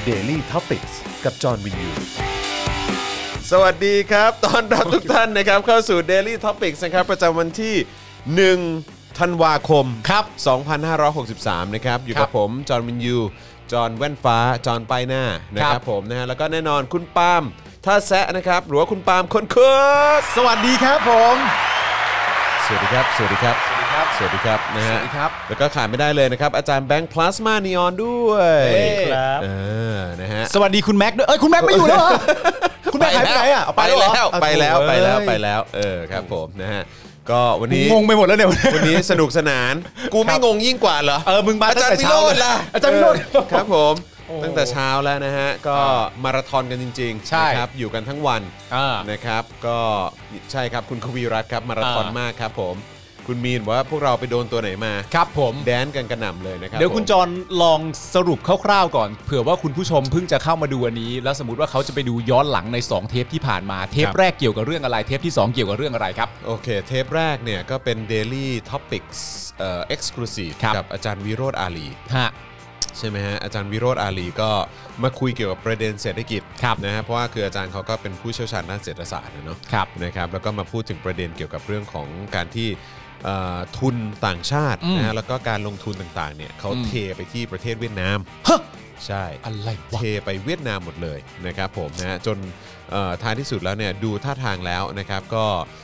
Daily Topics กับจอห์นวินยูสวัสดีครับต้อนรับทุกท่านนะครับเข้าสู่ Daily Topics นะครับประจำวันที่1ธันวาคมครับ2563นะครับอยู่กับผมจอห์นวินยูจอห์นแว่นฟ้าจอห์นป้ายหน้านะครับผมนะฮะแล้วก็แน่นอนคุณปาล์มท่าแซะนะครับหรือว่าคุณปาล์มคนเคิร์ดสวัสดีครับผมสวัสดีครับสวัสดีครับสวัสดีครับนะฮะแล้วก็ขาดไม่ได้เลยนะครับอาจารย์แบงค์พลาสมานีออนด้วยครับนะฮะสวัสดีคุณแม็กด้วยคุณแม็กไม่อยู่แล้วเหรอคุณแม็กหายไปไหนอ่ะไปแล้วครับผมนะฮะก็วันนี้งงไปหมดแล้วเนี่ยวันนี้สนุกสนานกูไม่งงยิ่งกว่าเหรอมึงมาอาจารย์วิโรจน์ล่ะอาจารย์วิโรจน์ครับผมตั้งแต่เช้าแล้วนะฮะก็มาราธอนกันจริงๆนะครับอยู่กันทั้งวันนะครับก็ใช่ครับคุณควีรัตน์ครับมาราธอนมากครับผมคุณมีนบอกว่าพวกเราไปโดนตัวไหนมาครับผมแดนกันกระหน่ำเลยนะครับเดี๋ยวคุณจรลองสรุปคร่าวๆก่อนเผื่อว่าคุณผู้ชมเพิ่งจะเข้ามาดูอันนี้แล้วสมมติว่าเขาจะไปดูย้อนหลังใน2เทปที่ผ่านมาเทปแรกเกี่ยวกับเรื่องอะไรเทปที่2เกี่ยวกับเรื่องอะไรครับโอเคเทปแรกเนี่ยก็เป็น Daily Topics Exclusive กับอาจารย์วิโรจน์อาลีใช่ไหมฮะอาจารย์วิโรจน์อาลีก็มาคุยเกี่ยวกับประเด็นเศรษฐกิจนะฮะเพราะว่าคืออาจารย์เขาก็เป็นผู้เชี่ยวชาญด้านเศรษฐศาสตร์เนาะนะครับแล้วก็มาพูดถึงประเด็นเกี่ยวกับเรื่องของการที่ทุนต่างชาตินะฮะแล้วก็การลงทุนต่างๆเนี่ยเขาเทไปที่ประเทศเวียดนามใช่อะไรเทไปเวียดนามหมดเลยนะครับผมนะฮะจนท้ายที่สุดแล้วเนี่ยดูท่าทางแล้วนะครับก็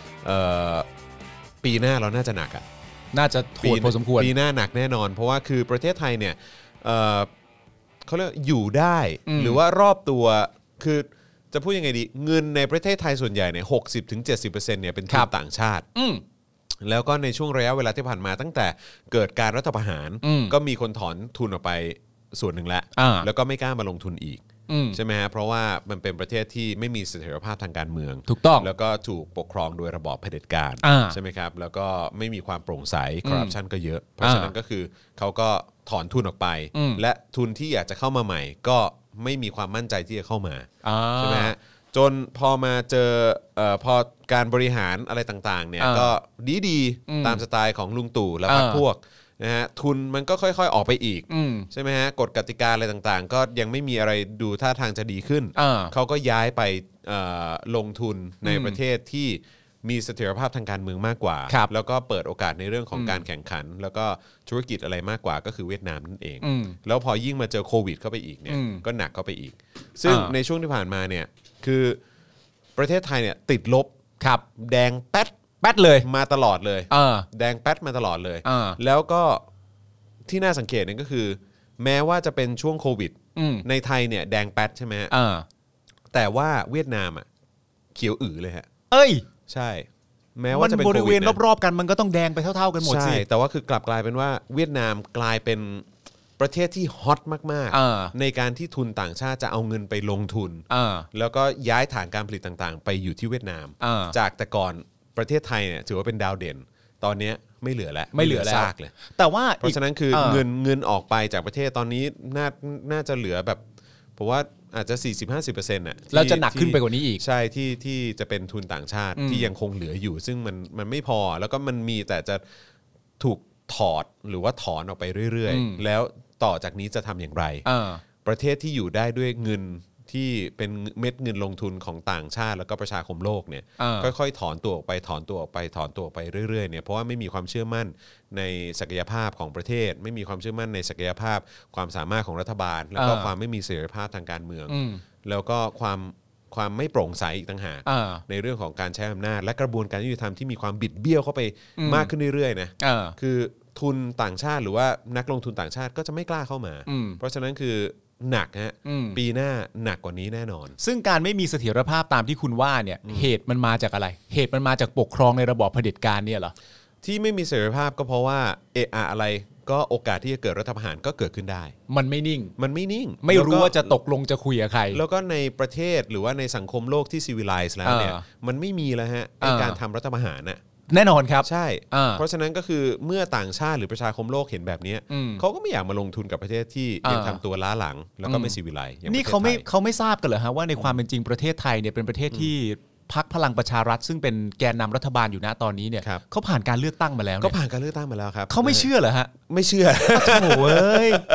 ปีหน้าเราน่าจะหนักน่าจะโหดพอสมควรปีหน้าหนักแน่นอนเพราะว่าคือประเทศไทยเนี่ยเขาเรียกอยู่ได้หรือว่ารอบตัวคือจะพูดยังไงดีเงินในประเทศไทยส่วนใหญ่เนี่ย60-70%เนี่ยเป็นทุนต่างชาติแล้วก็ในช่วงระยะเวลาที่ผ่านมาตั้งแต่เกิดการรัฐประหารก็มีคนถอนทุนออกไปส่วนหนึ่งแล้วก็ไม่กล้ามาลงทุนอีกใช่ไหมฮะเพราะว่ามันเป็นประเทศที่ไม่มีเสถียรภาพทางการเมืองถูกต้องแล้วก็ถูกปกครองโดยระบอบเผด็จการใช่ไหมครับแล้วก็ไม่มีความโปร่งใสคอร์รัปชันก็เยอะเพราะฉะนั้นก็คือเขาก็ถอนทุนออกไปและทุนที่อยากจะเข้ามาใหม่ก็ไม่มีความมั่นใจที่จะเข้ามาใช่ไหมฮะจนพอมาเจอพอการบริหารอะไรต่างๆเนี่ยก็ดีตามสไตล์ของลุงตู่และพรรคพวกนะฮะทุนมันก็ค่อยๆออกไปอีกใช่ไหมฮะกฎกติกาอะไรต่างๆก็ยังไม่มีอะไรดูท่าทางจะดีขึ้นเขาก็ย้ายไปลงทุนในประเทศที่มีเสถียรภาพทางการเมืองมากกว่าแล้วก็เปิดโอกาสในเรื่องของการแข่งขันแล้วก็ธุรกิจอะไรมากกว่าก็คือเวียดนามนั่นเองแล้วพอยิ่งมาเจอโควิดเข้าไปอีกเนี่ยก็หนักเข้าไปอีกซึ่งในช่วงที่ผ่านมาเนี่ยคือประเทศไทยเนี่ยติดลบแดงแป๊ดเลยมาตลอดเลยแดงแป๊ดมาตลอดเลยแล้วก็ที่น่าสังเกตเนี่ยก็คือแม้ว่าจะเป็นช่วงโควิดในไทยเนี่ยแดงแป๊ดใช่ไหมแต่ว่าเวียดนามอ่ะเขียวอือเลยฮะใช่แม้ว่าจะเป็นโควิดบริเวณรอบๆกันมันก็ต้องแดงไปเท่าๆกันหมดสิใช่แต่ว่าคือกลับกลายเป็นว่าเวียดนามกลายเป็นประเทศที่ฮอตมากๆในการที่ทุนต่างชาติจะเอาเงินไปลงทุนแล้วก็ย้ายฐานการผลิตต่างๆไปอยู่ที่เวียดนามจากแต่ก่อนประเทศไทยเนี่ยถือว่าเป็นดาวเด่นตอนนี้ไม่เหลือแล้วไม่เหลือซากเลยแต่ว่าเพราะฉะนั้นคือเงินออกไปจากประเทศตอนนี้น่าจะเหลือแบบผมว่าอาจจะ 40-50% น่ะแล้วจะหนักขึ้นไปกว่านี้อีกใช่ที่จะเป็นทุนต่างชาติที่ยังคงเหลืออยู่ซึ่งมันไม่พอแล้วก็มันมีแต่จะถูกถอดหรือว่าถอนออกไปเรื่อยๆแล้วต่อจากนี้จะทำอย่างไรประเทศที่อยู่ได้ด้วยเงินที่เป็นเม็ดเงินลงทุนของต่างชาติแล้วก็ประชาคมโลกเนี่ยค่อยๆถอนตัวออกไปเรื่อยๆเนี่ยเพราะว่าไม่มีความเชื่อมั่นในศักยภาพของประเทศไม่มีความเชื่อมั่นในศักยภาพความสามารถของรัฐบาลแล้วก็ความไม่มีเสถียรภาพทางการเมืองแล้วก็ความไม่โปร่งใสอีกต่างหากในเรื่องของการใช้อำนาจและกระบวนการยุติธรรมที่มีความบิดเบี้ยวเข้าไปมากขึ้นเรื่อยๆนะคือทุนต่างชาติหรือว่านักลงทุนต่างชาติก็จะไม่กล้าเข้ามาเพราะฉะนั้นคือหนักฮะปีหน้าหนักกว่านี้แน่นอนซึ่งการไม่มีเสถียรภาพตามที่คุณว่าเนี่ยเหตุมันมาจากอะไรเหตุมันมาจากปกครองในระบอบเผด็จการเนี่ยเหรอที่ไม่มีเสถียรภาพก็เพราะว่าอะไรก็โอกาสที่จะเกิดรัฐประหารก็เกิดขึ้นได้มันไม่นิ่งไม่รู้ว่าจะตกลงจะคุยกับใครแล้วก็ในประเทศหรือว่าในสังคมโลกที่ซีวิไลซ์แล้วเนี่ยมันไม่มีแล้วฮะในการทำรัฐประหารน่ะแน่นอนครับใช่เพราะฉะนั้นก็คือเมื่อต่างชาติหรือประชาคมโลกเห็นแบบนี้เขาก็ไม่อยากมาลงทุนกับประเทศที่ยังทำตัวล้าหลังแล้วก็ไม่ซีวิไลซ์นี่เขาไม่ทราบกันเหรอฮะว่าในความเป็นจริงประเทศไทยเนี่ยเป็นประเทศที่พรรคพลังประชารัฐซึ่งเป็นแกนนำรัฐบาลอยู่ณตอนนี้เนี่ยเขาผ่านการเลือกตั้งมาแล้วก็ผ่านการเลือกตั้งมาแล้วครับเขาไม่เชื่อเหรอฮะไม่เชื่อโอ้ย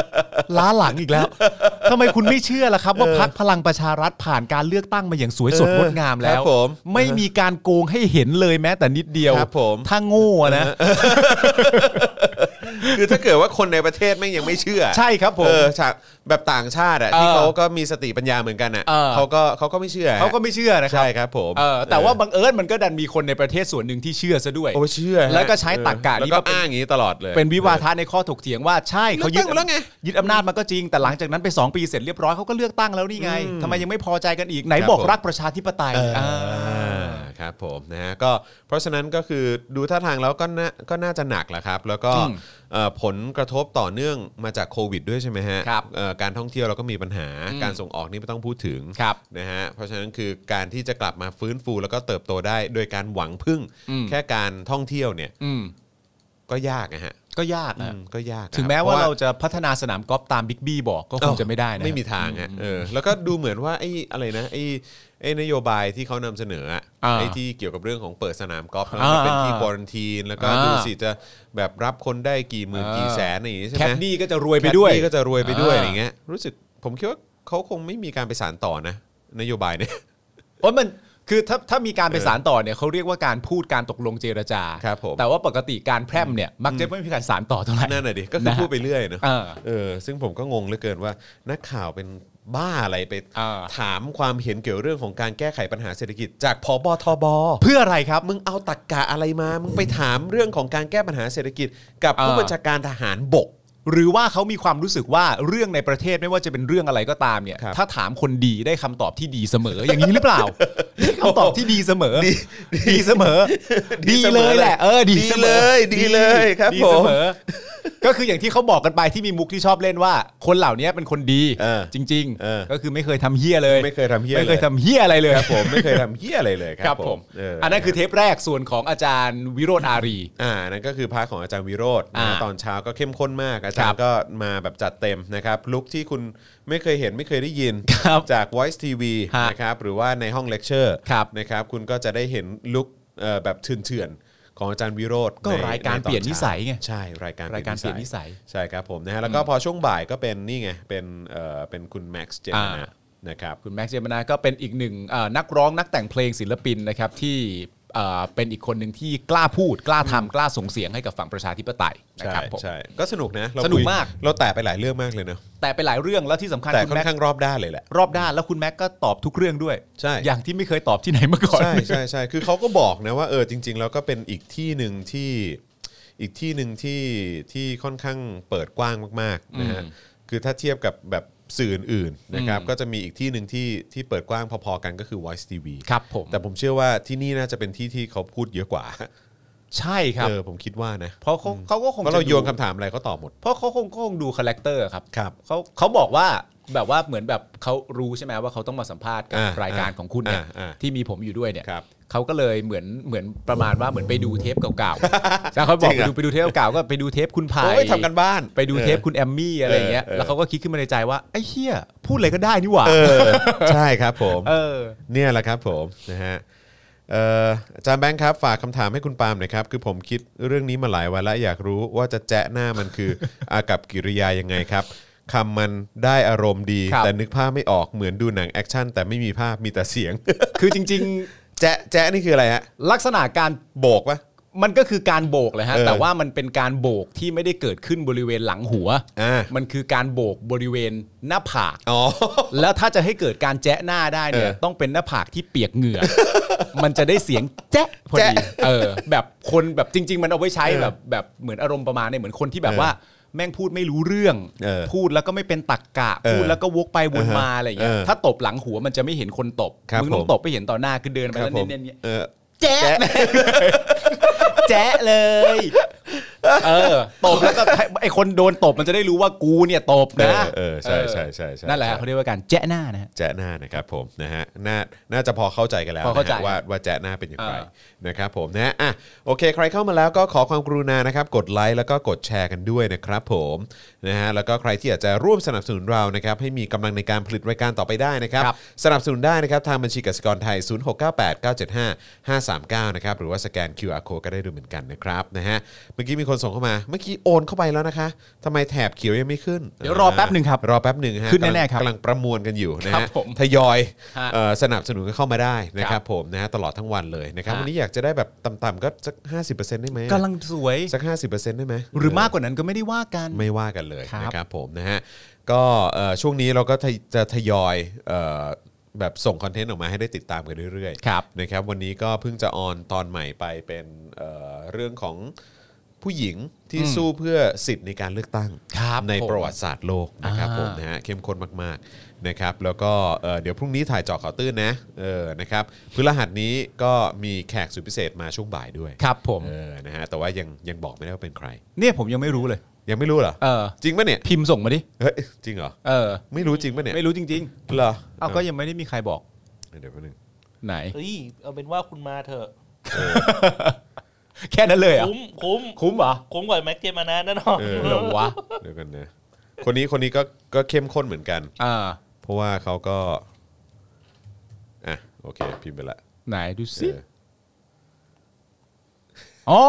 ล้าหลังอีกแล้วทำไมคุณไม่เชื่อล่ะครับว่าพรรคพลังประชารัฐผ่านการเลือกตั้งมาอย่างสวยสดงดงามแล้วไม่มีการโกงให้เห็นเลยแม้แต่นิดเดียวถ้าโง่นะคือถ้าเกิดว่าคนในประเทศแม่งยังไม่เชื่อใช่ครับผมแบบต่างชาติอ่ะที่เขาก็มีสติปัญญาเหมือนกันอ่ะเขาก็ไม่เชื่อนะครับใช่ครับผมแต่ว่าบังเอิญมันก็ดันมีคนในประเทศส่วนหนึ่งที่เชื่อซะด้วยเชื่อแล้วก็ใช้ตรรกะนี้ก็อ้างอย่างนี้ตลอดเลยเป็นวิวาทะในข้อถกเถียงว่าใช่เขายึดอำนาจมาก็จริงแต่หลังจากนั้นไป2ปีเสร็จเรียบร้อยเขาก็เลือกตั้งแล้วนี่ไงทำไมยังไม่พอใจกันอีกไหนบอกรักประชาธิปไตยครับผมนะฮะก็เพราะฉะนั้นก็คือดูท่าทางแล้วก็น่าจะหนักแหละครับแล้วก็ผลกระทบต่อเนื่องมาจากโควิดด้วยใช่ไหมฮะการท่องเที่ยวเราก็มีปัญหาการส่งออกนี่ไม่ต้องพูดถึงนะฮะเพราะฉะนั้นคือการที่จะกลับมาฟื้นฟูแล้วก็เติบโตได้โดยการหวังพึ่งแค่การท่องเที่ยวเนี่ยก็ยากนะฮะก็ยากก็ยากถึงแม้ว่าเราจะพัฒนาสนามกอล์ฟตามบิ๊กบี้บอกก็คงจะไม่ได้นะไม่มีทางฮะแล้วก็ดูเหมือนว่าไอ้อะไรนะไอ้นโยบายที่เขานำเสนอไอ้ที่เกี่ยวกับเรื่องของเปิดสนามกอล์ฟแล้วเป็นที่ควอรันทีนแล้วก็ดูสิจะแบบรับคนได้กี่หมื่นกี่แสนอย่างนี้ใช่ไหมแคดดี้ก็จะรวยไปด้วยอย่างเงี้ยรู้สึกผมคิดว่าเขาคงไม่มีการไปสานต่อนะนโยบายเนี่ยเพราะมันคือถ้ามีการไปสานต่อเนี่ยเขาเรียกว่าการพูดการตกลงเจรจาแต่ว่าปกติการแพร่มเนี่ยมักจะไม่มีการสานต่อเท่าไหร่นั่นแหละดิก็คือพูดไปเรื่อยเนอะซึ่งผมก็งงเหลือเกินว่านักข่าวเป็นบ้าอะไรไปถามความเห็นเกี่ยวเรื่องของการแก้ไขปัญหาเศรษฐกิจจากผบ.ทบ. เพื่ออะไรครับมึงเอาตรรกะอะไรมามึงไปถามเรื่องของการแก้ปัญหาเศรษฐกิจกับผู้บัญชาการทหารบกหรือว่าเขามีความรู้สึกว่าเรื่องในประเทศไม่ว่าจะเป็นเรื่องอะไรก็ตามเนี่ยถ้าถามคนดีได้คำตอบที่ดีเสมออย่างนี้หรือเปล่าคำตอบที่ดีเสมอดีเสมอดีเลยแหละดีเลยครับผมก็คืออย่างที่เขาบอกกันไปที่มีมุกที่ชอบเล่นว่าคนเหล่านี้เป็นคนดีจริงๆก็คือไม่เคยทำเหี้ยเลยไม่เคยทำเหี้ยอะไรเลยครับผมไม่เคยทำเหี้ยอะไรเลยครับผมอันนั้นคือเทปแรกส่วนของอาจารย์วิโรจน์อารีนั่นก็คือพาร์ทของอาจารย์วิโรจน์ตอนเช้าก็เข้มข้นมากอาจารย์ก็มาแบบจัดเต็มนะครับลุคที่คุณไม่เคยเห็นไม่เคยได้ยินจาก Voice TV นะครับหรือว่าในห้องเลคเชอร์นะครับคุณก็จะได้เห็นลุคแบบเถื่อนของอาจารย์วิโรจน์ก็รายการเปลี่ยนนิสัยไงใช่รายการเปลี่ยนนิสัยใช่ครับผมนะฮะแล้วก็พอช่วงบ่ายก็เป็นนี่ไงเป็นคุณแม็กซ์เจมินานะครับคุณแม็กซ์เจมินาก็เป็นอีกหนึ่งนักร้องนักแต่งเพลงศิลปินนะครับที่เป็นอีกคนหนึ่งที่กล้าพูดกล้าทำกล้าส่งเสียงให้กับฝั่งประชาธิปไตยนะครับผมใช่ก็สนุกนะสนุกมากเราแตะไปหลายเรื่องมากเลยเนอะแต่ไปหลายเรื่องแล้วที่สำคัญแต่ค่อนข้างรอบด้านเลยแหละรอบด้านแล้วคุณแม็กก็ตอบทุกเรื่องด้วยใช่อย่างที่ไม่เคยตอบที่ไหนมาก่อนใช่คือเขาก็บอกนะว่าจริงๆแล้วก็เป็นอีกที่หนึ่งที่ค่อนข้างเปิดกว้างมากๆนะฮะคือถ้าเทียบกับแบบสื่ออื่นๆนะครับก็จะมีอีกที่หนึ่งที่เปิดกว้างพอๆกันก็คือ Voice TV ครับผมแต่ผมเชื่อว่าที่นี่น่าจะเป็นที่เขาพูดเยอะกว่าใช่ครับผมคิดว่านะเพราะเขาก็คงเพราะเราโยนคำถามอะไรเขาตอบหมดเพราะเขาคงดูคาแรคเตอร์ครับเขาบอกว่าแบบว่าเหมือนแบบเขารู้ใช่ไหมว่าเขาต้องมาสัมภาษณ์กับรายการของคุณเนี่ยที่มีผมอยู่ด้วยเนี่ยเขาก็เลยเหมือนประมาณว่าเหมือนไปดูเทปเก่าๆแล้วเขาบอกไปดูเทปเก่าก็ไปดูเทปคุณไผ่ทำกันบ้านไปดูเทปคุณแอมมี่อะไรอย่างเงี้ยแล้วเขาก็คิดขึ้นมาในใจว่าไอ้เหี้ยพูดอะไรก็ได้นี่หว่าใช่ครับผมเนี่ยแหละครับผมนะฮะอาจารย์แบงค์ครับฝากคำถามให้คุณปาล์มหน่อยครับคือผมคิดเรื่องนี้มาหลายวันแล้วอยากรู้ว่าจะแจ๊ะหน้ามันคืออากับกิริยายังไงครับคำมันได้อารมณ์ดีแต่นึกภาพไม่ออกเหมือนดูหนังแอคชั่นแต่ไม่มีภาพมีแต่เสียงคือจริงๆแจ๊ะนี่คืออะไรฮะลักษณะการโบกปะมันก็คือการโบกเลยฮะแต่ว่ามันเป็นการโบกที่ไม่ได้เกิดขึ้นบริเวณหลังหัวมันคือการโบกบริเวณหน้าผากแล้วถ้าจะให้เกิดการแจ๊ะหน้าได้เนี่ยต้องเป็นหน้าผากที่เปียกเหงื่อมันจะได้เสียงแจ๊ะพอดีแบบคนแบบจริงๆมันเอาไว้ใช้แบบเหมือนอารมณ์ประมาณเนี่ยเหมือนคนที่แบบว่าแม่งพูดไม่รู้เรื่องพูดแล้วก็ไม่เป็นตรรกะพูดแล้วก็วกไปวนมาอะไรอย่างเงี้ยถ้าตบหลังหัวมันจะไม่เห็นคนตบมึงต้องตบไปเห็นต่อหน้าคือเดินไปแล้วเน้นๆแจ๊ะแจ๊ะเลยตบแล้วก็ไอคนโดนตบมันจะได้รู้ว่ากูเนี่ยตบนะใช่นั่นแหละเขาเรียกว่าการแจ๊ะหน้านะแจ๊ะหน้านะครับผมนะฮะน่าจะพอเข้าใจกันแล้วว่าแจ๊ะหน้าเป็นอย่างไรนะครับผมนะโอเคใครเข้ามาแล้วก็ขอความกรุณานะครับกดไลค์แล้วก็กดแชร์กันด้วยนะครับผมนะฮะแล้วก็ใครที่อยากจะร่วมสนับสนุนเรานะครับให้มีกำลังในการผลิตรายการต่อไปได้นะครับสนับสนุนได้นะครับทางบัญชีกสิกรไทย0698975539นะครับหรือว่าสแกน QR Code ก็ได้ด้วยเหมือนกันนะครับนะฮะเมื่อกี้มีคนส่งเข้ามาเมื่อกี้โอนเข้าไปแล้วนะคะทำไมแถบเขียวยังไม่ขึ้นเดี๋ยวรอแป๊บนึงครับรอแป๊บนึงฮะขึ้นแน่ๆครับกำลังประมวลกันอยู่นะฮะทยอยสนับสนุนกันเข้ามาได้นะครับผมนะฮะตลอดทั้งวันเลยนะครับวันนี้อยากจะได้แบบต่ำๆก็สัก 50% ได้ไหมกำลังสวยสัก 50% ได้ไหมหรือมากกว่านั้นก็ไม่ได้ว่ากันไม่ว่ากันเลยนะครับผมนะฮะก็ช่วงนี้เราก็จะทยอยแบบส่งคอนเทนต์ออกมาให้ได้ติดตามกันเรื่อยๆนะครับวันนี้ก็เพิ่งจะออนตอนใหม่ไปเป็นเรื่องของผู้หญิงที่สู้เพื่อสิทธิ์ในการเลือกตั้งในประวัติศาสตร์โลกนะครับผมนะฮะเข้มข้นมากๆนะครับแล้วก็เดี๋ยวพรุ่งนี้ถ่ายเจาะข่าวตื้นนะนะครับพฤหัสนี้ก็มีแขกสุดพิเศษมาช่วงบ่ายด้วยครับผมนะฮะแต่ว่ายังบอกไม่ได้ว่าเป็นใครเนี่ยผมยังไม่รู้เลยยังไม่รู้เหรอจริงป่ะเนี่ยพิมพ์ส่งมาดิเฮ้ยจริงเหรอไม่รู้จริงป่ะเนี่ยไม่รู้จริงๆเหรอเอาก็ยังไม่ได้มีใครบอกเดี๋ยวแป๊บนึงไหนเอาเป็นว่าคุณมาเถอะแค่นั้นเลยอ่ะคุ้มเหรอคุ้มกว่าแม็กเจมานะแน่นอนเหรอวะเดี๋ยวกันนะคนนี้ก็เข้มข้นเหมือนกันเพราะว่าเขาก็โอเคพิมพ์ไปละไหนดูสิอ๋อ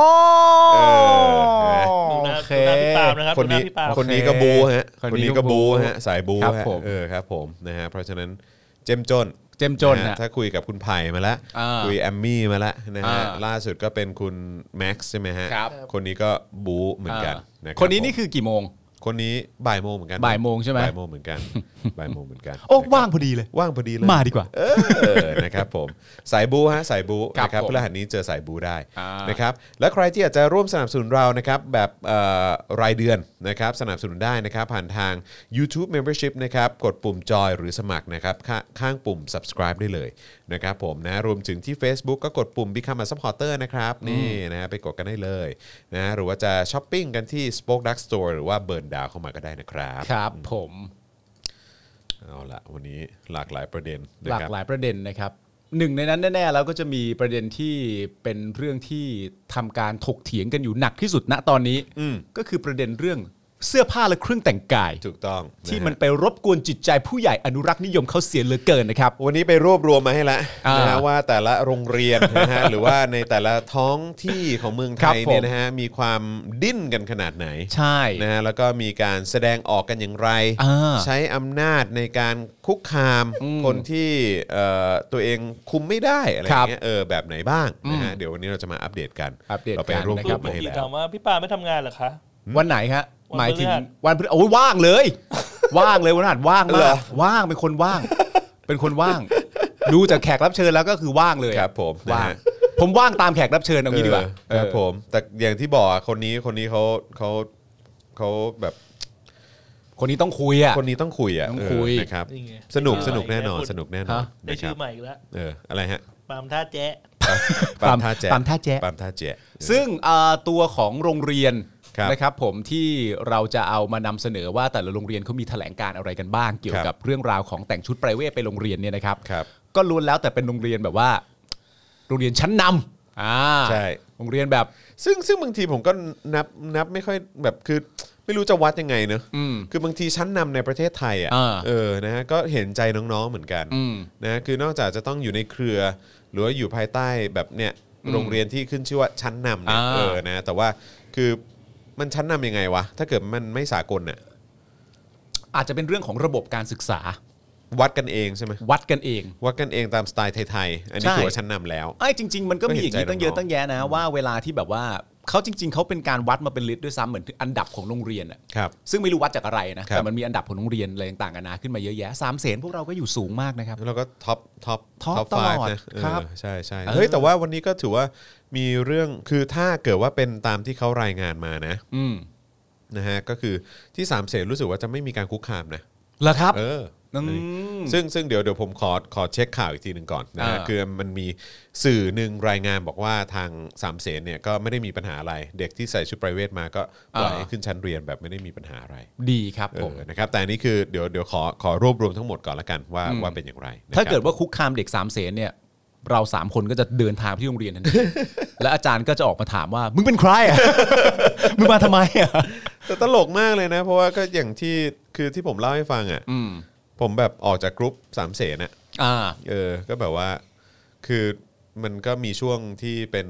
โอเคพี่ปาล์มนะครับคนนี้ก็บูฮะคนนี้ก็บูฮะสายบูฮะครับผมนะฮะเพราะฉะนั้นเจ้มจนถ้าคุยกับคุณไผ่มาแล้วคุยแอมมี่มาแล้วนะฮะล่าสุดก็เป็นคุณแม็กซ์ใช่ไหมฮะคนนี้ก็บูเหมือนกันคนนี้นี่คือกี่โมงคนนี้บ่ายโมงเหมือนกันบ่ายโมงใช่ไหมบ่ายโมงเหมือนกันโอ้ว่างพอดีเลยมาดีกว่านะครับผมสายบูฮะสายบูนะครับพฤหัสนี้เจอสายบูได้นะครับและใครที่อยากจะร่วมสนับสนุนเรานะครับแบบรายเดือนนะครับสนับสนุนได้นะครับผ่านทาง YouTube Membership นะครับกดปุ่มจอยหรือสมัครนะครับข้างปุ่ม subscribe ได้เลยนะครับผมนะรวมถึงที่ Facebook ก็กดปุ่ม Become a supporter นะครับนี่นะไปกดกันได้เลยนะหรือว่าจะช้อปปิ้งกันที่ Spoke Dark Store หรือว่าเบิร์นดาวเข้ามาก็ได้นะครับครับผมเอาละวันนี้หลากหลายประเด็นหลากหลายประเด็นนะครับหนึ่งในนั้นแน่ๆแล้วก็จะมีประเด็นที่เป็นเรื่องที่ทำการถกเถียงกันอยู่หนักที่สุดณตอนนี้ก็คือประเด็นเรื่องเสื้อผ้าและเครื่องแต่งกายถูกต้องที่มันไปรบกวนจิตใจผู้ใหญ่อนุรักษ์นิยมเขาเสียเหลือเกินนะครับวันนี้ไปรวบรวมมาให้แล้วนะฮะว่าแต่ละโรงเรียนนะฮะหรือว่าในแต่ละท้องที่ของเมืองไทยเนี่ยนะฮะมีความดิ้นกันขนาดไหนใช่นะฮะแล้วก็มีการแสดงออกกันอย่างไรใช้อำนาจในการคุกคามคนที่ตัวเองคุมไม่ได้อะไรอย่างเงี้ยแบบไหนบ้างนะฮะเดี๋ยววันนี้เราจะมาอัปเดตกันเราไปรวบรวมมาให้แล้วถามว่าพี่ปาไม่ทำงานเหรอคะวันไหนครับหมายถึงวันพฤหัสโอ้ยว่างเลยว่างเลยวันพฤหัสว่างมากว่างเป็นคนว่างดูจากแขกรับเชิญแล้วก็คือว่างเลยครับผมว่างผมว่างตามแขกรับเชิญเอางี้ดีกว่าครับผมแต่อย่างที่บอกคนนี้เขาแบบคนนี้ต้องคุยอ่ะคนนี้ต้องคุยอ่ะนะครับสนุกแน่นอนได้ชื่อใหม่อีกแล้วอะไรฮะปามท่าแจ๊ปามท่าแจ๊ซึ่งตัวของโรงเรียนนะครับผมที่เราจะเอามานำเสนอว่าแต่ละโรงเรียนเขามีแถลงการอะไรกันบ้างเกี่ยวกับเรื่องราวของแต่งชุดไพรเวทไปโรงเรียนเนี่ยนะครับก็ล้วนแล้วแต่เป็นโรงเรียนแบบว่าโรงเรียนชั้นนำใช่โรงเรียนแบบซึ่งบางทีผมก็นับไม่ค่อยแบบคือไม่รู้จะวัดยังไงเนอะคือบางทีชั้นนำในประเทศไทยนะฮะก็เห็นใจน้องๆเหมือนกันนะคือนอกจากจะต้องอยู่ในเครือหรือว่าอยู่ภายใต้แบบเนี่ยโรงเรียนที่ขึ้นชื่อว่าชั้นนำเนี่ยนะแต่ว่าคือมันชั้นนำยังไงวะถ้าเกิดมันไม่สากลเนี่ยอาจจะเป็นเรื่องของระบบการศึกษาวัดกันเองใช่ไหมวัดกันเองตามสไตล์ไทยๆอันนี้ถือว่าชั้นนำแล้วจริงๆมันก็มีอย่างนี้ตั้งเยอะตั้งแยะนะว่าเวลาที่แบบว่าเขาจริงๆเขาเป็นการวัดมาเป็นลิสต์ด้วยซ้ำเหมือนอันดับของโรงเรียนอ่ะซึ่งไม่รู้วัดจากอะไรนะแต่มันมีอันดับของโรงเรียนอะไรต่างๆกันานะขึ้นมาเยอะแยะ3 เสนพวกเราก็อยู่สูงมากนะครับแล้วก็ท็อปตลอดครับใช่เฮ้ยแต่ว่าวันนี้ก็ถือว่ามีเรื่องคือถ้าเกิดว่าเป็นตามที่เขารายงานมานะฮะก็คือที่3 เสนรู้สึกว่าจะไม่มีการคุกคามนะเหรอครับซึ่งเดี๋ยวผมขอเช็คข่าวอีกทีหนึ่งก่อนนะฮะคือมันมีสื่อหนึ่งรายงานบอกว่าทาง3 เสนเนี่ยก็ไม่ได้มีปัญหาอะไรเด็กที่ใส่ชุดไพรเวทมาก็ปล่อยให้ขึ้นชั้นเรียนแบบไม่ได้มีปัญหาอะไรดีครับผมนะครับแต่อันนี้คือเดี๋ยวขอรวบรวมทั้งหมดก่อนละกันว่าเป็นอย่างไรถ้าเกิดว่าคุกคามเด็ก3 เสนเนี่ยเรา3 คนก็จะเดินทางไปที่โรงเรียนทันทีและอาจารย์ก็จะออกมาถามว่ามึงเป็นใครอ่ะมึงมาทำไมอ่ะแต่ตลกมากเลยนะเพราะว่าก็อย่างที่คือที่ผมเล่าให้ฟังอ่ะผมแบบออกจากกรุ๊ป3 เสนอ่ะก็แบบว่าคือมันก็มีช่วงที่เป็น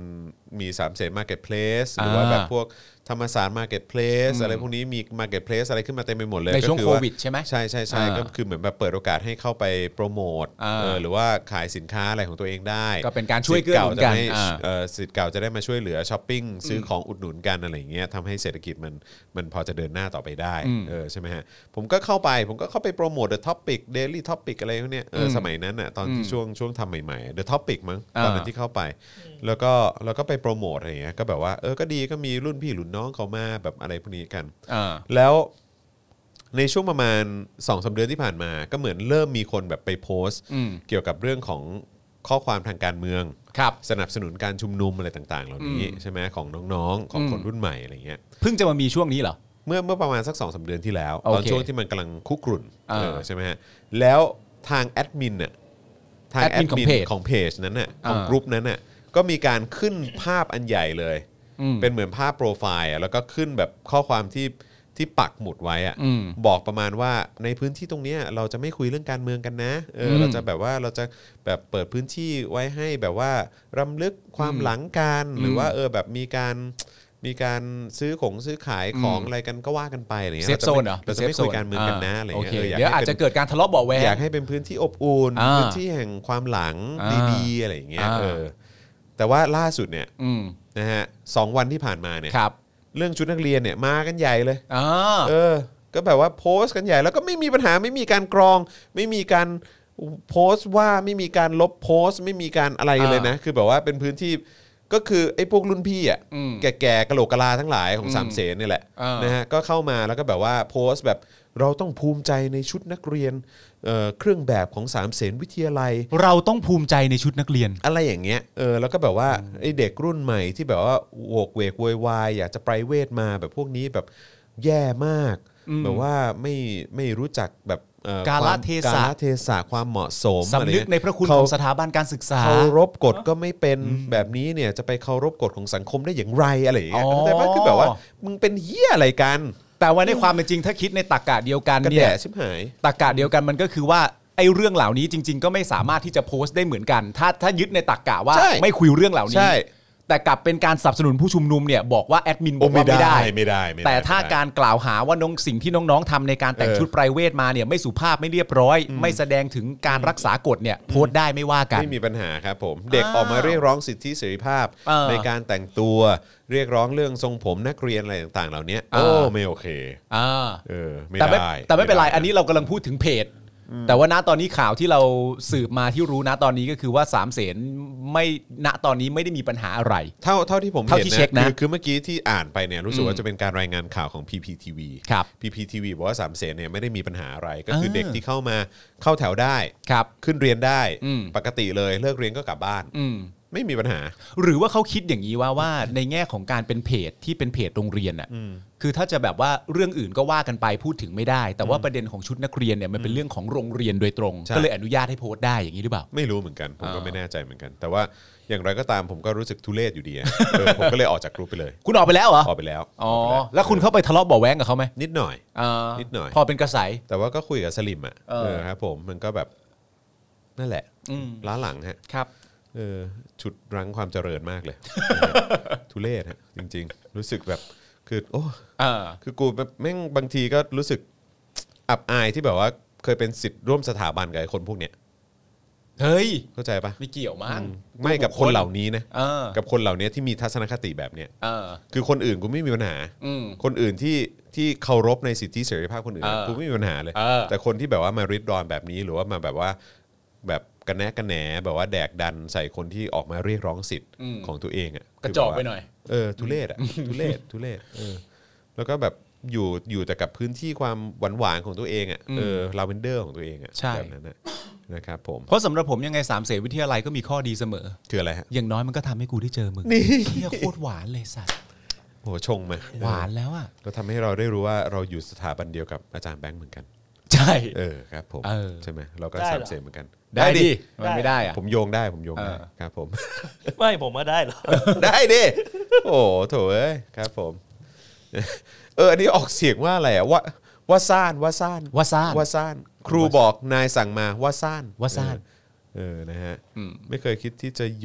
มี3เสน Marketplace หรือว่าแบบพวกธรรมศาสตร์ Marketplace อะไรพวกนี้มี Marketplace อะไรขึ้นมาเต็มไปหมดเลยในช่วงโควิดใช่ไหมใช่ก็คือเหมือนแบบเปิดโอกาสให้เข้าไปโปรโมทหรือว่าขายสินค้าอะไรของตัวเองได้ก็เป็นการช่วยเกื้อหนุนกันสิทธิ์เก่าจะได้มาช่วยเหลือช้อปปิ้งซื้อของอุดหนุนกันอะไรอย่างเงี้ยทำให้เศรษฐกิจมันพอจะเดินหน้าต่อไปได้ใช่ไหมฮะผมก็เข้าไปโปรโมท The Topic Daily Topic อะไรพวกเนี้ยสมัยนั้นน่ะตอนที่ช่วงทำใหม่ๆ The Topic มั้งตอนนั้นที่เข้าไปแล้วก็ไปโปรโมทอะไรอย่างเงี้ยก็แบบว่าก็ดีก็มีรุ่นพี่รุ่นน้องเขามาแบบอะไรพวกนี้กันแล้วในช่วงประมาณ 2-3 เดือนที่ผ่านมาก็เหมือนเริ่มมีคนแบบไปโพสต์เกี่ยวกับเรื่องของข้อความทางการเมืองสนับสนุนการชุมนุมอะไรต่างๆเหล่านี้ใช่ไหมของน้องๆของคนรุ่นใหม่อะไรเงี้ยเพิ่งจะมามีช่วงนี้เหรอเมื่อประมาณสัก 2-3 เดือนที่แล้วตอนช่วงที่มันกำลังคุกรุ่นใช่ไหมฮะแล้วทางแอดมินน่ะทางแอดมินของเพจนั้นน่ะของกลุ่มนั้นน่ะก็มีการขึ้นภาพอันใหญ่เลยเป็นเหมือนภาพโปรไฟล์แล้วก็ขึ้นแบบข้อความที่ปักหมุดไว้อะบอกประมาณว่าในพื้นที่ตรงนี้เราจะไม่คุยเรื่องการเมืองกันนะเราจะแบบว่าเราจะแบบเปิดพื้นที่ไว้ให้แบบว่ารำลึกความหลังกันหรือว่าแบบมีการซื้อขายของอะไรกันก็ว่ากันไปอะไรเงี้ยเซฟโซนเหรอเราจะไม่คุยการเมืองกันนะอะไรเงี้ยเดี๋ยวอาจจะเกิดการทะเลาะเบาะแว้งอยากให้เป็นพื้นที่อบอุ่นพื้นที่แห่งความหลังดีๆอะไรอย่างเงี้ยแต่ว่าล่าสุดเนี่ยนะฮะ2 วันที่ผ่านมาเนี่ยเรื่องชุดนักเรียนเนี่ยมากันใหญ่เลยก็แบบว่าโพสต์กันใหญ่แล้วก็ไม่มีปัญหาไม่มีการกรองไม่มีการโพสต์ว่าไม่มีการลบโพสต์ไม่มีการอะไรเลยนะคือแบบว่าเป็นพื้นที่ก็คือไอ้พวกรุ่นพี่อ่ะแก่ๆกะโหลกกะลาทั้งหลายของ3เสนนี่แหละนะฮะก็เข้ามาแล้วก็แบบว่าโพสต์แบบเราต้องภูมิใจในชุดนักเรียนเครื่องแบบของ3เสนวิทยาลัยเราต้องภูมิใจในชุดนักเรียนอะไรอย่างเงี้ยแล้วก็แบบว่าไอ้เด็กรุ่นใหม่ที่แบบว่าโวกเวกโวยวายอยากจะไพรเวทมาแบบพวกนี้แบบแย่มากแบบว่าไม่รู้จักแบบกาลเทศะความเหมาะสมสำนึกในพระคุณของสถาบันการศึกษาเคารพกฎก็ไม่เป็นแบบนี้เนี่ยจะไปเคารพกฎของสังคมได้อย่างไรอะไรอย่างเงี้ยแต่ว่าคือแบบว่ามึงเป็นเหี้ยอะไรกันแต่ว่าในความเป็นจริงถ้าคิดในตรรกะเดียวกันเนี่ยตรรกะเดียวกันมันก็คือว่าไอ้เรื่องเหล่านี้จริงๆก็ไม่สามารถที่จะโพสต์ได้เหมือนกันถ้ายึดในตรรกะว่าไม่คุยเรื่องเหล่านี้แต่กลับเป็นการสนับสนุนผู้ชุมนุมเนี่ยบอกว่าแอดมินบอกว่าไม่ได้แต่ถ้าการกล่าวหาว่าสิ่งที่น้องๆทำในการแต่งชุดไพรเวทมาเนี่ยไม่สุภาพไม่เรียบร้อยไม่แสดงถึงการรักษากฎเนี่ยโพสต์ได้ไม่ว่ากันไม่มีปัญหาครับผมเด็กออกมาเรียกร้องสิทธิเสรีภาพในการแต่งตัวเรียกร้องเรื่องทรงผมนักเรียนอะไรต่างๆเหล่านี้ไม่โอเคไม่ได้แต่ไม่เป็นไรอันนี้เรากำลังพูดถึงเพจแต่ว่าณตอนนี้ข่าวที่เราสืบมาที่รู้ณตอนนี้ก็คือว่า3เสนไม่ณตอนนี้ไม่ได้มีปัญหาอะไรเท่าที่ผมเห็นนะคือเมื่อกี้ที่อ่านไปเนี่ยรู้สึกว่าจะเป็นการรายงานข่าวของ PPTV PPTV บอกว่า3เสนเนี่ยไม่ได้มีปัญหาอะไรก็คือเด็กที่เข้าแถวได้ขึ้นเรียนได้ปกติเลยเลิกเรียนก็กลับบ้านไม่มีปัญหาหรือว่าเขาคิดอย่างนี้ว่าในแง่ของการเป็นเพจที่เป็นเพจโรงเรียนอ่ะคือถ้าจะแบบว่าเรื่องอื่นก็ว่ากันไปพูดถึงไม่ได้แต่ว่าประเด็นของชุดนักเรียนเนี่ยมันเป็นเรื่องของโรงเรียนโดยตรงก็เลยอนุญาตให้โพสต์ได้อย่างนี้หรือเปล่าไม่รู้เหมือนกันผมก็ไม่แน่ใจเหมือนกันแต่ว่าอย่างไรก็ตามผมก็รู้สึกทุเรศอยู่ดีผมก็เลยออกจากกลุ่มไปเลยคุณออกไปแล้วเหรอออกไปแล้วแล้วคุณเข้าไปทะเลาะเบาะแว้งกับเขาไหมนิดหน่อยพอเป็นกระแสแต่ว่าก็คุยกับสลิมอ่ะครับผมมันก็แบบนั่นแหละล้าหลังฮะครับฉุดรั้งความเจริญมากเลยทุเรศฮะจริงๆรู้สึกแบบคือคือกูแบบแม่งบางทีก็รู้สึกอับอายที่แบบว่าเคยเป็นศิษย์ร่วมสถาบันกับคนพวกเนี้ยเฮ้ยเข้าใจปะไม่เกี่ยวมั้งไม่กับคนเหล่านี้นะกับคนเหล่านี้ที่มีทัศนคติแบบเนี้ยคือคนอื่นกูไม่มีปัญหาคนอื่นที่เคารพในสิทธิเสรีภาพคนอื่นกูไม่มีปัญหาเลยแต่คนที่แบบว่ามาริดรอนแบบนี้หรือว่ามาแบบว่าแบบกระแนะกระแหนแบบว่าแดกดันใส่คนที่ออกมาเรียกร้องสิทธิ์ของตัวเองอ่ะกระจอกไปหน่อยทุเรศอ่ะทุเรศแล้วก็แบบอยู่แต่กับพื้นที่ความหวานๆของตัวเองอ่ะลาเวนเดอร์ของตัวเองอ่ะแบบนั้นนะครับผมเพราะสำหรับผมยังไง3เสนวิทยาลัยก็มีข้อดีเสมอคืออะไรฮะอย่างน้อยมันก็ทำให้กูได้เจอมึงเฮียโคตรหวานเลยสัตว์โหชงมาหวานแล้วอ่ะเราทำให้เราได้รู้ว่าเราอยู่สถาบันเดียวกับอาจารย์แบงค์เหมือนกันใช่ครับผมใช่ไหมเราก็3เสนเหมือนกันได้ดิมันไม่ได้อะผมโยงได้ครับผมไม่ผมก็ได้หรอได้ดิโอ้โถเอ้ยครับผมอันนี้ออกเสียงว่าอะไรอ่ะว่าซ่านครูบอกนายสั่งมาว่าซ่านนะฮะไม่เคยคิดที่จะหยุด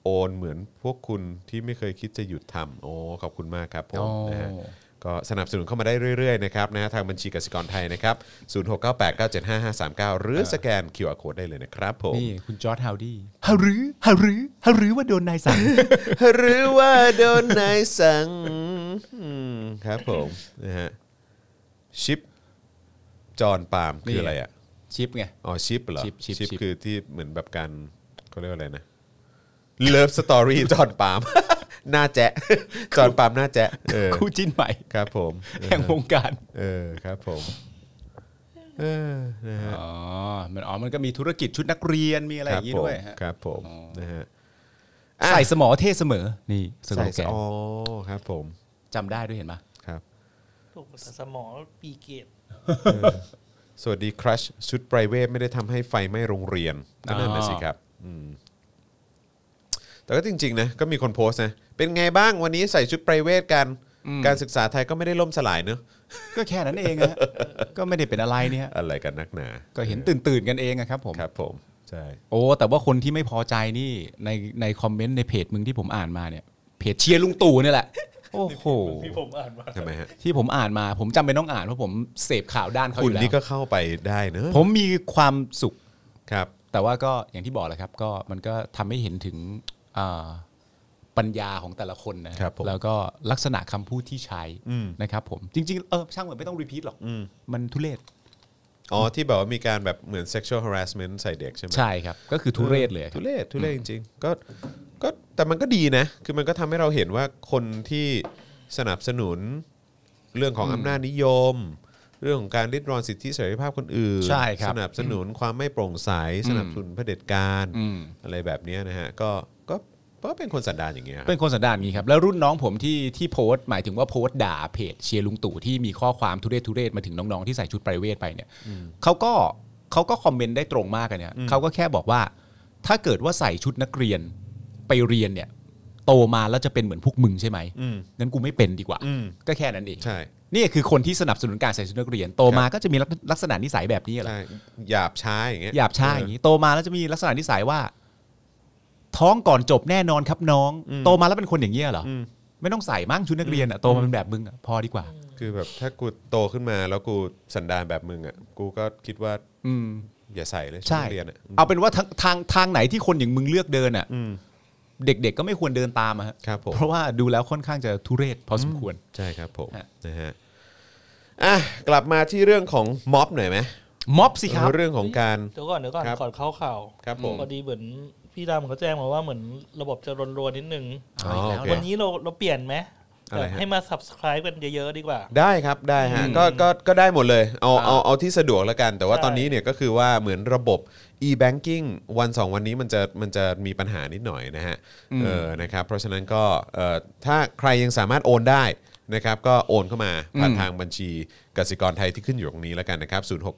โอนเหมือนพวกคุณที่ไม่เคยคิดจะหยุดทำโอ้ขอบคุณมากครับผมนะฮะก็สนับสนุนเข้ามาได้เรื่อยๆนะครับนะทางบัญชีกสิกรไทยนะครับ0698975539หรือสแกน QR Code ได้เลยนะครับผมนี่คุณจอร์จฮาวดี้ฮารือว่าโดนนายสั่งหรือว่าโดนนายสั่งครับผมนะฮะชิปจอห์นปาล์มคืออะไรอ่ะชิปไงอ๋อชิปเหรอชิปคือที่เหมือนแบบการเขาเรียกว่าอะไรนะเลิฟสตอรี่จอห์นปาล์มหน้าแจ๊ะจอห์นปาล์มหน้าแจ๊ะคู่จิ้นใหม่ครับผมแห่งวงการครับผมนะฮะมันก็มีธุรกิจชุดนักเรียนมีอะไรอย่างนี้ด้วยครับผมนะฮะใส่สมอเท่เสมอนี่สโลแกนอ๋อครับผมจำได้ด้วยเห็นไหมครับถูกสมอปีเกตสวัสดีครัชชุดไพรเวทไม่ได้ทำให้ไฟไหม้โรงเรียนก็นั่นนะสิครับแต่ก็จริงๆนะก็มีคนโพสต์นะเป็นไงบ้างวันนี้ใส่ชุดไพรเวทกันการศึกษาไทยก็ไม่ได้ล่มสลายเนอะก็แค่นั้นเองฮะก็ไม่ได้เป็นอะไรเนี่ยอะไรกันนักหนาก็เห็นตื่นกันเองครับผมครับผมใช่โอ้แต่ว่าคนที่ไม่พอใจนี่ในคอมเมนต์ในเพจมึงที่ผมอ่านมาเนี่ยเพจเชียร์ลุงตู่นี่แหละโอ้โหที่ผมอ่านมาทำไมฮะที่ผมอ่านมาผมจำเป็นต้องอ่านเพราะผมเสพข่าวด้านเขาอยู่แล้วคุณนี่ก็เข้าไปได้เนอะผมมีความสุขครับแต่ว่าก็อย่างที่บอกแหละครับก็มันก็ทำให้เห็นถึงปัญญาของแต่ละคนนะแล้วก็ลักษณะคำพูดที่ใช้นะครับผมจริงๆช่างเหมือนไม่ต้องรีพีทหรอกมันทุเรศอ๋อที่แบบว่ามีการแบบเหมือน sexual harassment ใส่เด็กใช่ไหมใช่ครับก็คือทุเรศเลยทุเรศจริงๆก็แต่มันก็ดีนะคือมันก็ทำให้เราเห็นว่าคนที่สนับสนุนเรื่องของอำนาจนิยมเรื่องของการริดรอนสิทธิเสรีภาพคนอื่นสนับสนุนความไม่โปร่งใสสนับสนุนเผด็จการอะไรแบบนี้นะฮะก็เป็นคนสันดานอย่างเงี้ยเป็นคนสันดานอย่างนี้ครับแล้วรุ่นน้องผมที่โพสต์หมายถึงว่าโพสต์ด่าเพจเชียร์ลุงตู่ที่มีข้อความทุเรศมาถึงน้องๆที่ใส่ชุดไพรเวทไปเนี่ยเขาก็คอมเมนต์ได้ตรงมากกันเนี่ยเขาก็แค่บอกว่าถ้าเกิดว่าใส่ชุดนักเรียนไปเรียนเนี่ยโตมาแล้วจะเป็นเหมือนพวกมึงใช่ไหมงั้นกูไม่เป็นดีกว่าก็แค่นั้นเองใช่นี่คือคนที่สนับสนุนการใส่ชุดนักเรียนโตมาก็จะมีลักษณะนิสัยแบบนี้แหละหยาบช้าอย่างเงี้ยหยาบช้าอย่างนี้โตมาแล้วจะมีลักษณะนิสัยว่าท้องก่อนจบแน่นอนครับน้องโตมาแล้วเป็นคนอย่างเงี้ยเหรอไม่ต้องใส่มั่งชุดนักเรียนอ่ะโตมาเป็นแบบมึงอ่ะพอดีกว่าคือแบบถ้ากูโตขึ้นมาแล้วกูสันดานแบบมึงอ่ะกูก็คิดว่าอย่าใส่เลยชุดนักเรียนอ่ะเอาเป็นว่าทางไหนที่คนอย่างมึงเลือกเดินอ่ะเด็กๆก็ไม่ควรเดินตามอะครับผมเพราะว่าดูแล้วค่อนข้างจะทุเรศพอสมควรใช่ครับผมนะฮะกลับมาที่เรื่องของม็อบหน่อยไหมม็อบสิครับเรื่องของการเดี๋ยวก่อนก่อนเข้าข่าวครับผมพอดีเหมือนพี่ดำเขาแจ้งมาว่าเหมือนระบบจะรวนๆนิดนึงวันนี้เราเปลี่ยนไหมให้มา subscribe กันเยอะๆดีกว่าได้ครับได้ฮะก็ได้หมดเลยเอาที่สะดวกแล้วกันแต่ว่าตอนนี้เนี่ยก็คือว่าเหมือนระบบ e-banking 2 วันนี้มันจะมีปัญหานิดหน่อยนะฮะนะครับเพราะฉะนั้นก็ถ้าใครยังสามารถโอนได้นะครับก็โอนเข้ามาผ่านทางบัญชีกสิกรไทยที่ขึ้นอยู่ตรงนี้แล้วกันนะครับ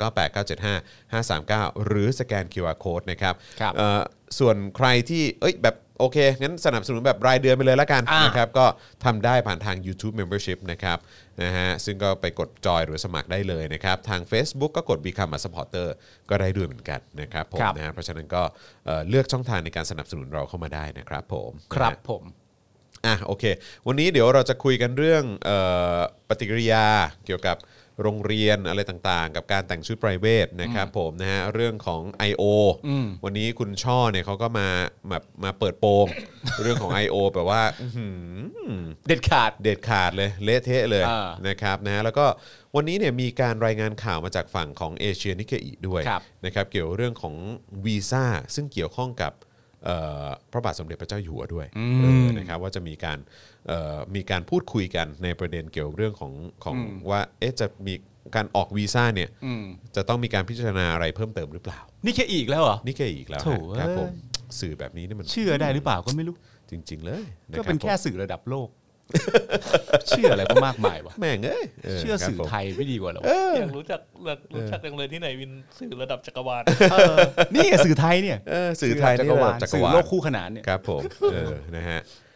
0698975539หรือสแกน QR Code นะครับส่วนใครที่แบบโอเคงั้นสนับสนุนแบบรายเดือนไปเลยแล้วกันนะครับก็ทำได้ผ่านทาง YouTube Membership นะครับนะฮะซึ่งก็ไปกดจอยหรือสมัครได้เลยนะครับทาง Facebook ก็กด Become a Supporter ก็ได้ด้วยเหมือนกันนะครับผมนะฮะเพราะฉะนั้นก็เลือกช่องทางในการสนับสนุนเราเข้ามาได้นะครับผมครับผมโอเควันนี้เดี๋ยวเราจะคุยกันเรื่องปฏิกิริยาเกี่ยวกับโรงเรียนอะไรต่างๆกับการแต่งชุดไพรเวทนะครับผมนะฮะเรื่องของ I.O. วันนี้คุณช่อเนี่ยเขาก็มาเปิดโปง เรื่องของ I.O. แบบว่าเด็ดขาดเลยเละเทะเลยนะครับนะฮะแล้วก็วันนี้เนี่ยมีการรายงานข่าวมาจากฝั่งของเอเชียนิเคอิด้วยนะครับเกี่ยวเรื่องของวีซ่าซึ่งเกี่ยวข้องกับพระบาทสมเด็จพระเจ้าอยู่หัวด้วยนะครับว่าจะมีการพูดคุยกันในประเด็นเกี่ยวเรื่องของว่าจะมีการออกวีซ่าเนี่ยจะต้องมีการพิจารณาอะไรเพิ่มเติมหรือเปล่านี่แค่อีกแล้วเหรอนี่แค่อีกแล้วครับผมสื่อแบบนี้นี่มันเชื่อได้หรือเปล่าก็ไม่รู้จริงๆเลยก็เป็นแค่สื่อระดับโลกเชื่ออะไรก็มากมายวะแม่งเชื่อสื่อไทยไม่ดีกว่าหรออยากรู้จักอย่างเลยที่ไหนวินสื่อระดับจักรวาลนี่สื่อไทยเนี่ยสื่อไทยนี่ระดับจักรวาลสื่อโลกคู่ขนานเนี่ยครับผมนะฮะ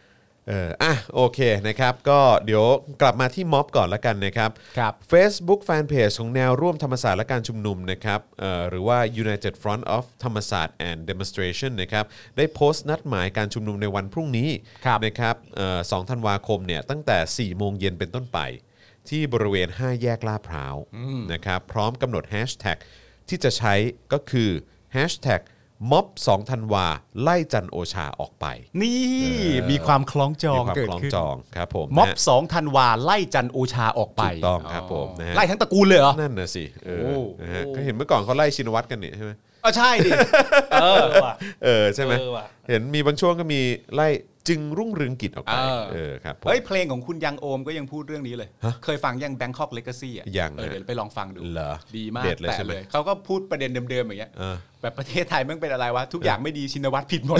โอเคนะครับก็เดี๋ยวกลับมาที่ม็อบก่อนละกันนะครับ Facebook Fanpage ของแนวร่วมธรรมศาสตร์และการชุมนุมนะครับหรือว่า United Front of ธรรมศาสตร์ and Demonstration นะครับได้โพสต์นัดหมายการชุมนุมในวันพรุ่งนี้นะครับ2 ธันวาคมเนี่ยตั้งแต่ 4 โมงเย็นเป็นต้นไปที่บริเวณ 5 แยกลาดพร้าวนะครับพร้อมกำหนดแฮชแท็กที่จะใช้ก็คือแฮชแท็กม็อบ2 ธันวาไล่จันโอชาออกไปนี่มีความคล้องจองเกิดขึ้นครับผมม็อบ2 ธันวาไล่จันโอชาออกไปถูกต้องครับผมนะฮะไล่ทั้งตระกูลเลยเหรอนั่นน่ะสินะฮะก็เห็นเมื่อก่อนเขาไล่ชินวัตรกันนี่ใช่ไหมใช่ดิใช่ไหมเห็นมีบางช่วงก็มีไล่จึงรุ่งเรืองกิจออกไปครับเฮ้ยเพลงของคุณยังโอมก็ยังพูดเรื่องนี้เลยเคยฟังยัง Bangkok Legacy อ่ะยังเดี๋ยวไปลองฟังดูดีมากแต่เลยเขาก็พูดประเด็นเดิมๆอย่างเงี้ยแบบประเทศไทยมันเป็นอะไรวะทุกอย่างไม่ดีชินวัตรผิดหมด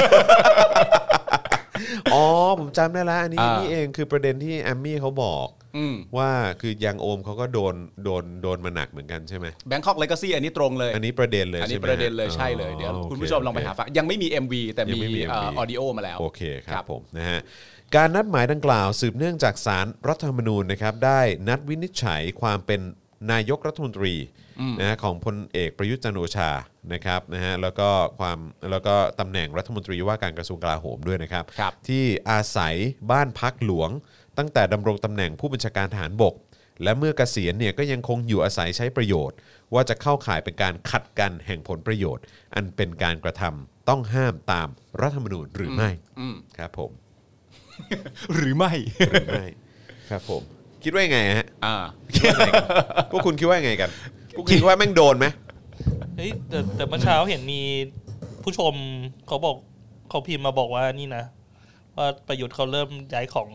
ผมจำได้แล้วอันนี้นี่เองคือประเด็นที่แอมมี่เขาบอกว่าคือยังโอมเขาก็โดนมาหนักเหมือนกันใช่ไหม Bangkok Legacy อันนี้ตรงเลยอันนี้ประเด็นเลยอันนี้ประเด็นเลยใช่เลยเดี๋ยวคุณผู้ชมลองไปหาฟังยังไม่มี MV แต่มีออดิโอมาแล้วโอเคครับผมนะฮะการนัดหมายดังกล่าวสืบเนื่องจากศาลรัฐธรรมนูญนะครับได้นัดวินิจฉัยความเป็นนายกรัฐมนตรีนะของพลเอกประยุทธ์จันทร์โอชานะครับนะฮะแล้วก็ตำแหน่งรัฐมนตรีว่าการกระทรวงกลาโหมด้วยนะครับที่อาศัยบ้านพักหลวงตั้งแต่ดำรงตำแหน่งผู้บัญชาการทหารบกและเมื่อเกษียณเนี่ยก็ยังคงอยู่อาศัยใช้ประโยชน์ว่าจะเข้าข่ายเป็นการขัดกันแห่งผลประโยชน์อันเป็นการกระทำต้องห้ามตามรัฐธรรมนูญหรือไม่ครับผมหรือไม่ครับผมคิดว่าไงฮะพวกคุณคิดว่าไงกันพวกคุณคิดว่าแม่งโดนไหมเฮ้ยแต่เมื่อเช้าเห็นมีผู้ชมเขาบอกเขาพิมพ์มาบอกว่านี่นะว่าประยุทธ์เขาเริ่มย้ายของ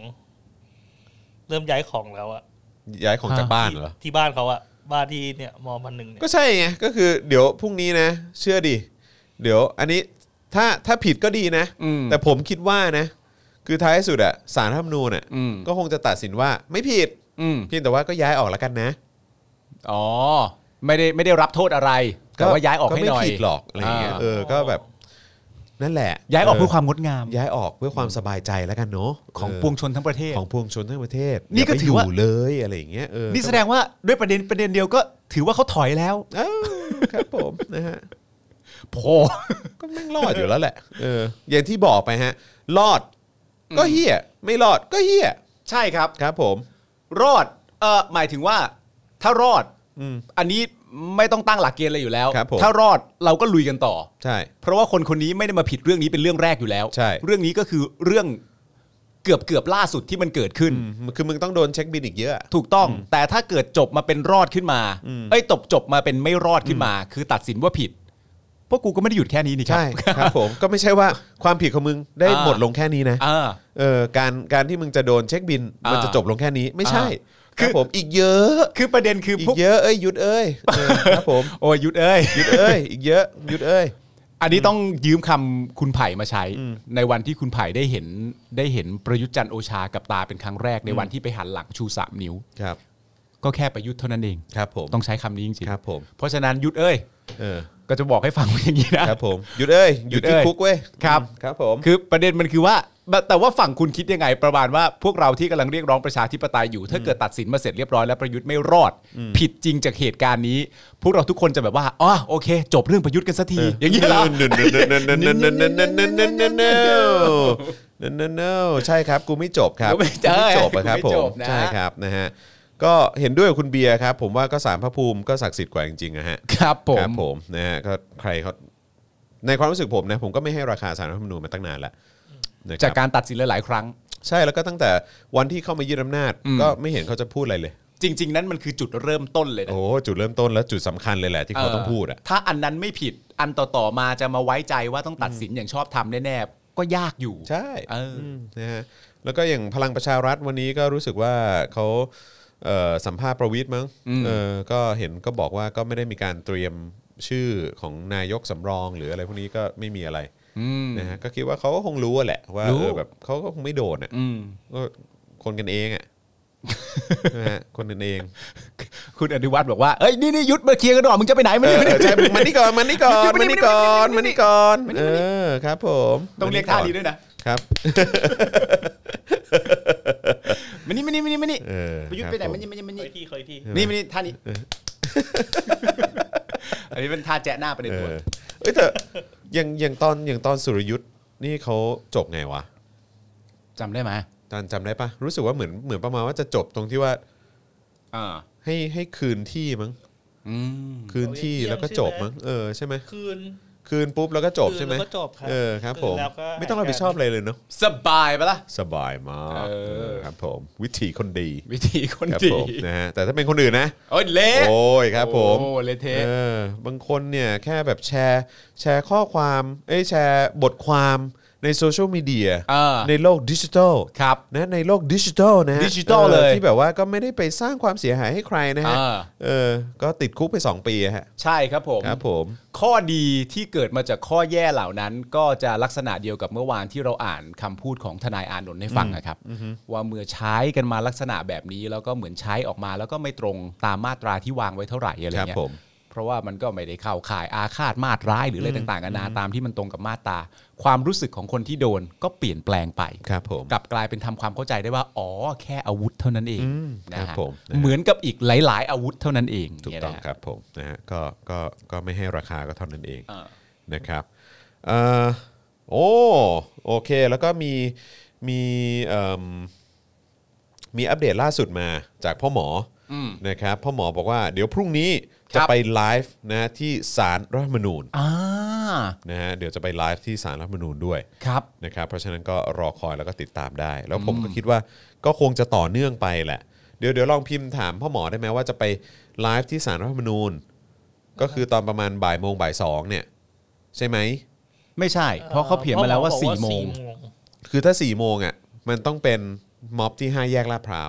แล้วอะย้ายของจากบ้านเหรอที่บ้านเขาอะบ้านที่เนี่ยม.1เนี่ยก็ใช่ไงก็คือเดี๋ยวพรุ่งนี้นะเชื่อดิเดี๋ยวอันนี้ถ้าผิดก็ดีนะแต่ผมคิดว่านะคือท้ายสุดอะศาลรัฐธรรมนูญอะก็คงจะตัดสินว่าไม่ผิดเพียงแต่ว่าก็ย้ายออกแล้วกันนะไม่ได้รับโทษอะไรแต่ว่าย้ายออกให้หน่อยก็ไม่ผิดหรอกอะไรเงี้ยก็แบบนั่นแหละย้ายออกเพื่อความงดงามย้ายออกเพื่อความสบายใจแล้วกันเนาะของปวงชนทั้งประเทศนี่ก็ถือว่าเลยอะไรอย่างเงี้ยนี่แสดงว่าด้วยประเด็นเดียวก็ถือว่าเขาถอยแล้วครับผมนะฮะพอก็แม่งรอดอยู่แล้วแหละอย่างที่บอกไปฮะรอดก็เหี้ยไม่รอดก็เหี้ยใช่ครับครับผมรอดหมายถึงว่าถ้ารอดอันนี้ไม่ต้องตั้งหลักเกณฑ์อะไรอยู่แล้วถ้ารอดเราก็ลุยกันต่อใช่เพราะว่าคนนี้ไม่ได้มาผิดเรื่องนี้เป็นเรื่องแรกอยู่แล้วใช่เรื่องนี้ก็คือเรื่องเกือบล่าสุดที่มันเกิดขึ้นคือมึงต้องโดนเช็คบินอีกเยอะถูกต้องแต่ถ้าเกิดจบมาเป็นรอดขึ้นมาจบมาเป็นไม่รอดขึ้นมาคือตัดสินว่าผิดพวกกูก็ไม่ได้หยุดแค่นี้นี่ครับใช่ครับผมก็ไม่ใช่ว่าความผิดของมึงได้หมดลงแค่นี้นะการที่มึงจะโดนเช็คบินมันจะจบลงแค่นี้ไม่ใช่คือผมอีกเยอะคือประเด็นคืออีกเยอะหยุดครับผมโอ้ยหยุดอีกเยอะหยุดอันนี้ต้องยืมคำคุณไผ่มาใช้ในวันที่คุณไผ่ได้เห็นประยุทธ์จันทร์โอชากับตาเป็นครั้งแรกในวันที่ไปหันหลังชู3 นิ้วครับก็แค่ประยุทธ์เท่านั้นเองครับผมต้องใช้คำนี้จริงๆครับผมเพราะฉะนั้นหยุดก็จะบอกให้ฟังอย่างนี้นะครับผมหยุดหยุดที่คุกเว้ยครับผมคือประเด็นมันคือว่าแต่ว่าฝั่งคุณคิดยังไงประมาณว่าพวกเราที่กำลังเรียกร้องประชาธิปไตยอยู่ถ้าเกิดตัดสินมาเสร็จเรียบร้อยแล้วประยุทธ์ไม่รอดผิดจริงจากเหตุการณ์นี้พวกเราทุกคนจะแบบว่าโอเคจบเรื่องประยุทธ์กันสักทีอย่างนี้เหรอใช่ครับกูไม่จบครับไม่จบครับผมใช่ครับนะฮะก็เห็นด้วยกับคุณเบียร์ครับผมว่าก็ศาลพระภูมิก็ศักดิ์สิทธิ์กว่าจริงๆนะฮะครับผมนะฮะก็ใครเขาในความรู้สึกผมนะผมก็ไม่ให้ราคาศาลรัฐธรรมนูญมาตั้งนานแล้วจากการตัดสินหลายๆครั้งใช่แล้วก็ตั้งแต่วันที่เข้ามายึดอำนาจก็ไม่เห็นเขาจะพูดอะไรเลยจริงๆนั้นมันคือจุดเริ่มต้นเลยนะโอ้จุดเริ่มต้นแล้วจุดสำคัญเลยแหละที่เขาต้องพูดอ่ะถ้าอันนั้นไม่ผิดอันต่อๆมาจะมาไว้ใจว่าต้องตัดสินอย่างชอบธรรมแน่ๆก็ยากอยู่ใช่นะฮะแล้วก็อย่างพลังประชารัฐวันนี้ก็รู้สึกว่าเขาสัมภาษณ์ประวิตรมั้งก็เห็นก็บอกว่าก็ไม่ได้มีการเตรียมชื่อของนายกสำรองหรืออะไรพวกนี้ก็ไม่มีอะไรนะฮะก็คิดว่าเขาก็คงรู้แหละว่าแบบเขาก็คงไม่โดนอ่ะก็คนกันเองอ่ะนะฮะคนกันเองคุณอนุวัฒน์บอกว่าเอ้ยนี่ยุทธมาเคลียร์กันหน่อยมึงจะไปไหนมาใช่มานี่ก่อนครับผมต้องเรียกท่านี้ด้วยนะครับมานี่ประยุทธ์ไปไหนมานี่คอยที่นี่ท่านี้อันนี้เป็นท่าแจ๊ะหน้าประเด็นตัวแต่อย่างตอนสุรยุทธ์นี่เขาจบไงวะจำได้ไหมจำได้ปะรู้สึกว่าเหมือนประมาณว่าจะจบตรงที่ว่าให้คืนที่มั้งคืนที่แล้วก็จบมั้งใช่ไหมคืนปุ๊บแล้วก็จบใช่ไหมครับผมไม่ต้องรับผิดชอบอะไรเลยเนาะสบายปะล่ะสบายมากครับผมวิธีคนดีนะฮะแต่ถ้าเป็นคนอื่นนะโอ้ยเละโอ้ยครับผมโอ้เละเทะบางคนเนี่ยแค่แบบแชร์ข้อความแชร์บทความในโซเชียลมีเดียในโลกดิจิทัลนะในโลกดิจิทัลนะดิจิทัลเลยที่แบบว่าก็ไม่ได้ไปสร้างความเสียหายให้ใครนะฮะก็ติดคุกไป2 ปีฮะใช่ครับผมข้อดีที่เกิดมาจากข้อแย่เหล่านั้นก็จะลักษณะเดียวกับเมื่อวานที่เราอ่านคำพูดของทนายอานนท์ให้ฟังนะครับว่าเมื่อใช้กันมาลักษณะแบบนี้แล้วก็เหมือนใช้ออกมาแล้วก็ไม่ตรงตามมาตราที่วางไว้เท่าไหร่อะไรเงี้ยเพราะว่ามันก็ไม่ได้เข้าข่ายอาฆาตมาตร้ายหรืออะไรต่างๆกันานาตามที่มันตรงกับมาตราความรู้สึกของคนที่โดนก็เปลี่ยนแปลงไปครับผมกลับกลายเป็นทำความเข้าใจได้ว่าอ๋อแค่อาวุธเท่านั้นเองนะครับผมเหมือนกับอีกหลายๆอาวุธเท่านั้นเองถูกต้องครับผมนะฮะก็ไม่ให้ราคาก็เท่านั้นเองนะครับโอเคแล้วก็มีอัปเดตล่าสุดมาจากพ่อหมอนะครับพ่อหมอบอกว่าเดี๋ยวพรุ่งนี้จะไปไลฟ์นะที่ศาลรัฐธรรมนูญนะฮะเดี๋ยวจะไปไลฟ์ที่ศาลรัฐธรรมนูญด้วยนะครับเพราะฉะนั้นก็รอคอยแล้วก็ติดตามได้แล้วผมก็คิดว่าก็คงจะต่อเนื่องไปแหละเดี๋ยวลองพิมพ์ถามพ่อหมอได้ไหมว่าจะไปไลฟ์ที่ศาลรัฐธรรมนูญก็คือตอนประมาณบ่ายโมงบ่ายสองเนี่ยใช่ไหมไม่ใช่เพราะเขาเขียนมาแล้วว่า4 โมงคือถ้า4 โมงอ่ะมันต้องเป็นม็อบที่5 แยกลาดพร้าว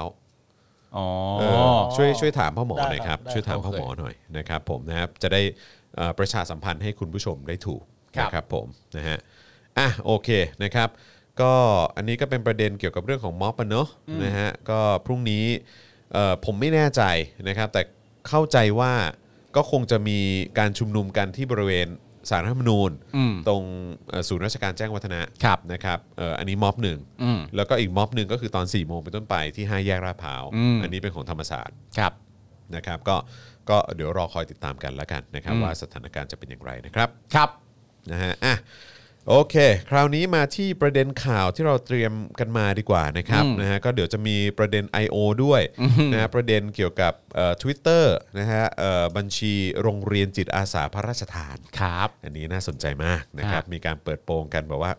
ช่วยถามพ่อหมอหน่อยครับช่วยถามพ่อหมอหน่อยนะครับผมนะครับจะได้ประชาสัมพันธ์ให้คุณผู้ชมได้ถูกนะครับผมนะฮะโอเคนะครับก็อันนี้ก็เป็นประเด็นเกี่ยวกับเรื่องของม็อบเนอะนะฮะก็พรุ่งนี้ผมไม่แน่ใจนะครับแต่เข้าใจว่าก็คงจะมีการชุมนุมกันที่บริเวณศาลรัฐธรรมนูญตรงศูนย์ราชการแจ้งวัฒนะนะครับอันนี้ม็อบหนึ่งแล้วก็อีกม็อบหนึ่งก็คือตอน4 โมงเป็นต้นไปที่5 แยกลาดพร้าวอันนี้เป็นของธรรมศาสตร์นะครับก็เดี๋ยวรอคอยติดตามกันแล้วกันนะครับว่าสถานการณ์จะเป็นอย่างไรนะครับนะฮะโอเคคราวนี้มาที่ประเด็นข่าวที่เราเตรียมกันมาดีกว่านะครับนะฮะก็เดี๋ยวจะมีประเด็น I.O. ด้วยนะฮะประเด็นเกี่ยวกับTwitter นะฮะบัญชีโรงเรียนจิตอาสาพระราชทานครับอันนี้น่าสนใจมากนะครับมีการเปิดโปงกันแบบว่า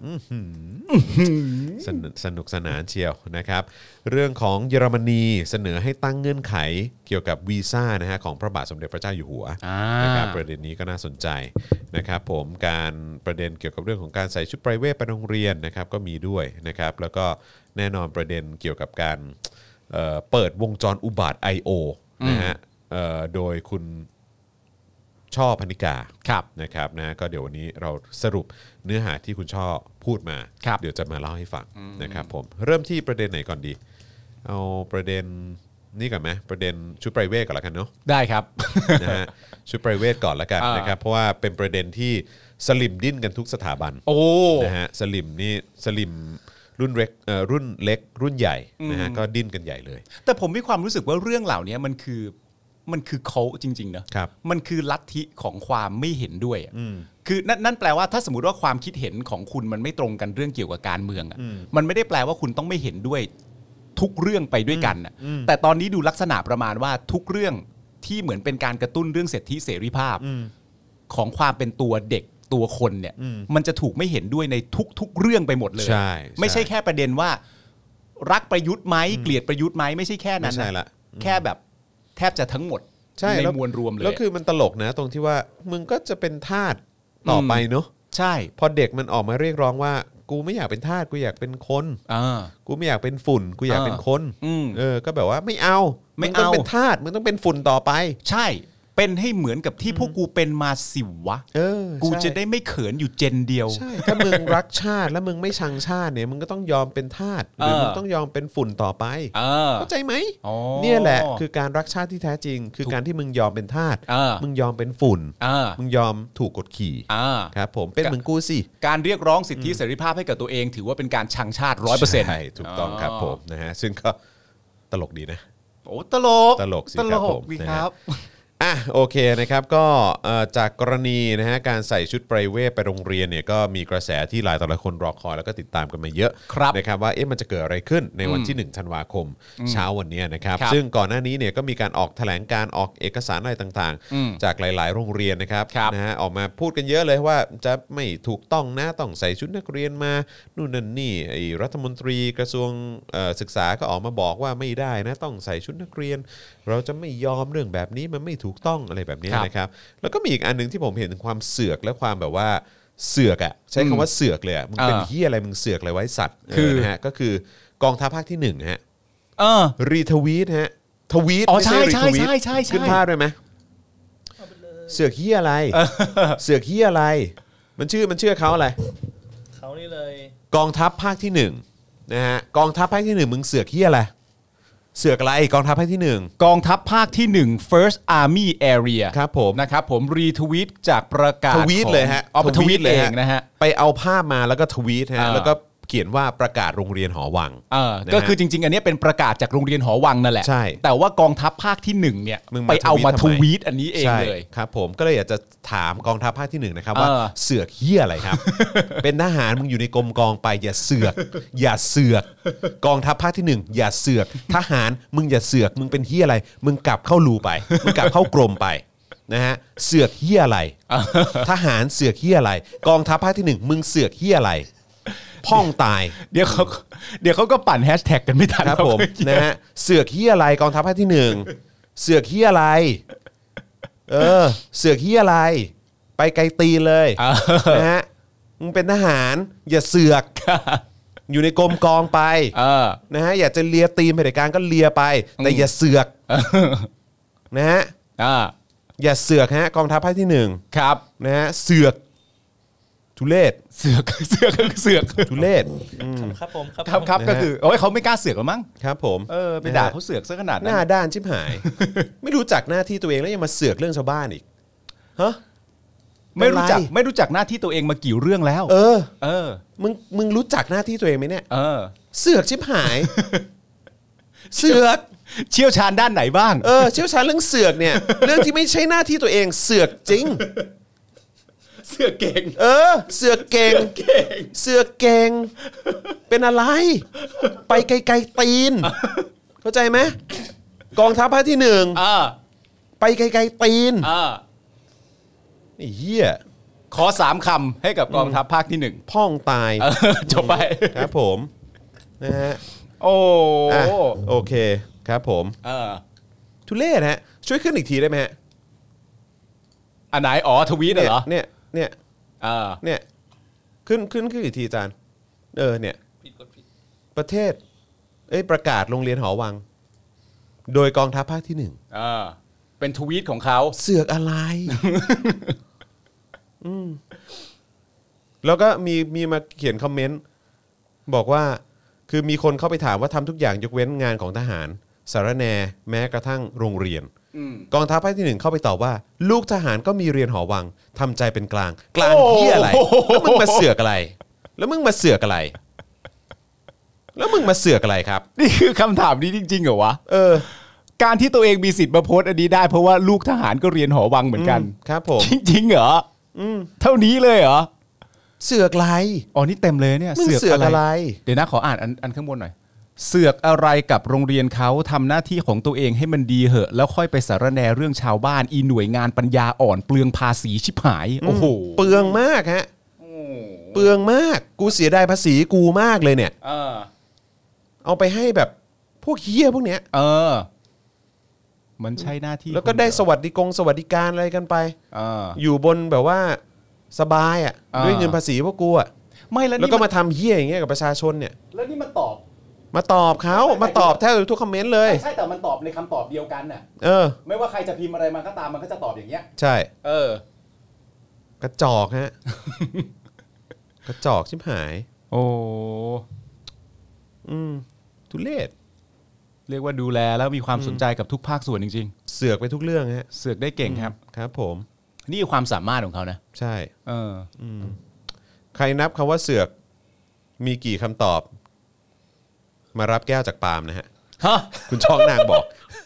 สนุกสนานเชียวนะครับเรื่องของเยอรมนีเสนอให้ตั้งเงื่อนไขเกี่ยวกับวีซ่านะฮะของพระบาทสมเด็จพระเจ้าอยู่หัวนะครับประเด็นนี้ก็น่าสนใจนะครับผมการประเด็นเกี่ยวกับเรื่องของการใส่ชุดไพรเวทไปโรงเรียนนะครับก็มีด้วยนะครับแล้วก็แน่นอนประเด็นเกี่ยวกับการเปิดวงจรอุบาท I.O. นะฮะโดยคุณช่อพนิกานะครับนะก็เดี๋ยววันนี้เราสรุปเนื้อหาที่คุณช่อพูดมาเดี๋ยวจะมาเล่าให้ฟังนะครับผมเริ่มที่ประเด็นไหนก่อนดีเอาประเด็นนี่ก่อนไหมประเด็นชุดไพรเวทก่อนละกันเนาะได้ครับนะฮะชุดไพรเวทก่อนละกันนะครับเพราะว่าเป็นประเด็นที่สลิมดิ้นกันทุกสถาบันนะฮะสลิมรุ่นเล็กรุ่นใหญ่นะฮะก็ดิ้นกันใหญ่เลยแต่ผมมีความรู้สึกว่าเรื่องเหล่านี้มันคือเขาจริงๆนะครับมันคือลัทธิของความไม่เห็นด้วยคือนั่นแปลว่าถ้าสมมติว่าความคิดเห็นของคุณมันไม่ตรงกันเรื่องเกี่ยวกับการเมืองอ่ะมันไม่ได้แปลว่าคุณต้องไม่เห็นด้วยทุกเรื่องไปด้วยกันอ่ะแต่ตอนนี้ดูลักษณะประมาณว่าทุกเรื่องที่เหมือนเป็นการกระตุ้นเรื่องสิทธิเสรีภาพของความเป็นตัวเด็กตัวคนเนี่ยมันจะถูกไม่เห็นด้วยในทุกๆเรื่องไปหมดเลยไม่ใช่แค่ประเด็นว่ารักประยุทธ์ไหมเกลียดประยุทธ์ไหมไม่ใช่แค่นั้นนะแค่แบบแทบจะทั้งหมดในมวลรวมเลยแล้วคือมันตลกนะตรงที่ว่ามึงก็จะเป็นทาสต่อไปเนาะใช่พอเด็กมันออกมาเรียกร้องว่ากูไม่อยากเป็นทาสกูอยากเป็นคนกูไม่อยากเป็นฝุ่นกูอยากเป็นคนก็แบบว่าไม่เอามึงต้องเป็นทาสมึงต้องเป็นฝุ่นต่อไปใช่เป็นให้เหมือนกับที่พวกกูเป็นมาสิวะกูจะได้ไม่เขินอยู่เจนเดียวใช่ถ้ามึงรักชาติแล้วมึงไม่ชังชาติเนี่ยมึงก็ต้องยอมเป็นทาสหรือมึงต้องยอมเป็นฝุ่นต่อไปเข้าใจไหมเนี่ยแหละคือการรักชาติที่แท้จริงคือการที่มึงยอมเป็นทาสมึงยอมเป็นฝุ่นมึงยอมถูกกดขี่ครับผมเป็นเหมือนกูสิการเรียกร้องสิทธิเสรีภาพให้กับตัวเองถือว่าเป็นการชังชาติ 100% ใช่ถูกต้องครับผมนะฮะซึ่งก็ตลกดีนะโอ้ตลกสิครับผมครับโอเคนะครับก็จากกรณีนะฮะการใส่ชุดไพรเวทไปโรงเรียนเนี่ยก็มีกระแสที่หลายต่อหลายคนรอคอยแล้วก็ติดตามกันมาเยอะนะครับว่ามันจะเกิดอะไรขึ้นในวันที่1ธันวาคมเช้าวันนี้นะครับซึ่งก่อนหน้านี้เนี่ยก็มีการออกแถลงการออกเอกสารอะไรต่างๆจากหลายๆโรงเรียนนะครับนะฮะออกมาพูดกันเยอะเลยว่าจะไม่ถูกต้องนะต้องใส่ชุดนักเรียนมานู่นนั่นนี่รัฐมนตรีกระทรวงศึกษาก็ออกมาบอกว่าไม่ได้นะต้องใส่ชุดนักเรียนเราจะไม่ยอมเรื่องแบบนี้มันไม่ถูกต้องอะไรแบบนี้นะครับแล้วก็มีอีกอันนึงที่ผมเห็นถึงความเสือกและความแบบว่าเสือกอ่ะใช้คำว่าเสือกเลยอ่ะมึงเป็นเหี้ยอะไรมึงเสือกอะไรไว้สัตว์นะฮะก็คือกองทัพภาคที่1ฮะรีทวีตฮะทวีตไม่ใช่รีทวีตขึ้นภาพได้ไหมเสือกเหี้ยอะไรเสือกเหี้ยอะไรมันชื่อเขาอะไรเขานี่เลยกองทัพภาคที่1นะฮะกองทัพภาคที่1มึงเสือกเหี้ยอะไรเสือกอะไรกองทัพภาคที่1 กองทัพภาคที่1 First Army Area ครับผมนะครับผมรีทวีตจากประกาศทวีตเลยฮะทวีตเองนะฮะไปเอาภาพมาแล้วก็ทวีตฮะแล้วก็เขียนว่าประกาศโรงเรียนหอวังก็คือจริงๆอันนี้เป็นประกาศจากโรงเรียนหอวังนั่นแหละใช่แต่ว่ากองทัพภาคที่1เนี่ยไปเอามาทวีตอันนี้เองเลยครับผมก็เลยอยากจะถามกองทัพภาคที่1นะครับว่าเสือกเหี้ยอะไรครับ เป็นทหารมึงอยู่ในกรมกองไปอย่าเสือกอย่าเสือกกองทัพภาคที่1อย่าเสือกทหารมึงอย่าเสือกมึงเป็นเหี้ยอะไรมึงกลับเข้ารูไปมึงกลับเข้ากรมไปนะฮะเสือกเหี้ยอะไรทหารเสือกเหี้ยอะไรกองทัพภาคที่1มึงเสือกเหี้ยอะไรพ่องตายเดี๋ยวเขาก็ปั่นแฮชแท็กกันไม่ทันครับผมนะฮะเสือกเหี้ยอะไรกองทัพภาคที่1เสือกเหี้ยอะไรเสือกเหี้ยอะไรไปไกลตีเลยนะฮะมึงเป็นทหารอย่าเสือกอยู่ในกรมกองไปนะฮะอยากจะเลียตีนเผด็จการก็เลียไปแต่อย่าเสือกนะฮะอย่าเสือกฮะกองทัพภาคที่1 ครับนะฮะเสือกทุเรศเสือกทุเรศครับผมครับก็คือโอ้ยเขาไม่กล้าเสือกหรอมั้งครับผมไปด่าเขาเสือกซะขนาดนั้นหน้าด้านชิบหายไม่รู้จักหน้าที่ตัวเองแล้วยังมาเสือกเรื่องชาวบ้านอีกฮะไม่รู้จักหน้าที่ตัวเองมากี่เรื่องแล้วมึงรู้จักหน้าที่ตัวเองไหมเนี่ยเสือกชิบหายเสือกเชี่ยวชาญด้านไหนบ้างเชี่ยวชาญเรื่องเสือกเนี่ยเรื่องที่ไม่ใช่หน้าที่ตัวเองเสือกจริงเสือกเก่งเสือกเก่งเสือกเก่งเป็นอะไรไปไกลๆตีนเข้าใจไหมกองทัพภาคที่1ไปไกลๆตีนไอ้เหี้ยขอ3 คำให้กับกองทัพภาคที่1 พ่องตายจบไปครับผมนะฮะโอเคครับผมทุเรศฮะช่วยขึ้นอีกทีได้ไหมฮะอันไหนทวีตเหรอเนี่ยขึ้นอีกทีอาจารย์เนี่ยประเทศประกาศโรงเรียนหอวังโดยกองทัพภาคที่1 เป็นทวีตของเขาเสือกอะไร แล้วก็มีมาเขียนคอมเมนต์บอกว่าคือมีคนเข้าไปถามว่าทำทุกอย่างยกเว้นงานของทหารสารแนแม้กระทั่งโรงเรียนกองทัพภาคที่1เข้าไปตอบว่าลูกทหารก็มีเรียนหอวังทำใจเป็นกลางเหี้ยอะไรแล้วมึงมาเสือกอะไรครับนี่คือคำถามนี้จริงๆเหรอวะการที่ตัวเองมีสิทธิ์มาโพสต์อันนี้ได้เพราะว่าลูกทหารก็เรียนหอวังเหมือนกันครับผมจริงๆเหรอเท่านี้เลยเหรอเสือกอะไรนี่เต็มเลยเนี่ยเสือกอะไรเดี๋ยวนะขออ่านอันข้างบนหน่อยเสือกอะไรกับโรงเรียนเขาทำหน้าที่ของตัวเองให้มันดีเหอะแล้วค่อยไปสารแนเรื่องชาวบ้านอีหน่วยงานปัญญาอ่อนเปลืองภาษีชิบหายโอ้โหเปลืองมากฮะเปลืองมากกูเสียดายภาษีกูมากเลยเนี่ยเอาไปให้แบบพวกเหี้ยพวกเนี้ยมันใช่หน้าที่แล้วก็ได้สวัสดิการอะไรกันไปอยู่บนแบบว่าสบายด้วยเงินภาษีพวกกูไม่แล้วก็มาทำเหี้ยอย่างเงี้ยกับประชาชนเนี่ยแล้วนี่มาตอบมาตอบเขามาตอบแทบทุกคอมเมนต์เลยใช่แต่มันตอบในคำตอบเดียวกันน่ะไม่ว่าใครจะพิมพ์อะไรมาก็ตามมันก็จะตอบอย่างเงี้ยใช่กระจอกฮะ กระจอกชิบหายโอ้ทุเรศเรียกว่าดูแลแล้วมีความสนใจกับทุกภาคส่วนจริงๆเสือกไปทุกเรื่องฮะเสือกได้เก่งครับครับผมนี่คือความสามารถของเขานะใช่ใครนับคำว่าเสือกมีกี่คำตอบมารับแก้วจากปาล์มนะฮะคุณช่องนางบอก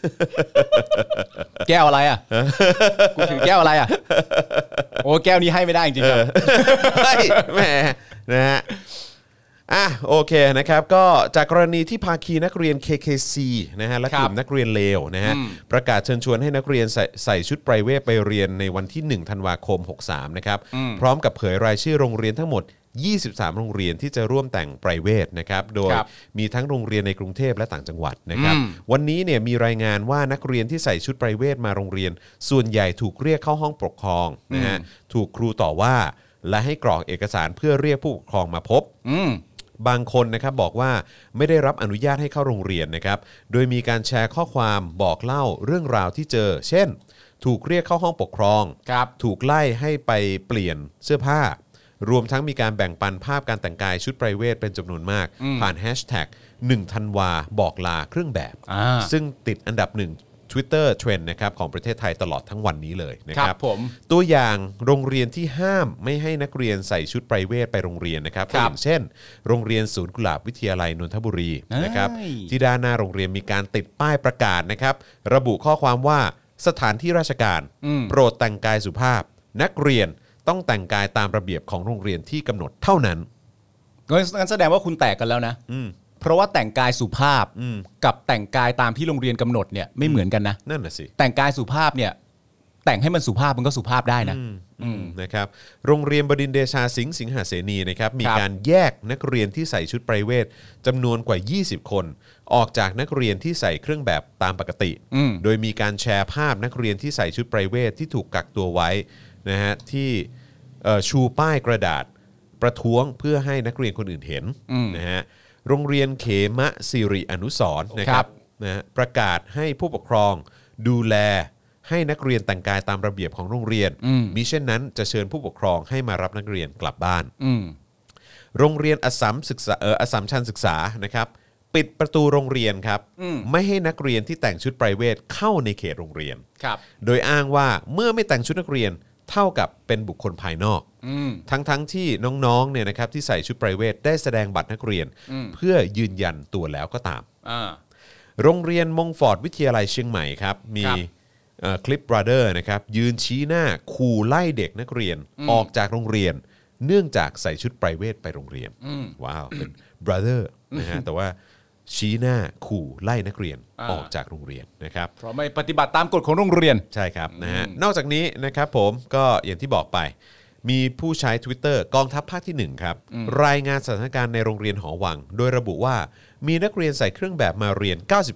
แก้วอะไรอ่ะกูถือแก้วอะไรอ่ะโอ้แก้วนี้ให้ไม่ได้จริงๆครับแหมนะฮะโอเคนะครับก็จากกรณีที่ภาคีนักเรียน KKC นะฮะและกลุ่มนักเรียนเลวนะฮะประกาศเชิญชวนให้นักเรียนใส่ชุดไพรเวทไปเรียนในวันที่1ธันวาคม63นะครับพร้อมกับเผยรายชื่อโรงเรียนทั้งหมด23โรงเรียนที่จะร่วมแต่งไพรเวทนะครับโดยมีทั้งโรงเรียนในกรุงเทพและต่างจังหวัดนะครับวันนี้เนี่ยมีรายงานว่านักเรียนที่ใส่ชุดไพรเวทมาโรงเรียนส่วนใหญ่ถูกเรียกเข้าห้องปกครองนะฮะถูกครูต่อว่าและให้กรอกเอกสารเพื่อเรียกผู้ปกครองมาพบบางคนนะครับบอกว่าไม่ได้รับอนุญาตให้เข้าโรงเรียนนะครับโดยมีการแชร์ข้อความบอกเล่าเรื่องราวที่เจอเช่นถูกเรียกเข้าห้องปกครองถูกไล่ให้ไปเปลี่ยนเสื้อผ้ารวมทั้งมีการแบ่งปันภาพการแต่งกายชุดไพรเวทเป็นจำนวนมากผ่านแฮชแท็ก1ธันวาบอกลาเครื่องแบบซึ่งติดอันดับ1 Twitter Trend นะครับของประเทศไทยตลอดทั้งวันนี้เลยนะครับตัวอย่างโรงเรียนที่ห้ามไม่ให้นักเรียนใส่ชุดไพรเวทไปโรงเรียนนะครับก็อย่างเช่นโรงเรียนศูนย์กุหลาบวิทยาลัยนนทบุรีนะครับที่ด้านหน้าโรงเรียนมีการติดป้ายประกาศนะครับระบุข้อความว่าสถานที่ราชการโปรดแต่งกายสุภาพนักเรียนต้องแต่งกายตามระเบียบของโรงเรียนที่กำหนดเท่านั้นงั้นแสดงว่าคุณแตกกันแล้วนะเพราะว่าแต่งกายสุภาพกับแต่งกายตามที่โรงเรียนกำหนดเนี่ยไม่เหมือนกันนะนั่นน่ะสิแต่งกายสุภาพเนี่ยแต่งให้มันสุภาพมันก็สุภาพได้นะนะครับโรงเรียนบดินทร์เดชาสิงหาเสนีนะครับมีการแยกนักเรียนที่ใส่ชุดไพรเวทจำนวนกว่า20คนออกจากนักเรียนที่ใส่เครื่องแบบตามปกติโดยมีการแชร์ภาพนักเรียนที่ใส่ชุดไพรเวทที่ถูกกักตัวไว้นะฮะที่ชูป้ายกระดาษประท้วงเพื่อให้นักเรียนคนอื่นเห็นนะฮะโรงเรียนเขมะสิริอนุสรณ์นะครับนะประกาศให้ผู้ปกครองดูแลให้นักเรียนแต่งกายตามระเบียบของโรงเรียนมิเช่นนั้นจะเชิญผู้ปกครองให้มารับนักเรียนกลับบ้านโรงเรียนอัสสัมชัญศึกษานะครับปิดประตูโรงเรียนครับไม่ให้นักเรียนที่แต่งชุดไพรเวทเข้าในเขตโรงเรียนโดยอ้างว่าเมื่อไม่แต่งชุดนักเรียนเท่ากับเป็นบุคคลภายนอกทั้งที่น้องๆเนี่ยนะครับที่ใส่ชุดไพรเวทได้แสดงบัตรนักเรียนเพื่อยืนยันตัวแล้วก็ตามโรงเรียนมงฟอร์ดวิทยาลัยเชียงใหม่ครับมีคลิปบราเดอร์นะครับยืนชี้หน้าขู่ไล่เด็กนักเรียนออกจากโรงเรียนเนื่องจากใส่ชุดไพรเวทไปโรงเรียนว้าวเป็นบราเดอร์นะฮะแต่ว่าชี้หน้าขู่ไล่นักเรียนออกจากโรงเรียนนะครับเพราะไม่ปฏิบัติตามกฎของโรงเรียนใช่ครับนะฮะนอกจากนี้นะครับผมก็อย่างที่บอกไปมีผู้ใช้ Twitter กองทัพภาคที่1ครับรายงานสถานการณ์ในโรงเรียนหอวังโดยระบุว่ามีนักเรียนใส่เครื่องแบบมาเรียน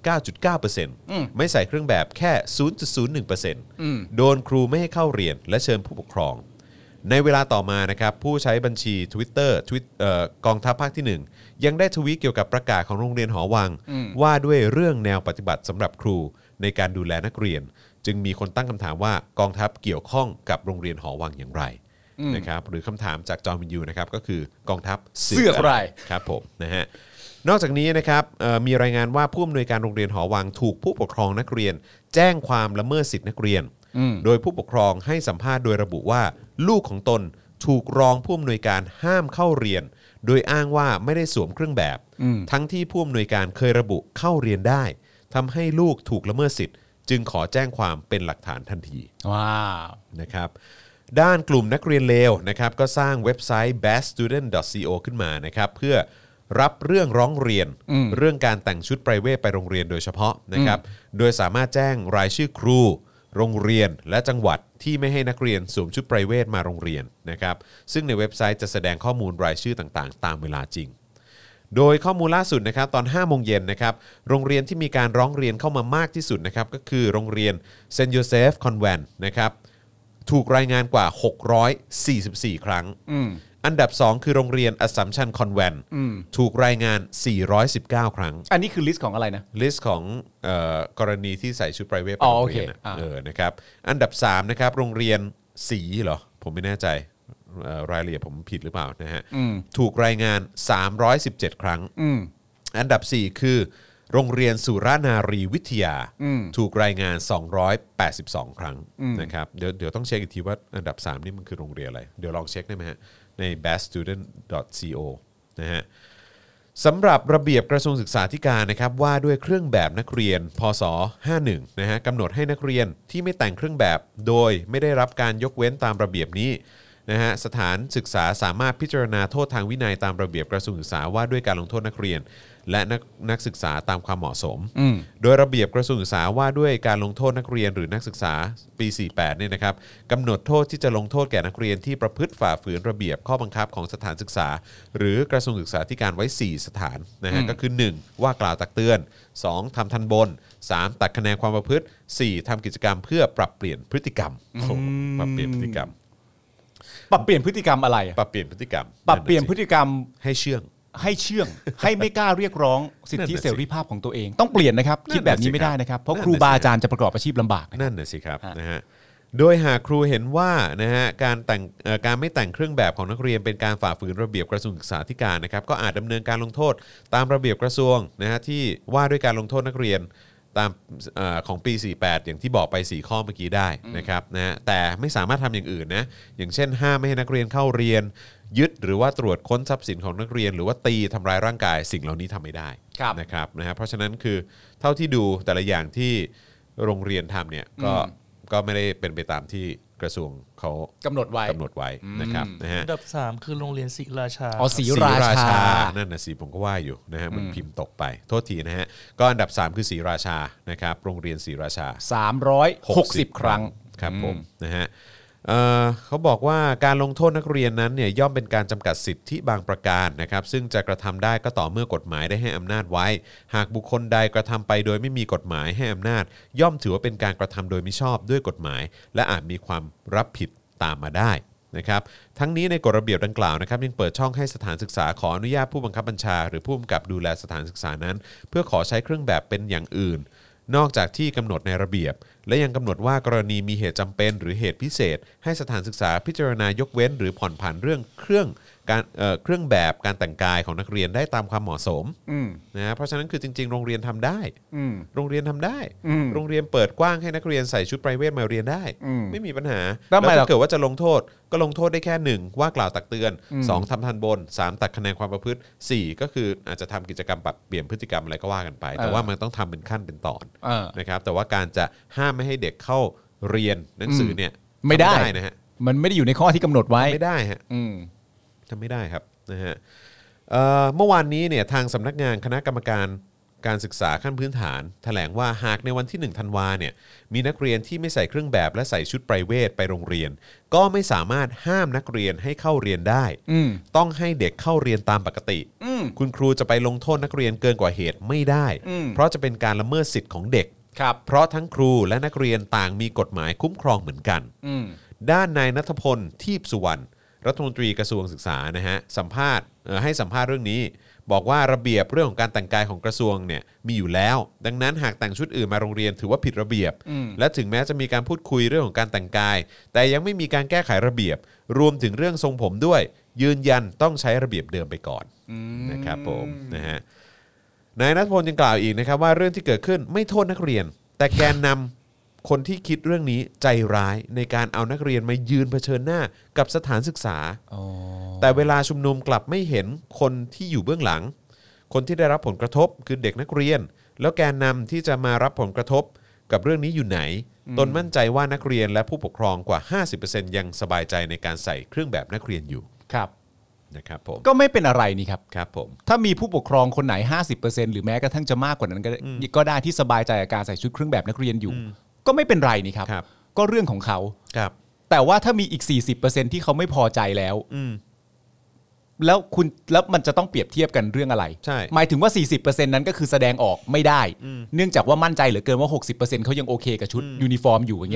99.9% ไม่ใส่เครื่องแบบแค่ 0.01% โดนครูไม่ให้เข้าเรียนและเชิญผู้ปกครองในเวลาต่อมานะครับผู้ใช้บัญชี Twitter กองทัพภาคที่1ยังได้ทวีตเกี่ยวกับประกาศของโรงเรียนหอวังว่าด้วยเรื่องแนวปฏิบัติสำหรับครูในการดูแลนักเรียนจึงมีคนตั้งคำถามว่ากองทัพเกี่ยวข้องกับโรงเรียนหอวังอย่างไรนะครับหรือคำถามจากจอห์นวินยูนะครับก็คือกองทัพเสือกอะไรครับผมนะฮะนอกจากนี้นะครับมีรายงานว่าผู้อำนวยการโรงเรียนหอวังถูกผู้ปกครองนักเรียนแจ้งความละเมิดสิทธินักเรียนโดยผู้ปกครองให้สัมภาษณ์โดยระบุว่าลูกของตนถูกรองผู้อำนวยการห้ามเข้าเรียนโดยอ้างว่าไม่ได้สวมเครื่องแบบทั้งที่ผู้อำนวยการเคยระบุเข้าเรียนได้ทำให้ลูกถูกละเมิดสิทธิ์จึงขอแจ้งความเป็นหลักฐานทันทีว้าวนะครับด้านกลุ่มนักเรียนเลวนะครับก็สร้างเว็บไซต์ badstudent.co ขึ้นมานะครับเพื่อรับเรื่องร้องเรียนเรื่องการแต่งชุดไพรเวทไปโรงเรียนโดยเฉพาะนะครับโดยสามารถแจ้งรายชื่อครูโรงเรียนและจังหวัดที่ไม่ให้นักเรียนสวมชุดไพรเวทมาโรงเรียนนะครับซึ่งในเว็บไซต์จะแสดงข้อมูลรายชื่อต่างๆตามเวลาจริงโดยข้อมูลล่าสุดนะครับตอน 5 โมงเย็นนะครับโรงเรียนที่มีการร้องเรียนเข้ามามากที่สุดนะครับก็คือโรงเรียนเซนต์โยเซฟคอนแวนต์นะครับถูกรายงานกว่า644ครั้งอันดับ2คือโรงเรียน Assumption Convent ถูกรายงาน419ครั้งอันนี้คือลิสต์ของอะไรนะลิสต์ของกรณีที่ใส่ชุด private ไปโรงเรียนนะครับอันดับ3นะครับโรงเรียนศรีเหรอผมไม่แน่ใจรายละเอียดผมผิดหรือเปล่านะฮะถูกรายงาน317ครั้งอันดับ4คือโรงเรียนสุรานารีวิทยาถูกรายงาน282ครั้งนะครับเดี๋ยวต้องเช็คอีกทีว่าอันดับ3นี่มันคือโรงเรียนอะไรเดี๋ยวลองเช็คได้ไหมฮะใน beststudent.co นะฮะสำหรับระเบียบกระทรวงศึกษาธิการนะครับว่าด้วยเครื่องแบบนักเรียนพศ51นะฮะกำหนดให้นักเรียนที่ไม่แต่งเครื่องแบบโดยไม่ได้รับการยกเว้นตามระเบียบนี้นะฮะสถานศึกษาสามารถพิจารณาโทษทางวินัยตามระเบียบกระทรวงศึกษาว่าด้วยการลงโทษนักเรียนและนักศึกษาตามความเหมาะสมโดยระเบียบกระทรวงศึกษาว่าด้วยการลงโทษนักเรียนหรือนักศึกษาปี48เนี่ยนะครับกำหนดโทษที่จะลงโทษแก่นักเรียนที่ประพฤติฝ่าฝืนระเบียบข้อบังคับของสถานศึกษาหรือกระทรวงศึกษาธิการไว้4สถานนะฮะก็คือ1ว่ากล่าวตักเตือน2ทำทันบน3ตัดคะแนนความประพฤติ4ทำกิจกรรมเพื่อปรับเปลี่ยนพฤติกรรมปรับเปลี่ยนพฤติกรรมปรับเปลี่ยนพฤติกรรมอะไรปรับเปลี่ยนพฤติกรรมปรับเปลี่ยนพฤติกรรมให้เชื่องให้ไม่กล้าเรียกร้องสิทธิเสรีภาพของตัวเองต้องเปลี่ยนนะครับคิดแบบนี้ไม่ได้นะครับเพราะครูบาอาจารย์จะประกอบอาชีพลำบากนั่นน่ะสิครับนะฮะโดยหากครูเห็นว่านะฮะการไม่แต่งเครื่องแบบของนักเรียนเป็นการฝ่าฝืนระเบียบกระทรวงศึกษาธิการนะครับก็อาจดำเนินการลงโทษตามระเบียบกระทรวงนะฮะที่ว่าด้วยการลงโทษนักเรียนตามของปี48อย่างที่บอกไป4ข้อเมื่อกี้ได้นะครับนะฮะแต่ไม่สามารถทำอย่างอื่นนะอย่างเช่นห้ามไม่ให้นักเรียนเข้าเรียนยึดหรือว่าตรวจค้นทรัพย์สินของนักเรียนหรือว่าตีทำร้ายร่างกายสิ่งเหล่านี้ทำไม่ได้นะครับนะฮะเพราะฉะนั้นคือเท่าที่ดูแต่ละอย่างที่โรงเรียนทำเนี่ยก็ไม่ได้เป็นไปตามที่กระทรวงเขากำหนดไว้นะครับนะฮะอันดับ3คือโรงเรียนศรีราชาศรีราชานั่นน่ะสิผมก็ว่าอยู่นะฮะมันพิมพ์ตกไปโทษทีนะฮะก็อันดับ3คือศรีราชานะครับโรงเรียนศรีราชา 360ครั้งครับผมนะฮะเขาบอกว่าการลงโทษนักเรียนนั้นเนี่ยย่อมเป็นการจำกัดสิทธิบางประการนะครับซึ่งจะกระทำได้ก็ต่อเมื่อกฎหมายได้ให้อำนาจไว้หากบุคคลใดกระทำไปโดยไม่มีกฎหมายให้อำนาจย่อมถือว่าเป็นการกระทำโดยมิชอบด้วยกฎหมายและอาจมีความรับผิดตามมาได้นะครับทั้งนี้ในกฎระเบียบดังกล่าวนะครับยังเปิดช่องให้สถานศึกษาขออนุญาตผู้บังคับบัญชาหรือผู้กำกับดูแลสถานศึกษานั้นเพื่อขอใช้เครื่องแบบเป็นอย่างอื่นนอกจากที่กำหนดในระเบียบและยังกำหนดว่ากรณีมีเหตุจำเป็นหรือเหตุพิเศษให้สถานศึกษาพิจารณายกเว้นหรือผ่อนผันเรื่องเครื่องแบบการแต่งกายของนักเรียนได้ตามความเหมาะสมนะเพราะฉะนั้นคือจริงๆโรงเรียนทำได้โรงเรียนทำได้โรงเรียนเปิดกว้างให้นักเรียนใส่ชุดไพรเวทมาเรียนได้ไม่มีปัญหาแล้วถ้าเกิดว่าจะลงโทษก็ลงโทษได้แค่1ว่ากล่าวตักเตือน2ทำทันบน3ตัดคะแนนความประพฤติ4ก็คืออาจจะทำกิจกรรมปรับเปลี่ยนพฤติกรรมอะไรก็ว่ากันไปแต่ว่ามันต้องทำเป็นขั้นเป็นตอนนะครับแต่ว่าการจะห้ามไม่ให้เด็กเข้าเรียนหนังสือเนี่ยไม่ได้นะฮะมันไม่ได้อยู่ในข้อที่กำหนดไว้ไม่ได้ฮะทำไม่ได้ครับนะฮะเมื่อวานนี้เนี่ยทางสำนักงานคณะกรรมการการศึกษาขั้นพื้นฐานแถลงว่าหากในวันที่1ธันวาเนี่ยมีนักเรียนที่ไม่ใส่เครื่องแบบและใส่ชุดไพรเวทไปโรงเรียนก็ไม่สามารถห้ามนักเรียนให้เข้าเรียนได้ต้องให้เด็กเข้าเรียนตามปกติคุณครูจะไปลงโทษนักเรียนเกินกว่าเหตุไม่ได้เพราะจะเป็นการละเมิดสิทธิ์ของเด็กเพราะทั้งครูและนักเรียนต่างมีกฎหมายคุ้มครองเหมือนกันด้านนายณัฐพลทีพสุวรรณรัฐมนตรีกระทรวงศึกษานะฮะให้สัมภาษณ์เรื่องนี้บอกว่าระเบียบเรื่องของการแต่งกายของกระทรวงเนี่ยมีอยู่แล้วดังนั้นหากแต่งชุดอื่นมาโรงเรียนถือว่าผิดระเบียบและถึงแม้จะมีการพูดคุยเรื่องของการแต่งกายแต่ยังไม่มีการแก้ไขระเบียบรวมถึงเรื่องทรงผมด้วยยืนยันต้องใช้ระเบียบเดิมไปก่อนนะครับผมนะฮะนายณัฐพลยังกล่าวอีกนะครับว่าเรื่องที่เกิดขึ้นไม่โทษนักเรียนแต่แกนนำคนที่คิดเรื่องนี้ใจร้ายในการเอานักเรียนมายืนเผชิญหน้ากับสถานศึกษาแต่เวลาชุมนุมกลับไม่เห็นคนที่อยู่เบื้องหลังคนที่ได้รับผลกระทบคือเด็กนักเรียนแล้วแกนนำที่จะมารับผลกระทบกับเรื่องนี้อยู่ไหนตนมั่นใจว่านักเรียนและผู้ปกครองกว่า 50% ยังสบายใจในการใส่เครื่องแบบนักเรียนอยู่ครับนะครับผมก็ไม่เป็นอะไรนี่ครับครับผมถ้ามีผู้ปกครองคนไหน 50% หรือแม้กระทั่งจะมากกว่านั้นก็ได้ที่สบายใจกับการใส่ชุดเครื่องแบบนักเรียนอยู่ก็ไม่เป็นไรนี่ครับก็เรื่องของเขาแต่ว่าถ้ามีอีก 40% ที่เขาไม่พอใจแล้วแล้วมันจะต้องเปรียบเทียบกันเรื่องอะไรหมายถึงว่า 40% นั้นก็คือแสดงออกไม่ได้เนื่องจากว่ามั่นใจเหลือเกินว่า 60% เขายังโอเคกับชุดยูนิฟอร์มอยู่อย่างเงี้ยเหรอ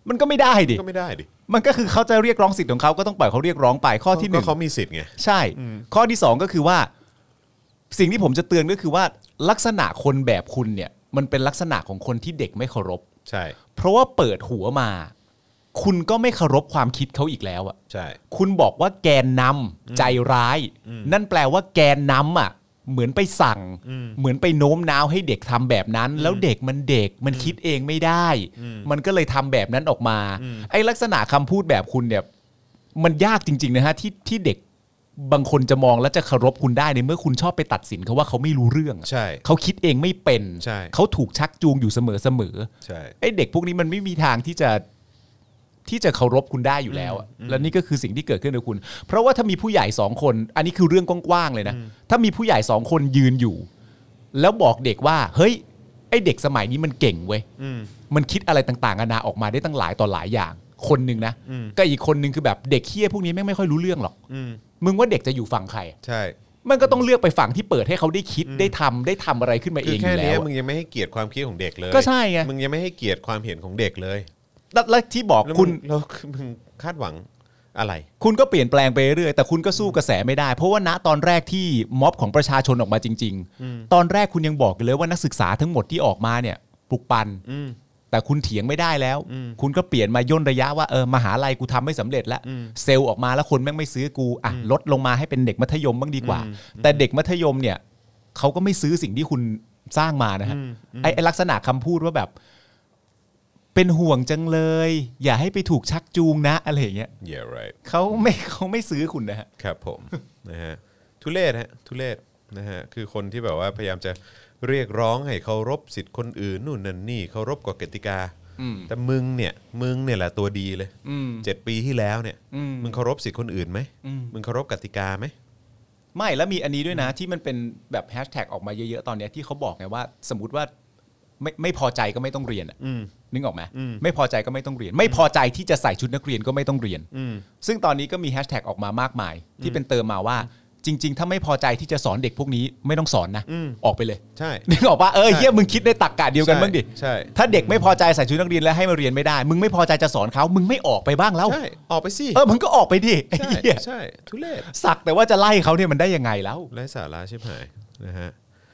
มันก็ไม่ได้ดิก็ไม่ได้ดิมันก็คือเขาจะเรียกร้องสิทธิ์ของเขาก็ต้องปล่อยเขาเรียกร้องไปข้อที่1 เขามีสิทธิ์ไงใช่ข้อที่2ก็คือว่าสิ่งที่ผมจะเตือนก็คือว่าลักษณะคนแบบคุณเนี่ยมันเป็นลักษณะของคนที่เด็กไม่เคารพใช่เพราะว่าเปิดหัวมาคุณก็ไม่เคารพความคิดเขาอีกแล้วอ่ะใช่คุณบอกว่าแกนนำใจร้ายนั่นแปลว่าแกนนำอ่ะเหมือนไปสั่งเหมือนไปโน้มน้าวให้เด็กทำแบบนั้นแล้วเด็กมันคิดเองไม่ได้มันก็เลยทำแบบนั้นออกมาไอ้ลักษณะคำพูดแบบคุณเนี่ยมันยากจริงๆนะฮะที่เด็กบางคนจะมองแล้วจะเคารพคุณได้ในเมื่อคุณชอบไปตัดสินเขาว่าเขาไม่รู้เรื่องเขาคิดเองไม่เป็นเขาถูกชักจูงอยู่เสมอไอ้เด็กพวกนี้มันไม่มีทางที่จะเคารพคุณได้อยู่แล้วและนี่ก็คือสิ่งที่เกิดขึ้นกับคุณเพราะว่าถ้ามีผู้ใหญ่2คนอันนี้คือเรื่องกว้างๆเลยนะถ้ามีผู้ใหญ่2คนยืนอยู่แล้วบอกเด็กว่าเฮ้ยไอ้เด็กสมัยนี้มันเก่งเว้ยมันคิดอะไรต่างๆนานาออกมาได้ตั้งหลายต่อหลายอย่างคนนึงนะก็อีกคนนึงคือแบบเด็กเหี้ยพวกนี้ไม่ค่อยรู้เรื่องหรอกมึงว่าเด็กจะอยู่ฝั่งใครใช่มันก็ต้องเลือกไปฝั่งที่เปิดให้เขาได้คิดได้ทำอะไรขึ้นมาเองอยู่แล้วแค่นี้มึงยังไม่ให้เกียรติความคิดของเด็กเลยก็ใช่ไงมึงยังไม่ให้เกียรติความเห็นของเด็กเลยแล้วที่บอกคุณแล้วมึงคาดหวังอะไรคุณก็เปลี่ยนแปลงไปเรื่อยแต่คุณก็สู้กระแสไม่ได้เพราะว่าณตอนแรกที่ม็อบของประชาชนออกมาจริงๆตอนแรกคุณยังบอกกันเลยว่านักศึกษาทั้งหมดที่ออกมาเนี่ยปลุกปั่นแต่คุณเถียงไม่ได้แล้วคุณก็เปลี่ยนมาย่นระยะว่ามหาลัยกูทำไม่สำเร็จแล้วเซลล์ออกมาแล้วคนแม่งไม่ซื้อกูอ่ะลดลงมาให้เป็นเด็กมัธยมบ้างดีกว่าแต่เด็กมัธยมเนี่ยเขาก็ไม่ซื้อสิ่งที่คุณสร้างมานะฮะไอ้ลักษณะคำพูดว่าแบบเป็นห่วงจังเลยอย่าให้ไปถูกชักจูงนะอะไรอย่างเงี้ย yeah right เขาไม่ซื้อคุณนะฮะครับผมนะฮะทุเรศฮะทุเรศนะฮะคือคนที่แบบว่าพยายามจะเรียกร้องให้เคารพสิทธิ์คนอื่นนู่นนั่นนี่เคารพกฎกติกาแต่มึงเนี่ยแหละตัวดีเลย7 ปีที่แล้วเนี่ยมึงเคารพสิทธิ์คนอื่นไหมมึงเคารพกติกาไหมไม่แล้วมีอันนี้ด้วยนะที่มันเป็นแบบแฮชแท็กออกมาเยอะๆตอนนี้ที่เขาบอกไงว่าสมมติว่าไม่พอใจก็ไม่ต้องเรียนนึกออกไหมไม่พอใจก็ไม่ต้องเรียนไม่พอใจที่จะใส่ชุดนักเรียนก็ไม่ต้องเรียนซึ่งตอนนี้ก็มีแฮชแท็กออกมามากมายที่เป็นเติมมาว่าจริงๆถ้าไม่พอใจที่จะสอนเด็กพวกนี้ไม่ต้องสอนนะออกไปเลยใช่นึกออกป่ะเหี้ยมึงคิดได้ตรรกะเดียวกันบ้างดิถ้าเด็กไม่พอใจใส่ชุดนักเรียนแล้วให้มาเรียนไม่ได้มึงไม่พอใจจะสอนเขามึงไม่ออกไปบ้างแล้วใช่ออกไปสิมึงก็ออกไปดิใช่ทุเรศสักแต่ว่าจะไล่เขาเนี่ยมันได้ยังไงแล้วไร้สาระชิบหายนะฮะ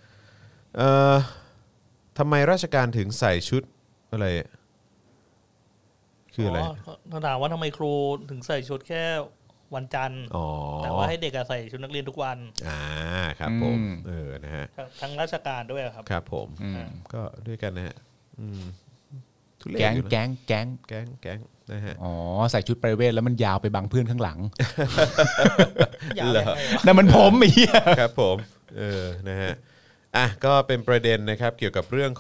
ทำไมราชการถึงใส่ชุดอะไรคืออะไรถามว่าทำไมครูถึงใส่ชุดแค่วันจันทร์แต่ว่าให้เด็กใส่ชุดนักเรียนทุกวันครับผมนะฮะทั้งราชการด้วยครับครับผมก็ด้วยกันนะฮะแก๊งนะฮะใส่ชุดไพรเวทแล้วมันยาวไปบังเพื่อนข้างหลังนั่นมันผมไอ้เหี้ยครับผมนะฮะก็เป็นประเด็นนะครับเกี่ยวกับเรื่อง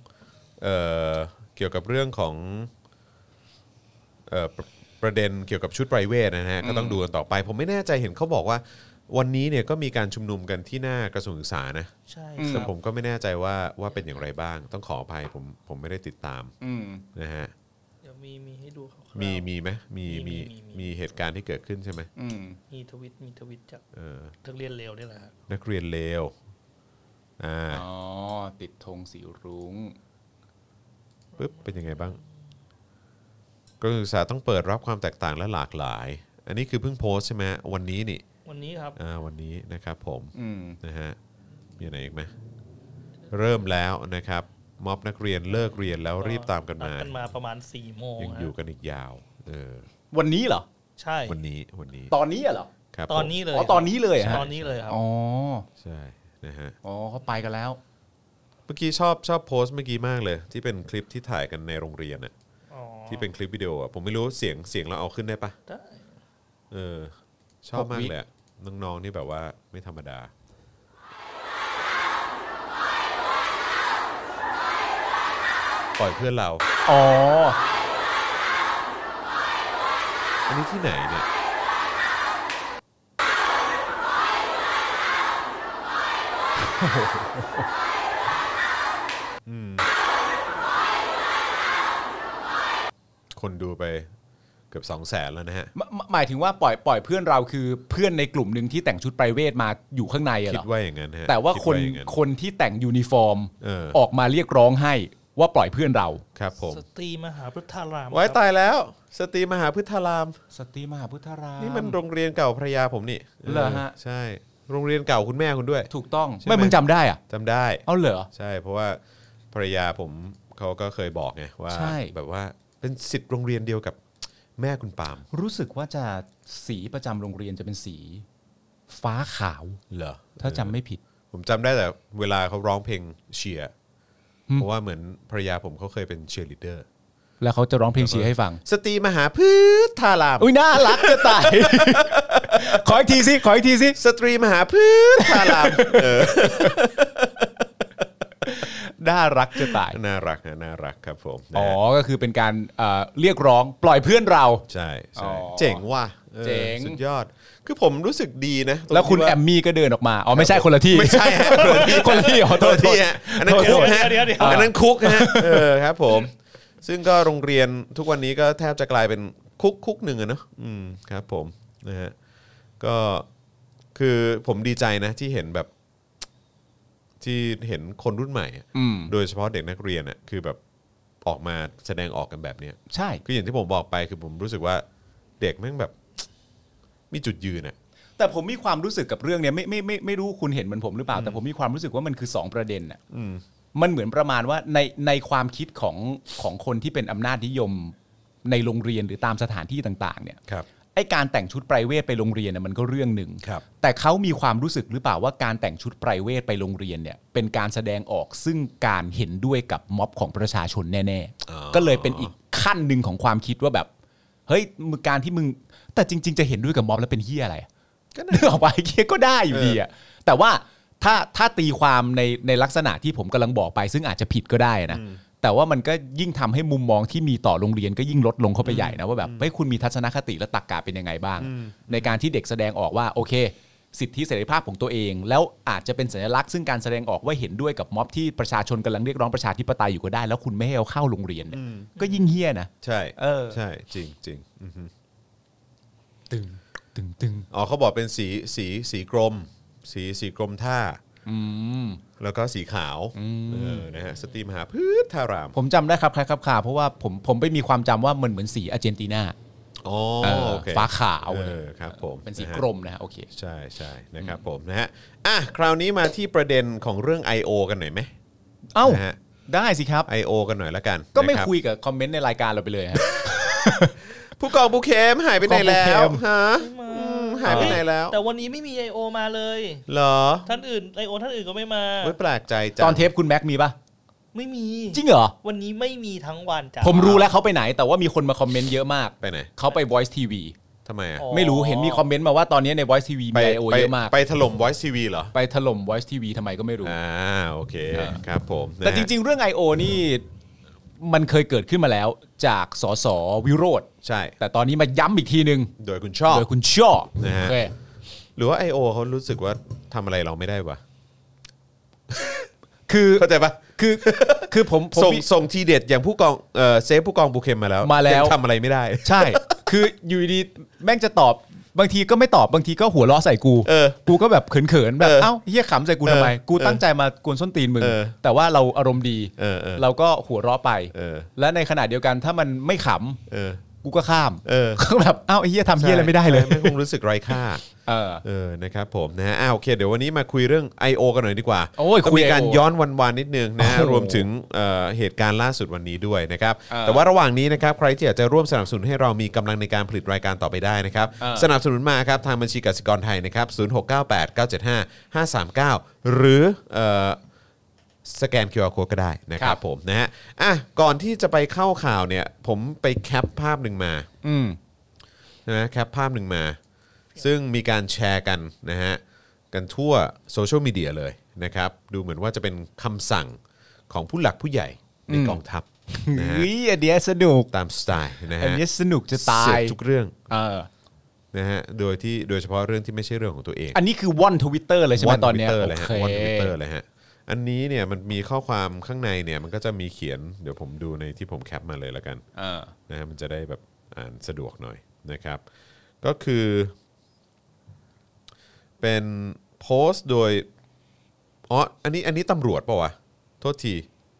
ของประเด็นเกี่ยวกับชุดไพรเวทนะฮะก็ต้องดูกันต่อไปผมไม่แน่ใจเห็นเขาบอกว่าวันนี้เนี่ยก็มีการชุมนุมกันที่หน้ากระทรวงศึกษานะใช่แต่ผมก็ไม่แน่ใจว่าเป็นอย่างไรบ้างต้องขออภัยผมไม่ได้ติดตามนะฮะเดี๋ยวมีให้ดูมีไหมมีเหตุการณ์ที่เกิดขึ้นใช่ไหมมีทวิตจากนักเรียนเลวนี่แหละนักเรียนเลวติดธงสีรุ้งปึ๊บเป็นยังไงบ้างกระทรวงศึกษาต้องเปิดรับความแตกต่างและหลากหลายอันนี้คือเพิ่งโพสใช่ไหมวันนี้นี่วันนี้ครับวันนี้นะครับผมนะฮะมีอะไรอีกไหมเริ่มแล้วนะครับม็อบนักเรียนเลิกเรียนแล้วรีบตามกันมาประมาณ 4 โมงยังอยู่กันอีกยาววันนี้เหรอใช่วันนี้ตอนนี้เหรอครับตอนนี้เลยตอนนี้เลยตอนนี้เลยครับใช่นะฮะเขาไปกันแล้วเมื่อกี้ชอบโพสต์เมื่อกี้มากเลยที่เป็นคลิปที่ถ่ายกันในโรงเรียนน่ะที่เป็นคลิปวิดีโอผมไม่รู้เสียงเราเอาขึ้นได้ปะได้ชอบมากเลยน้องๆนี่แบบว่าไม่ธรรมดาปล่อยเพื่อนเราอันนี้ที่ไหนเนี่ยคนดูไปเกือบ 200,000 แล้วนะฮะหมายถึงว่าปล่อยเพื่อนเราคือเพื่อนในกลุ่มหนึ่งที่แต่งชุดไพรเวทมาอยู่ข้างในเหรอคิดว่าอย่างนั้นฮะแต่ว่าคนที่แต่งยูนิฟอร์มออกมาเรียกร้องให้ว่าปล่อยเพื่อนเราครับผมสตรีมหาพุทธารามไว้ตายแล้วสตรีมหาพุทธารามสตรีมหาพุทธารามนี่มันโรงเรียนเก่าภรรยาผมนี่เหรอฮะใช่โรงเรียนเก่าคุณแม่คุณด้วยถูกต้องไม่มึงจำได้อะจำได้เอาเหรอใช่เพราะว่าภรรยาผมเขาก็เคยบอกไงว่าแบบว่าเป็นศิษย์โรงเรียนเดียวกับแม่คุณปาล์มรู้สึกว่าจะสีประจำโรงเรียนจะเป็นสีฟ้าขาวเหรอถ้าจำไม่ผิดผมจำได้แต่เวลาเขาร้องเพลงเชียร์เพราะว่าเหมือนภรรยาผมเขาเคยเป็นเชียร์ลีดเดอร์แล้วเขาจะร้องเพลงเชียร์ให้ฟังสตรีมหาพุทธารามอุ้ยน่ารักจะตายขออีกทีสิสตรีมหาพุทธารามน่ารักจะตายน่ารักครับผมอ๋อก็คือเป็นการเรียกร้องปล่อยเพื่อนเราใช่เจ๋งว่ะเจ๋งสุดยอดคือผมรู้สึกดีนะแล้วคุณแอมมี่ก็เดินออกมาอ๋อไม่ใช่คนละที่ไม่ใช่คนละที่ขอโทษที่อันนั้นคุกฮะอันนั้นคุกฮะครับผมซึ่งก็โรงเรียนทุกวันนี้ก็แทบจะกลายเป็นคุกหนึ่งอะเนาะครับผมนะฮะก็คือผมดีใจนะที่เห็นแบบที่เห็นคนรุ่นใหม่โดยเฉพาะเด็กนักเรียนอ่ะคือแบบออกมาแสดงออกกันแบบนี้ใช่คืออย่างที่ผมบอกไปคือผมรู้สึกว่าเด็กแม่งแบบมีจุดยืนอ่ะแต่ผมมีความรู้สึกกับเรื่องเนี้ยไม่รู้คุณเห็นเหมือนผมหรือเปล่าแต่ผมมีความรู้สึกว่ามันคือ2ประเด็นอ่ะมันเหมือนประมาณว่าในความคิดของคนที่เป็นอำนาจนิยมในโรงเรียนหรือตามสถานที่ต่างๆเนี่ยไอ้การแต่งชุดไพรเวทไปโรงเรียนเนี่ยมันก็เรื่องหนึ่งแต่เขามีความรู้สึกหรือเปล่าว่าการแต่งชุดไพรเวทไปโรงเรียนเนี่ยเป็นการแสดงออกซึ่งการเห็นด้วยกับม็อบของประชาชนแน่ๆก็เลยเป็นอีกขั้นหนึ่งของความคิดว่าแบบเฮ้ยการที่มึงแต่จริงๆจะเห็นด้วยกับม็อบแล้วเป็นเหี้ยอะไรก็นึกออกไปเหี้ยก็ได้อยู่ดีอะแต่ว่าถ้าตีความในลักษณะที่ผมกำลังบอกไปซึ่งอาจจะผิดก็ได้นะแต่ว่ามันก็ยิ่งทำให้มุมมองที่มีต่อโรงเรียนก็ยิ่งลดลงเข้าไปใหญ่นะว่าแบบเฮ้ยคุณมีทัศนคติและตรรกะเป็นยังไงบ้างในการที่เด็กแสดงออกว่าโอเคสิทธิเสรีภาพของตัวเองแล้วอาจจะเป็นสัญลักษณ์ซึ่งการแสดงออกว่าเห็นด้วยกับม็อบที่ประชาชนกำลังเรียกร้องประชาธิปไตยอยู่ก็ได้แล้วคุณไม่ให้เอาเข้าโรงเรียนเนี่ยก็ยิ่งเหี้ยนะใช่ใช่จริงตึงอ๋อเขาบอกเป็นสีกรมสีกรมท่าแล้วก็สีขาวนะฮะสตรีมหาพุทธารามผมจำได้ครับคล้ายครับข่าวเพราะว่าผมไปมีความจำว่ามันเหมือนสีอาร์เจนตินาฟ้าขาวครับผมเป็นสีกรมนะโอเคใช่นะครับผมนะฮะคราวนี้มาที่ประเด็นของเรื่อง I.O. กันหน่อยไหมเอ้าได้สิครับ I.O. กันหน่อยละกันก็ไม่คุยกับคอมเมนต์ในรายการเราไปเลยฮะผู้กองบูเคมหายไปไหนแล้วฮะหายไปไหนแล้วแต่วันนี้ไม่มี I.O. มาเลยเหรอท่านอื่น I.O. ท่านอื่นก็ไม่มาไม่แปลกใจจังตอนเทปคุณแม็กมีป่ะไม่มีจริงเหรอวันนี้ไม่มีทั้งวันจ้ะผมรู้แล้วเขาไปไหนแต่ว่ามีคนมาคอมเมนต์เยอะมากไปไหนเขาไป Voice TV ทำไมไม่รู้เห็นมีคอมเมนต์มาว่าตอนนี้ใน Voice TV มี I.O. เยอะมากไปถล่ม Voice TV เหรอไปถล่ม Voice TV ทำไมก็ไม่รู้โอเคครับผมแต่จริงๆเรื่อง I.O. นี่มันเคยเกิดขึ้นมาแล้วจากสสวิโรจน์ใช่แต่ตอนนี้มาย้ำอีกทีนึงโดยคุณช่อนะฮะหรือว่า I.O. เขารู้สึกว่าทำอะไรเราไม่ได้วะคือเข้าใจปะคือผมส่งทีเด็ดอย่างผู้กองเซฟผู้กองบูเคมมาแล้วทำอะไรไม่ได้ใช่คืออยู่ดีแม่งจะตอบบางทีก็ไม่ตอบบางทีก็หัวเราะใส่กูก็แบบเขินๆแบบเอ้าเหี้ยขำใส่กูทำไมกูตั้งใจมากวนส้นตีนมึงแต่ว่าเราอารมณ์ดีเราก็หัวเราะไปและในขณะเดียวกันถ้ามันไม่ขำกูก็ข้ามก็แบบเอ้าไอ้เหี้ยทำเหี้ยอะไรไม่ได้เลยไม่คงรู้สึกไร้ค่านะครับผมนะฮะโอเคเดี๋ยววันนี้มาคุยเรื่อง I.O. กันหน่อยดีกว่าก็มีการย้อนวันนิดนึงนะรวมถึงเหตุการณ์ล่าสุดวันนี้ด้วยนะครับแต่ว่าระหว่างนี้นะครับใครที่อยากจะร่วมสนับสนุนให้เรามีกำลังในการผลิตรายการต่อไปได้นะครับสนับสนุนมาครับทางบัญชีกสิกรไทยนะครับ0698975539หรือสแกน QR Code ก็ได้นะครับผมนะฮะก่อนที่จะไปเข้าข่าวเนี่ยผมไปแคปภาพหนึ่งมานะแคปภาพหนึ่งมาซึ่งมีการแชร์กันนะฮะกันทั่วโซเชียลมีเดียเลยนะครับดูเหมือนว่าจะเป็นคำสั่งของผู้หลักผู้ใหญ่ในกองทัพนะฮะอันนี้สนุกตามสไตล์นะฮะอันนี้สนุกจะตายทุกเรื่องนะฮะโดยเฉพาะเรื่องที่ไม่ใช่เรื่องของตัวเองอันนี้คือว่อน Twitter เลยใช่ไหมตอนนี้ว่อน Twitter เลยฮะอันนี้เนี่ยมันมีข้อความข้างในเนี่ยมันก็จะมีเขียนเดี๋ยวผมดูในที่ผมแคปมาเลยแล้วกันนะฮะมันจะได้แบบอ่านสะดวกหน่อยนะครับก็คือเป็นโพสต์โดยอันนี้ตำรวจป่าววะโทษที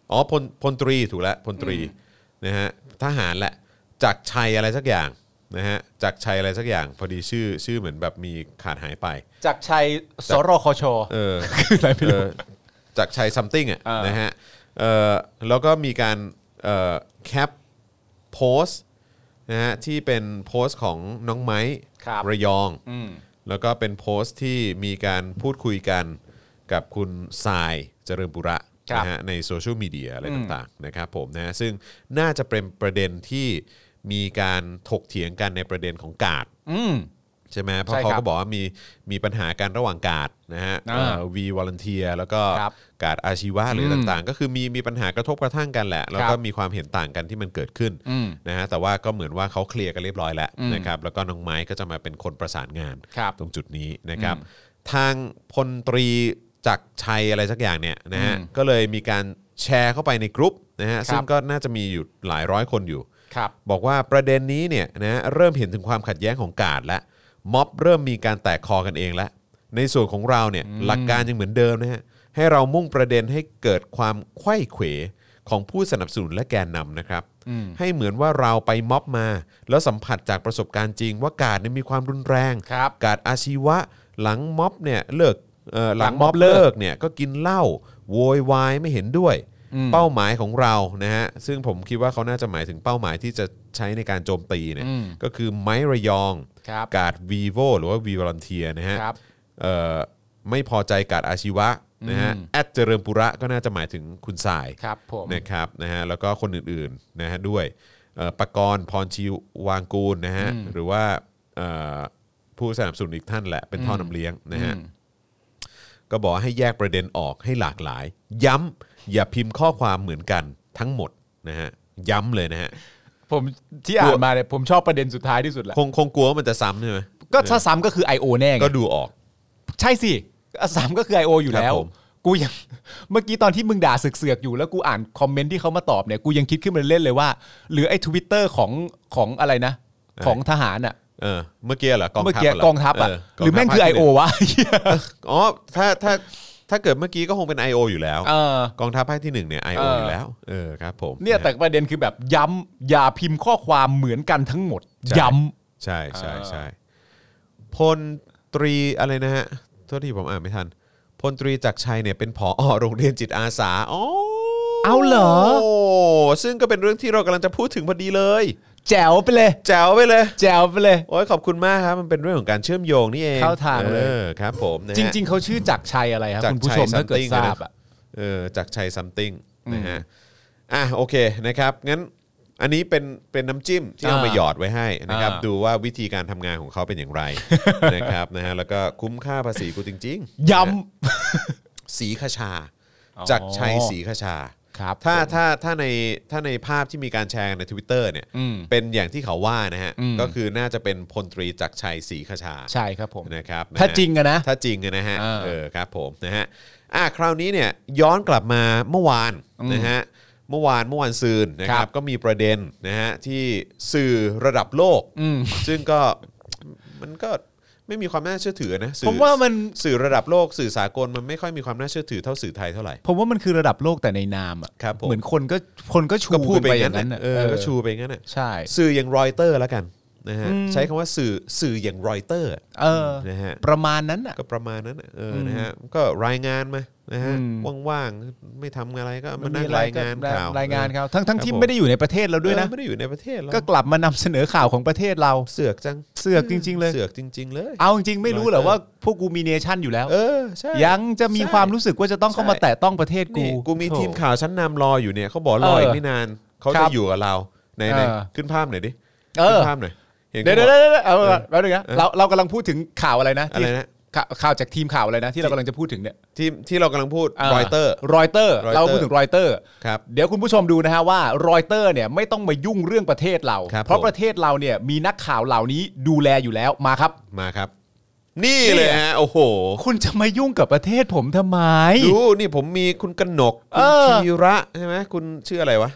อ๋อพลตรีถูกแล้วพลตรีนะฮะทหารแหละจากชัยอะไรสักอย่างนะฮะจากชัยอะไรสักอย่างพอดีชื่อเหมือนแบบมีขาดหายไปจากชัยสรคชคืออะไรไม่รู้จากชัย something อ่ะนะฮะแล้วก็มีการแคปโพสต์นะฮะที่เป็นโพสต์ของน้องไม้ระยองแล้วก็เป็นโพสต์ที่มีการพูดคุยกันกับคุณทรายเจริญปุระนะฮะในโซเชียลมีเดียอะไรต่างๆนะครับผมนะซึ่งน่าจะเป็นประเด็นที่มีการถกเถียงกันในประเด็นของกาดใช่ไหมเพราะเขาก็บอกว่ามีปัญหากันระหว่างกาดนะฮะวีวอลันเทียแล้วก็กาดอาชีวะหรือต่างๆก็คือมีปัญหากระทบกระทั่งกันแหละแล้วก็มีความเห็นต่างกันที่มันเกิดขึ้นนะฮะแต่ว่าก็เหมือนว่าเขาเคลียร์กันเรียบร้อยแล้วนะครับแล้วก็น้องไม้ก็จะมาเป็นคนประสานงานตรงจุดนี้นะครับทางพลตรีจักรชัยอะไรสักอย่างเนี่ยนะฮะก็เลยมีการแชร์เข้าไปในกรุ๊ปนะฮะซึ่งก็น่าจะมีอยู่หลายร้อยคนอยู่บอกว่าประเด็นนี้เนี่ยนะเริ่มเห็นถึงความขัดแย้งของกาดแล้วม็อบเริ่มมีการแตกคอกันเองแล้วในส่วนของเราเนี่ยหลักการยังเหมือนเดิมนะฮะให้เรามุ่งประเด็นให้เกิดความไขว้เขวของผู้สนับสนุนและแกนนำนะครับให้เหมือนว่าเราไปม็อบมาแล้วสัมผัสจากประสบการณ์จริงว่ากาดเนี่ยมีความรุนแรงกาดอาชีวะหลังม็อบเนี่ยหลังม็อบเลิกเนี่ยก็กินเหล้าโวยวายไม่เห็นด้วยเป้าหมายของเรานะฮะซึ่งผมคิดว่าเขาน่าจะหมายถึงเป้าหมายที่จะใช้ในการโจมตีเนี่ยก็คือไม้ระยองกาดวีโวหรือว่าวีวอลันเทียนะฮะไม่พอใจกาดอาชีวะนะฮะแอดเจริญปุระก็น่าจะหมายถึงคุณสายนะครับนะฮะแล้วก็คนอื่นๆนะฮะด้วยปกรณ์พรชีวางกูลนะฮะหรือว่าผู้สนับสนุนอีกท่านแหละเป็นท่อนำเลี้ยงนะฮะก็บอกให้แยกประเด็นออกให้หลากหลายย้ำอย่าพิมพ์ข้อความเหมือนกันทั้งหมดนะฮะย้ำเลยนะฮะผมที่อ่านมาเนี่ยผมชอบประเด็นสุดท้ายที่สุดแหละคงกลัวว่ามันจะซ้ำใช่ไหมก็ถ้าซ้ำก็คือ I.O. แน่ก็ดูออกใช่สิซ้ำก็คือ I.O. อยู่แล้วกูยังเมื่อกี้ตอนที่มึงด่าเสือกๆอยู่แล้วกูอ่านคอมเมนต์ที่เขามาตอบเนี่ยกูยังคิดขึ้นมาเล่นเลยว่าหรือไอ้ Twitter ของอะไรนะของทหารอ่ะเมื่อกี้เหรอกองทัพอ่ะหรือแม่งคือ I.O. วะอ๋อถ้าเกิดเมื่อกี้ก็คงเป็น I.O. อยู่แล้วกองทัพภาคที่1เนี่ย I.O. อยู่แล้วครับผมเนี่ยแต่ประเด็นคือแบบย้ำอย่าพิมพ์ข้อความเหมือนกันทั้งหมดย้ำใช่พลตรีอะไรนะฮะโทษที่ผมอ่านไม่ทันพลตรีจักรชัยเนี่ยเป็นผอ.โรงเรียนจิตอาสาเอาเหรอซึ่งก็เป็นเรื่องที่เรากำลังจะพูดถึงพอดีเลยแจ๋วไปเลยโอ้ยขอบคุณมากครับมันเป็นเรื่องของการเชื่อมโยงนี่เองเข้าทางเลยครับผมจริงๆเขาชื่อจักรชัยอะไรครับคุณผู้ชมถ้าเกิดทราบอ่ะจักรชัย something นะฮะโอเคนะครับงั้นอันนี้เป็นน้ำจิ้มที่เอามาหยอดไว้ให้นะครับดูว่าวิธีการทำงานของเขาเป็นอย่างไรนะครับนะฮะแล้วก็คุ้มค่าภาษีกูจริงๆย้ำศรีคชาจักรชัยศรีคชาถ้าในภาพที่มีการแชร์ใน Twitter เนี่ยเป็นอย่างที่เขาว่านะฮะก็คือน่าจะเป็นพลตรีจักรชัยศรีคชาใช่ครับผมนะครับถ้าจริงนะถ้าจริงนะฮะครับผมนะฮะคราวนี้เนี่ยย้อนกลับมาเมื่อวานนะฮะเมื่อวานซืนนะครับก็มีประเด็นนะฮะที่สื่อระดับโลกซึ่งก็มันก็ไม่มีความน่าเชื่อถือนะผมว่ามันสื่อระดับโลกสื่อสากลมันไม่ค่อยมีความน่าเชื่อถือเท่าสื่อไทยเท่าไหร่ผมว่ามันคือระดับโลกแต่ในนามอ่ะเหมือนคนก็ชูไปอย่างนั้นก็ชูไปอย่างนั้นใช่สื่ออย่างรอยเตอร์แล้วกันนะฮะใช้คำว่าสื่ออย่างรอยเตอร์นะฮะประมาณนั้นอ่ะก็ประมาณนั้นนะฮะก็รายงานมานะฮะว่างๆไม่ทำอะไรก็มานั่งรายงานข่าวเขาทั้งที่ไม่ได้อยู่ในประเทศเราด้วยนะไม่ได้อยู่ในประเทศเราก็กลับมานำเสนอข่าวของประเทศเราเสือกจริงๆเลยเสือกจริงๆเลยเอาจริงๆไม่รู้เหรอว่าพวกกูมีเนชั่นอยู่แล้วใช่ยังจะมีความรู้สึกว่าจะต้องเข้ามาแตะต้องประเทศกูมีทีมข่าวชั้นนำรออยู่เนี่ยเขาบอกรออีกไม่นานเขาจะอยู่กับเราในขึ้นภาพหน่อยดิขึ้นภาพหน่อยเดี๋ยวเอาแล้วนึงนะเรากำลังพูดถึงข่าวอะไรนะข่าวจากทีมข่าวอะไรนะที่เรากำลังจะพูดถึงเนี่ยที่เรากำลังพูดรอยเตอร์เราพูดถึงรอยเตอร์ครับเดี๋ยวคุณผู้ชมดูนะฮะว่ารอยเตอร์เนี่ยไม่ต้องมายุ่งเรื่องประเทศเราเพราะประเทศเราเนี่ยมีนักข่าวเหล่านี้ดูแลอยู่แล้วมาครับนี่เลยฮะโอ้โหคุณจะมายุ่งกับประเทศผมทำไมดูนี่ผมมีคุณกนกคุณธีระใช่ไหมคุณชื่ออะไรวะ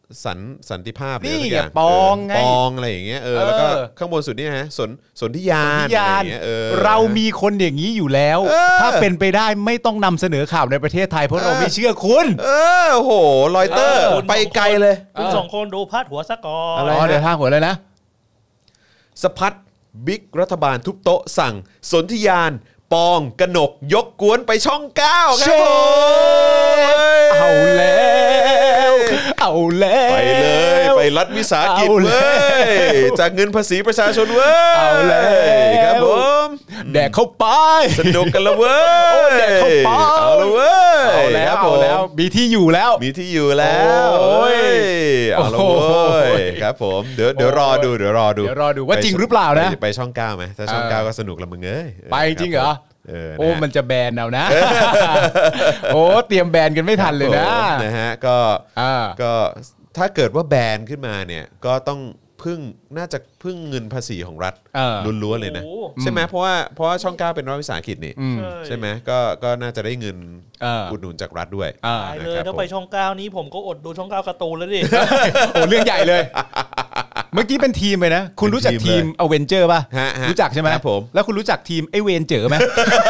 สันติภาพนี่อะไรอย่างปองไงปองอะไรอย่างเงี้ยแล้วก็ข้างบนสุดนี่ฮะสนธิยานอะไรอย่างเงี้ยเรามีคนอย่างนี้อยู่แล้วถ้าเป็นไปได้ไม่ต้องนำเสนอข่าวในประเทศไทยเพราะเราไม่เชื่อคุณโอ้โหรอยเตอร์ไปไกลเลยคุณ2คนดูพาดหัวซะก่อนอะไรเดี๋ยวพาดหัวเลยนะสะพัดบิ๊กรัฐบาลทุบโต๊ะสั่งสนธิยานปองกนกยกกวนไปช่อง9ครับผมเอาแล้วไปเลยไปรัฐวิสาหกิจเว้ยจากเงินภาษีประชาชนเว้ยเอาแล้วครับผมแดกเข้าไปสนุกกันละเว้ยแดกเข้าไปเอาละเว้ยเอาแล้วมีที่อยู่แล้วโอ้ยเอาละเว้ยครับผมเดี๋ยวรอดูว่าจริงหรือเปล่านะไปช่อง9มั้ยถ้าช่อง9ก็สนุกละมึงเอ้ยไปจริงเหรอโอ้มันจะแบนเอานะโอ้เตรียมแบนกันไม่ทันเลยนะฮะก็ถ้าเกิดว่าแบนขึ้นมาเนี่ยก็ต้องน่าจะพึ่งเงินภาษีของรัฐล้วนๆเลยนะใช่ไหมเพราะว่าช่อง9เป็นรัฐวิสาหกิจนี่ใช่ไหมก็น่าจะได้เงินอุดหนุนจากรัฐด้วยเลยถ้าไปช่อง9นี้ผมก็อดดูช่อง9การ์ตูนแล้วดิโอ้เรื่องใหญ่เลยเมื่อกี้เป็นทีมเลยนะคุณรู้จักทีมอเวนเจอร์ป่ะรู้จักใช่ไหมแล้วคุณรู้จักทีมไอเวนเจอร์ไหม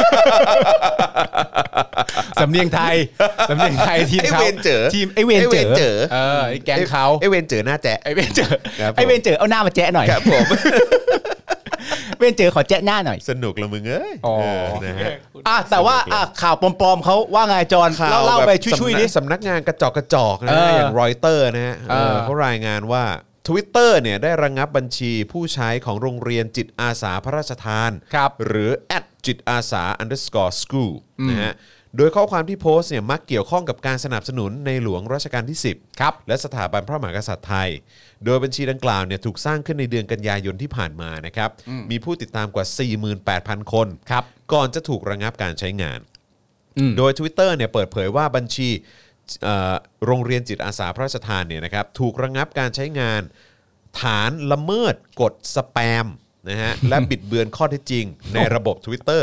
สำเนียงไทยทีมเขาทีมไอเวนเจอร์แก๊งเขาไอเวนเจอร์หน้าแจ๊ะไอเวนเจอร์เอาหน้ามาแจ๊ะหน่อยครับผมเวนเจอขอแจ๊ะหน้าหน่อยสนุกละมึงเอ้ยนะฮะแต่ว่าข่าวปลอมๆเขาว่าไงจอนเล่าไปช่วยๆดิสำนักงานกระจอกนะอย่างรอยเตอร์นะฮะเขารายงานว่า Twitter เนี่ยได้ระงับบัญชีผู้ใช้ของโรงเรียนจิตอาสาพระราชทานหรือ @จิตอาสา _school นะฮะโดยข้อความที่โพสต์เนี่ยมักเกี่ยวข้องกับการสนับสนุนในหลวงรัชกาลที่10และสถาบันพระมหากษัตริย์ไทยโดยบัญชีดังกล่าวเนี่ยถูกสร้างขึ้นในเดือนกันยายนที่ผ่านมานะครับมีผู้ติดตามกว่า 48,000 คนก่อนจะถูกระงับการใช้งานโดย Twitter เนี่ยเปิดเผยว่าบัญชีโรงเรียนจิตอาสาพระราชทานเนี่ยนะครับถูกระงับการใช้งานฐานละเมิดกฎสแปมนะฮะและบิดเบือนข้อเท็จจริงในระบบ Twitter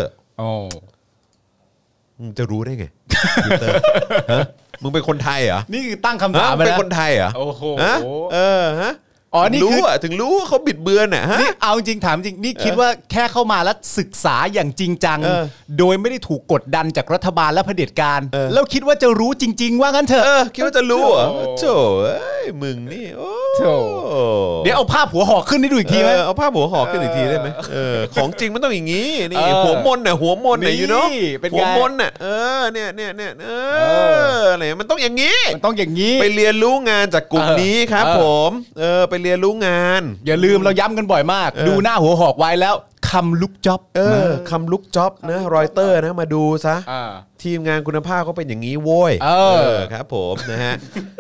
มึงจะรู้ได้ไง Twitter ฮะมึงเป็นคนไทยเหรอนี่คือตั้งคำถามเป็นคนไทยเหรอโอ้โหฮะนี่รู้อ่ะถึงรู้ว่าเขาบิดเบือนอ่ะฮะนี่เอาจริงถามจริงนี่คิดว่าแค่เข้ามาแล้วศึกษาอย่างจริงจังโดยไม่ได้ถูกกดดันจากรัฐบาลและเผด็จการแล้วคิดว่าจะรู้จริงๆว่างั้นเถอะคิดว่าจะรู้เหรอโถ่มึงนี่โอ้เดี๋ยวเอาภาพหัวหอกขึ้นให้ดูอีกทีไหมเอาภาพหัวหอกขึ้นอีกทีได้ไหมของจริงมันต้องอย่างนี้นี่หัวมนน่ะอยู่เนาะหัวมนน่ะเนี่ยอะไรมันต้องอย่างนี้ไปเรียนรู้งานจากกลุ่มนี้ครับผมไปเรียนรู้งานอย่าลืมเราย้ำกันบ่อยมากดูหน้าหัวหอกไว้แล้วคำลุกจ็อบคำลุกจ็อบนะรอยเตอร์นะมาดูซะทีมงานคุณภาพเขาเป็นอย่างนี้โว้ยครับผมนะฮะ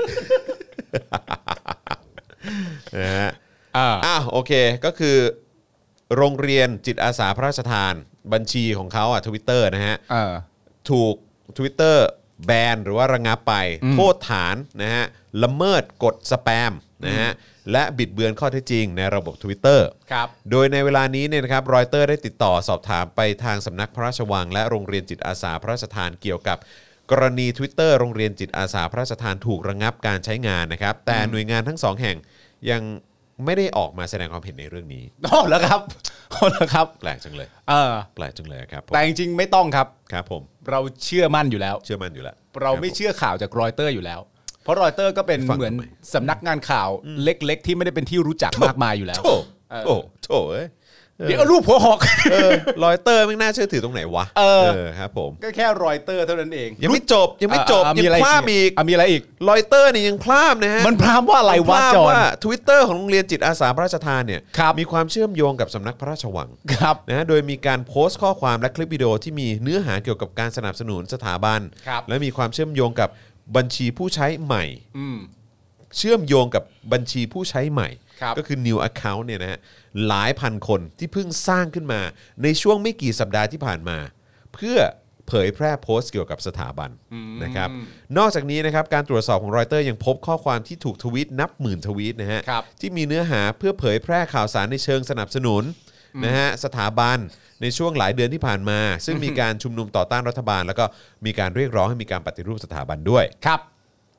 โอเคก็คือโรงเรียนจิตอาสาพระราชทานบัญชีของเขาTwitter นะฮะถูก Twitter แบนหรือว่าระงับไปโทษฐานนะฮะละเมิดกฎสแปมนะฮะและบิดเบือนข้อเท็จจริงในระบบ Twitter โดยในเวลานี้เนี่ยนะครับรอยเตอร์ได้ติดต่อสอบถามไปทางสำนักพระราชวังและโรงเรียนจิตอาสาพระราชทานเกี่ยวกับกรณี Twitter โรงเรียนจิตอาสาพระราชทานถูกระงับการใช้งานนะครับแต่หน่วยงานทั้ง2แห่งยังไม่ได้ออกมาแสดงความเห็นในเรื่องนี้แล้วครับแปลกจังเลยแปลกจังเลยครับแต่จริงๆไม่ต้องครับครับผมเราเชื่อมั่นอยู่แล้วเราไม่เชื่อข่าวจากรอยเตอร์อยู่แล้วเพราะรอยเตอร์ก็เป็นเหมือนสำนักงานข่าวเล็กๆที่ไม่ได้เป็นที่รู้จักมากมายอยู่แล้วโถ่เดี๋ยวรูปหัวหอกรอยเตอร์ไม่น่าเชื่อถือตรงไหนวะครับผมก็แค่รอยเตอร์เท่านั้นเองยังไม่จบยังพลาดอีกมีอะไรอีกรอยเตอร์นี่ยังพลาดนะฮะมันพลาดว่าอะไรวะจอนว่า Twitter ของโรงเรียนจิตอาสาพระราชทานเนี่ยมีความเชื่อมโยงกับสำนักพระราชวังนะโดยมีการโพสต์ข้อความและคลิปวิดีโอที่มีเนื้อหาเกี่ยวกับการสนับสนุนสถาบันและมีความเชื่อมโยงกับบัญชีผู้ใช้ใหม่เชื่อมโยงกับบัญชีผู้ใช้ใหม่ก็คือ new account เนี่ยนะฮะหลายพันคนที่เพิ่งสร้างขึ้นมาในช่วงไม่กี่สัปดาห์ที่ผ่านมาเพื่อเผยแพร่โพสต์เกี่ยวกับสถาบันนะครับนอกจากนี้นะครับการตรวจสอบของรอยเตอร์ยังพบข้อความที่ถูกทวีตนับหมื่นทวีตนะฮะที่มีเนื้อหาเพื่อเผยแพร่ข่าวสารในเชิงสนับสนุนนะฮะสถาบันในช่วงหลายเดือนที่ผ่านมาซึ่งมีการชุมนุมต่อต้านรัฐบาลแล้วก็มีการเรียกร้องให้มีการปฏิรูปสถาบันด้วยครับ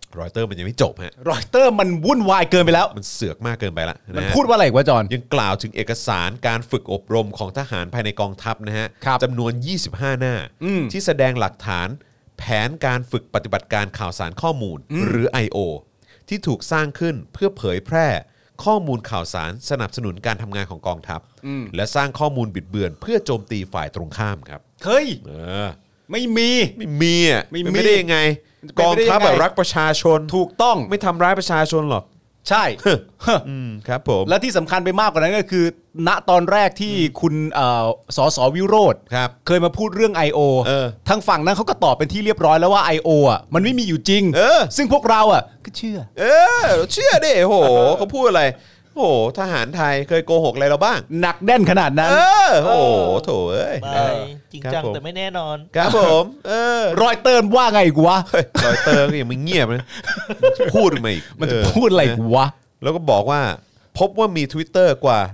รอยเตอร์มันยังไม่จบฮะรอยเตอร์มันวุ่นวายเกินไปแล้วมันเสือกมากเกินไปละมันพูดว่าอะไรวะจอนยังกล่าวถึงเอกสารการฝึกอบรมของทหารภายในกองทัพนะฮะจำนวน25หน้าที่แสดงหลักฐานแผนการฝึกปฏิบัติการข่าวสารข้อมูลหรือ I.O. ที่ถูกสร้างขึ้นเพื่อเผยแพร่ข้อมูลข่าวสารสนับสนุนการทำงานของกองทัพและสร้างข้อมูลบิดเบือนเพื่อโจมตีฝ่ายตรงข้ามครับเฮ้ยไม่มีอ่ะไม่ได้ยังไงกองทัพแบบรักประชาชนถูกต้องไม่ทำร้ายประชาชนหรอกใช่ครับผมและที่สำคัญไปมากกว่านั้นก็คือณตอนแรกที่คุณสสวิโรจน์เคยมาพูดเรื่อง I.O. ทางฝั่งนั้นเขาก็ตอบเป็นที่เรียบร้อยแล้วว่า I.O. อ่ะมันไม่มีอยู่จริงซึ่งพวกเราอ่ะก็เชื่อเชื่อดิโหเขาพูดอะไรโอ้ทหารไทยเคยโกหกอะไรเราบ้างหนักแน่นขนาดนั้นโอ้โถเอ้ยจริงจังแต่ไม่แน่นอนครับผมรอยเติร์นว่าไงกูวะรอยเติร์นก็ยังไม่เงียบนะพูดมาอีกมันจะพูดอะไรกูวะแล้วก็บอกว่าพบว่ามี Twitter กว่า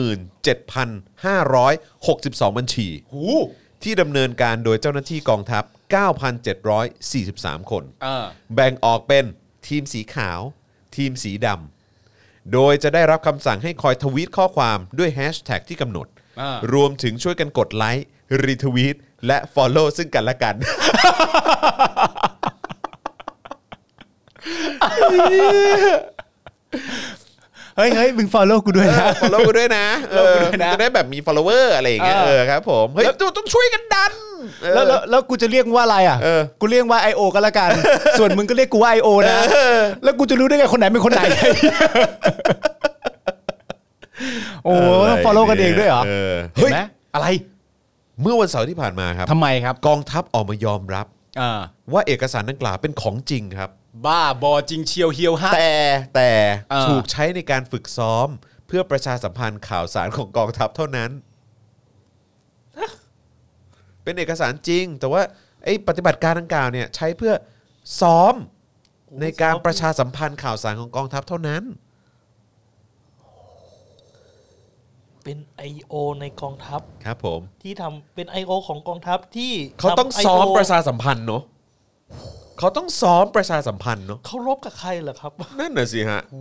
17,562 บัญชีที่ดำเนินการโดยเจ้าหน้าที่กองทัพ 9,743 คนแบ่งออกเป็นทีมสีขาวทีมสีดำโดยจะได้รับคำสั่งให้คอยทวีตข้อความด้วยแฮชแท็กที่กำหนดรวมถึงช่วยกันกดไลค์รีทวีตและ Follow ซึ่งกันและกันเฮ้ยมึง follow กูด้วยนะ follow กูด้วยนะจะได้แบบมี follower อะไรอย่างเงี้ยครับผมเฮ้ยต้องช่วยกันดันแล้วกูจะเรียกว่าอะไรอ่ะกูเรียกว่า I.O. ก็แล้วกันส่วนมึงก็เรียกกูว่า I.O. นะแล้วกูจะรู้ได้ไงคนไหนเป็นคนไหนโอ้ follow กันเองด้วยเหรอเห็นไหมอะไรเมื่อวันเสาร์ที่ผ่านมาครับทำไมครับกองทัพออกมายอมรับว่าเอกสารดังกล่าวเป็นของจริงครับบ้าบอจริงเชียวเฮียวฮะแต่ถูกใช้ในการฝึกซ้อมเพื่อประชาสัมพันธ์ข่าวสารของกองทัพเท่านั้นเป็นเอกสารจริงแต่ว่าไอ้ปฏิบัติการดังกล่าวเนี่ยใช้เพื่อซ้อมในการประชาสัมพันธ์ข่าวสารของกองทัพเท่านั้นเป็น I.O. ในกองทัพครับผมที่ทำเป็น I.O. ของกองทัพที่เขาต้องซ้อมประชาสัมพันธ์เนาะเขาต้องซ้อมประชาสัมพันธ์เนาะเขารบกับใครเหรอครับนั่นน่ะสิฮะ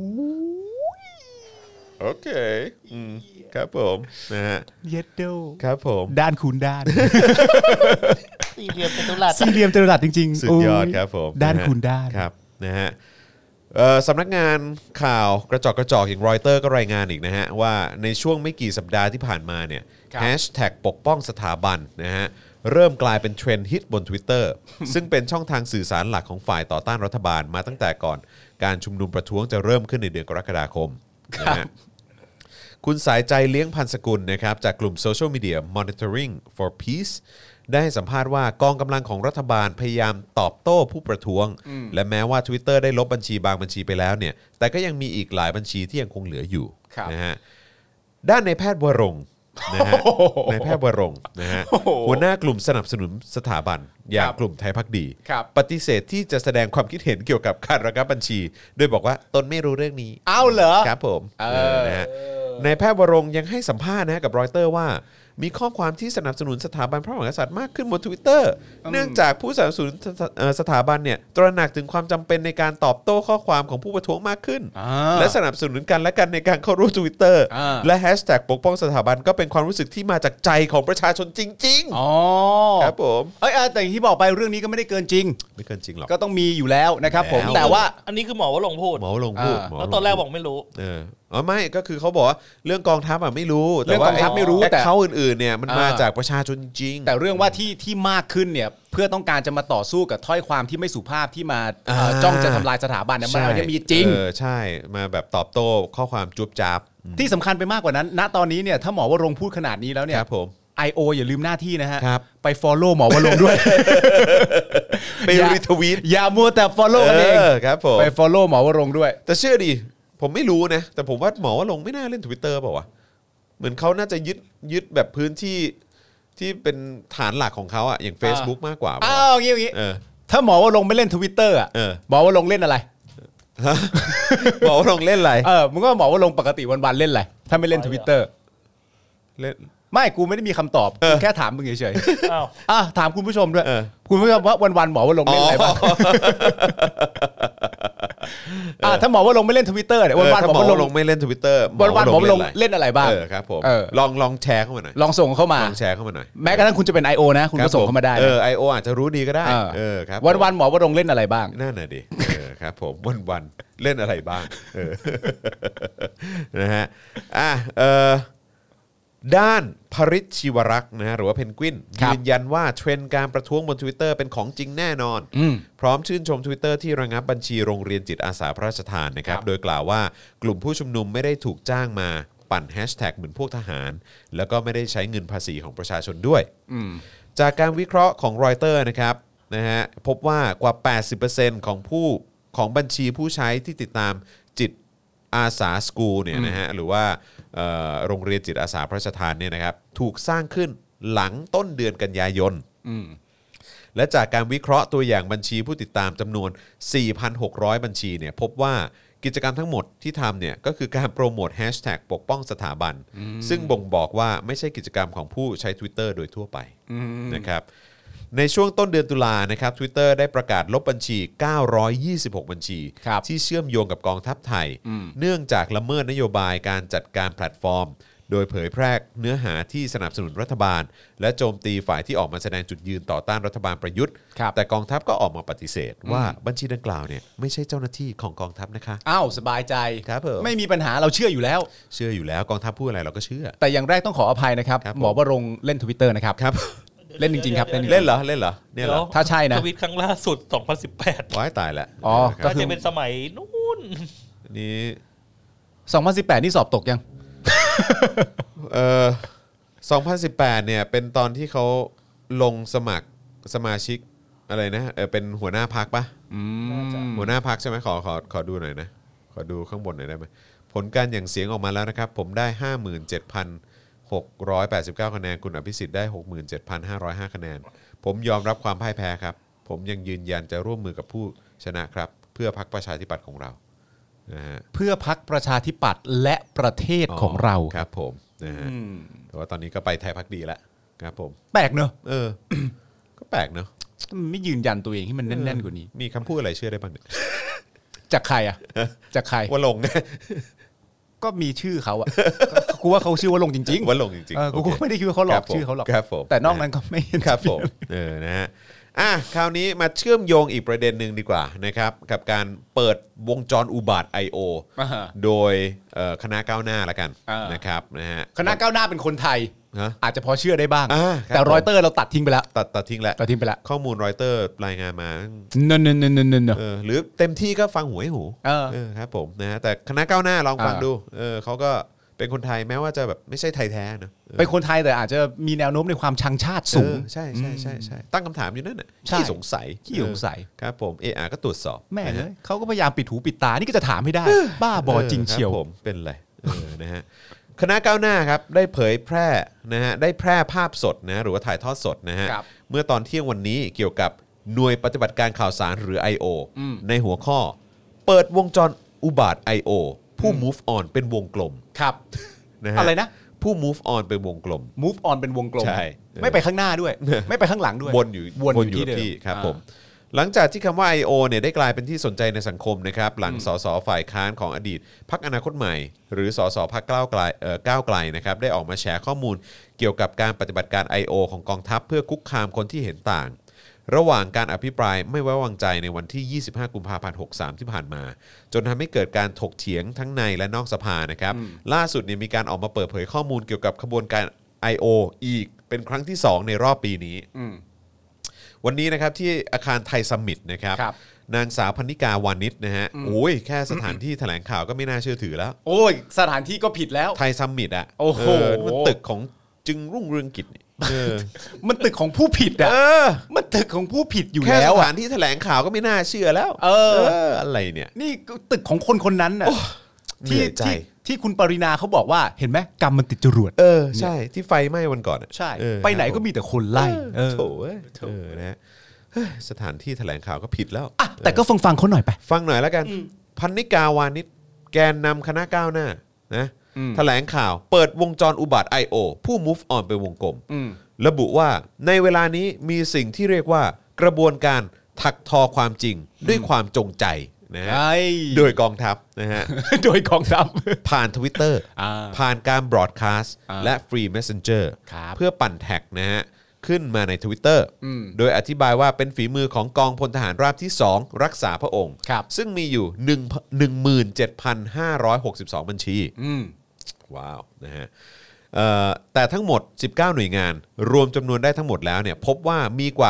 โอเคครับผมนะฮะเย็ดโดครับผมด้านคูณด้านสี่เหลี่ยมจัตุรัสสี่เหลี่ยมจัตุรัสจริงๆสุดยอดครับผมด้านคูณด้านครับนะฮะสำนักงานข่าวกระจอกอย่างรอยเตอร์ก็รายงานอีกนะฮะว่าในช่วงไม่กี่สัปดาห์ที่ผ่านมาเนี่ยแฮชแท็กปกป้องสถาบันนะฮะเริ่มกลายเป็นเทรนด์ฮิตบน Twitter ซึ่งเป็นช่องทางสื่อสารหลักของฝ่ายต่อต้านรัฐบาลมาตั้งแต่ก่อนการชุมนุมประท้วงจะเริ่มขึ้นในเดือนกรกฎาคมนะฮะคุณสายใจเลี้ยงพันสกุลนะครับจากกลุ่ม Social Media Monitoring for Peace ได้ให้สัมภาษณ์ว่ากองกำลังของรัฐบาลพยายามตอบโต้ผู้ประท้วงและแม้ว่า Twitter ได้ลบบัญชีบางบัญชีไปแล้วเนี่ยแต่ก็ยังมีอีกหลายบัญชีที่ยังคงเหลืออยู่นะฮะด้านในแพทย์วรงค์นะฮะในแพทย์วรงค์นะฮะหัวหน้ากลุ่มสนับสนุนสถาบันอย่างกลุ่มไทยพักดีปฏิเสธที่จะแสดงความคิดเห็นเกี่ยวกับการระงับบัญชีโดยบอกว่าตนไม่รู้เรื่องนี้อ้าวเหรอครับผมนะฮะในแพทย์วรงค์ยังให้สัมภาษณ์นะกับรอยเตอร์ว่ามีข้อความที่สนับสนุนสถาบันพระมหากษัตริย์มากขึ้นบน Twitter เนื่องจากผู้สนับสนุนสถาบันเนี่ยตระหนักถึงความจำเป็นในการตอบโต้ข้อความของผู้ประท้วงมากขึ้นและสนับสนุนกันและกันในการเข้าร่วม Twitter และแฮชแท็กปกป้องสถาบันก็เป็นความรู้สึกที่มาจากใจของประชาชนจริงๆครับผมแต่อย่างที่บอกไปเรื่องนี้ก็ไม่ได้เกินจริงไม่เกินจริงหรอกก็ต้องมีอยู่แล้วนะครับผมแต่ว่าอันนี้คือหมอว่าลงพูดแล้วตอนแรกบอกไม่รู้ไม่ก็คือเขาบอกว่าเรื่องกองทัพไม่รู้แต่ว่ากองทัพไม่รู้แต่เขาอื่นๆเนี่ยมันมาจากประชาชนจริงแต่เรื่องว่าที่มากขึ้นเนี่ยเพื่อต้องการจะมาต่อสู้กับถ้อยความที่ไม่สุภาพที่มาจ้องจะทำลายสถาบันเนี่ยมันยังมีจริงใช่มาแบบตอบโต้ข้อความจุ๊บจ๊าบที่สำคัญไปมากกว่านั้นณตอนนี้เนี่ยถ้าหมอวรงค์พูดขนาดนี้แล้วเนี่ยครับผม I.O. อย่าลืมหน้าที่นะฮะไป follow หมอวรงค์ด้วยไปรีทวีตอย่ามัวแต่ follow กันเองครับผมไป follow หมอวรงค์ด้วยแต่เชื่อดิผมไม่รู้นะแต่ผมว่าหมอว่าลงไม่น่าเล่น Twitter เปล่าวะเหมือนเขาน่าจะยึดแบบพื้นที่ที่เป็นฐานหลักของเขาอ่ะอย่าง Facebook มากกว่าอย่างงี้ถ้าหมอว่าลงไม่เล่น Twitter อ่ะหมอว่าลงเล่นอะไรหมอว่าลงเล่นอะไรมึงก็หมอว่าลงปกติวันๆเล่นอะไรถ้าไม่เล่น Twitter เล่นไม่กูไม่ได้มีคำตอบกูแค่ถามมึงเฉยๆถามคุณผู้ชมด้วยคุณผู้ชมว่าวันๆหมอว่าลงเล่นอะไรบ้างถ้าหมอว่าลงไม่เล่น Twitter เนี่ยวันๆหมอว่าลงไม่เล่น Twitter วันๆหมอว่าลงเล่นอะไรบ้างครับผมลองแชร์เข้ามาหน่อยลองส่งเข้ามาลองแชร์เข้ามาหน่อยแม้กระทั่งคุณจะเป็น IO นะคุณก็ส่งเข้ามาได้ IO อาจจะรู้ดีก็ได้ครับวันๆหมอว่าลงเล่นอะไรบ้างนั่นน่ะดิครับผมวันๆเล่นอะไรบ้างนะฮะด้านภริชชีวรักษ์นะฮะหรือว่าเพนกวินยืนยันว่าเทรนด์การประท้วงบน Twitter เป็นของจริงแน่นอนพร้อมชื่นชม Twitter ที่ระงับบัญชีโรงเรียนจิตอาสาพระราชทานนะครับโดยกล่าวว่ากลุ่มผู้ชุมนุมไม่ได้ถูกจ้างมาปั่นแฮชแท็กเหมือนพวกทหารแล้วก็ไม่ได้ใช้เงินภาษีของประชาชนด้วยจากการวิเคราะห์ของรอยเตอร์นะครับนะฮะพบว่ากว่า 80% ของบัญชีผู้ใช้ที่ติดตามจิตอาสาสกูลเนี่ยนะฮะหรือว่าโรงเรียนจิตอาสาพระราชทานเนี่ยนะครับถูกสร้างขึ้นหลังต้นเดือนกันยายนและจากการวิเคราะห์ตัวอย่างบัญชีผู้ติดตามจำนวน 4,600 บัญชีเนี่ยพบว่ากิจกรรมทั้งหมดที่ทำเนี่ยก็คือการโปรโมทแฮชแท็กปกป้องสถาบันซึ่งบ่งบอกว่าไม่ใช่กิจกรรมของผู้ใช้ Twitter โดยทั่วไปนะครับในช่วงต้นเดือนตุลานะครับ Twitter ได้ประกาศลบบัญชี926บัญชีที่เชื่อมโยงกับกองทัพไทยเนื่องจากละเมิดนโยบายการจัดการแพลตฟอร์มโดยเผยแพร่เนื้อหาที่สนับสนุนรัฐบาลและโจมตีฝ่ายที่ออกมาแสดงจุดยืนต่อต้านรัฐบาลประยุทธ์แต่กองทัพก็ออกมาปฏิเสธว่าบัญชีดังกล่าวเนี่ยไม่ใช่เจ้าหน้าที่ของกองทัพนะคะอ้าวสบายใจครับไม่มีปัญหาเราเชื่ออยู่แล้วกองทัพพูดอะไรเราก็เชื่อแต่อย่างแรกต้องขออภัยนะครับหมอวรงค์เล่น Twitter นะครับเล่นจริงๆครับเล่นเหรอเนี่ยเหรอถ้าใช่นะทวิตครั้งล่าสุด2018 ว้ายตายแล้วก็จะเป็นสมัยนู้นนี่ 2018นี่สอบตกยัง 2018เนี่ยเป็นตอนที่เขาลงสมัครสมาชิกอะไรนะเป็นหัวหน้าพรรคป่ะหัวหน้าพรรคใช่ไหมขอดูหน่อยนะขอดูข้างบนหน่อยได้ไหมผลการอย่างเสียงออกมาแล้วนะครับผมได้ 57,689 คะแนนคุณอภิสิทธิ์ได้ 67,505 คะแนนผมยอมรับความพ่ายแพ้ครับผมยังยืนยันจะร่วมมือกับผู้ชนะครับเพื่อพรรคประชาธิปัตย์ของเราเพื่อพรรคประชาธิปัตย์และประเทศของเราครับผมนะฮะแต่ว่าตอนนี้ก็ไปไทยพรรคดีแล้วครับผมแปลกเนอะก็แปลกเนอะไม่ยืนยันตัวเองให้มันแน่นๆกว่านี้มีคำพูดอะไรเชื่อได้บ้างเนี่ยจากใครอ่ะจากใครว่าลงเนี่ยก็มีชื่อเขาอ่ะกูว่าเขาชื่อว่าลงจริงๆว่าลงจริงๆกูไม่ได้คิดว่าเขาหลอกชื่อเขาหรอกแต่นอกนั้นก็ไม่ครับผมนะฮะคราวนี้มาเชื่อมโยงอีกประเด็นหนึ่งดีกว่านะครับกับการเปิดวงจรอุบาท I.O. โดยคณะก้าวหน้าละกันนะครับนะฮะคณะก้าวหน้าเป็นคนไทยอาจจะพอเชื่อได้บ้างแต่รอยเตอร์เราตัดทิ้งไปแล้วตัดทิ้งแล้วข้อมูลรอยเตอร์รายงานมาเนหรือเต็มที่ก็ฟังหูให้หูครับผมนะฮะแต่คณะก้าวหน้าลองฟังดูเขาก็เป็นคนไทยแม้ว่าจะแบบไม่ใช่ไทยแท้นะเป็นคนไทยแต่อาจจะมีแนวโน้มในความชังชาติสูงใช่ตั้งคำถามอยู่นั่นน่ะขี้สงสัยครับผมก็ตรวจสอบแม่เลยเขาก็พยายามปิดหูปิดตานี่ก็จะถามให้ได้บ้าบอจริงเชียวผมเป็นไรนะฮะคณะก้าวหน้าครับได้เผยแพร่นะฮะได้แพร่ภาพสดนะหรือว่าถ่ายทอดสดนะฮะเมื่อตอนเที่ยงวันนี้เกี่ยวกับหน่วยปฏิบัติการข่าวสารหรือ I.O. ในหัวข้อเปิดวงจรอุบาท I.O. ผู้ move on เป็นวงกลมครับอะไรนะผู้ move on เป็นวงกลม move on เป็นวงกลมใช่ไม่ไปข้างหน้าด้วยไม่ไปข้างหลังด้วยวนอยู่ที่ครับผมหลังจากที่คำว่า I.O. เนี่ยได้กลายเป็นที่สนใจในสังคมนะครับหลังสสฝ่ายค้านของอดีตพรรคอนาคตใหม่หรือสสพรรคก้าวไกลนะครับได้ออกมาแชร์ข้อมูลเกี่ยวกับการปฏิบัติการ I.O. ของกองทัพเพื่อคุกคามคนที่เห็นต่างระหว่างการอภิปรายไม่ไว้วางใจในวันที่25กุมภาพันธ์63ที่ผ่านมาจนทำให้เกิดการถกเถียงทั้งในและนอกสภานะครับล่าสุดเนี่ยมีการออกมาเปิดเผยข้อมูลเกี่ยวกับขบวนการ I.O. อีกเป็นครั้งที่2ในรอบปีนี้วันนี้นะครับที่อาคารไทยซัมมิตนะครับนางสาวพนิกาวานิชนะฮะโอ้ยแค่สถานที่แถลงข่าวก็ไม่น่าเชื่อถือแล้วโอ้ยสถานที่ก็ผิดแล้วไทยซัมมิตอ่ะโอ้โหมันตึกของจึงรุ่งเรืองกิจมันตึกของผู้ผิดอ่ะมันตึกของผู้ผิดอยู่แล้วสถานที่แถลงข่าวก็ไม่น่าเชื่อแล้วอะไรเนี่ยนี่ตึกของคนคนนั้นน่ะที่คุณปรินาเขาบอกว่าเห็นไหมกรรมมันติดจรวดใช่ที่ไฟไหม้วันก่อนใช่ไปไหนก็มีแต่คนไล่โถนะสถานที่แถลงข่าวก็ผิดแล้วแต่ก็ฟังเขาหน่อยไปฟังหน่อยแล้วกันพนิกาวานิชแกนนำคณะก้าวหน้านะแถลงข่าวเปิดวงจรอุบัติ I.O. ผู้ move on ไปวงกลมระบุว่าในเวลานี้มีสิ่งที่เรียกว่ากระบวนการถักทอความจริงด้วยความจงใจนะฮะโดยกองทัพนะฮะโดยกองทัพผ่าน Twitter ผ่านการบรอดคาสต์และ Free Messenger เพื่อปั่นแท็กนะฮะขึ้นมาใน Twitter โดยอธิบายว่าเป็นฝีมือของกองพลทหารราบที่2รักษาพระองค์ซึ่งมีอยู่ 17,562 บัญชีว้าวนะฮะแต่ทั้งหมด19หน่วยงานรวมจำนวนได้ทั้งหมดแล้วเนี่ยพบว่ามีกว่า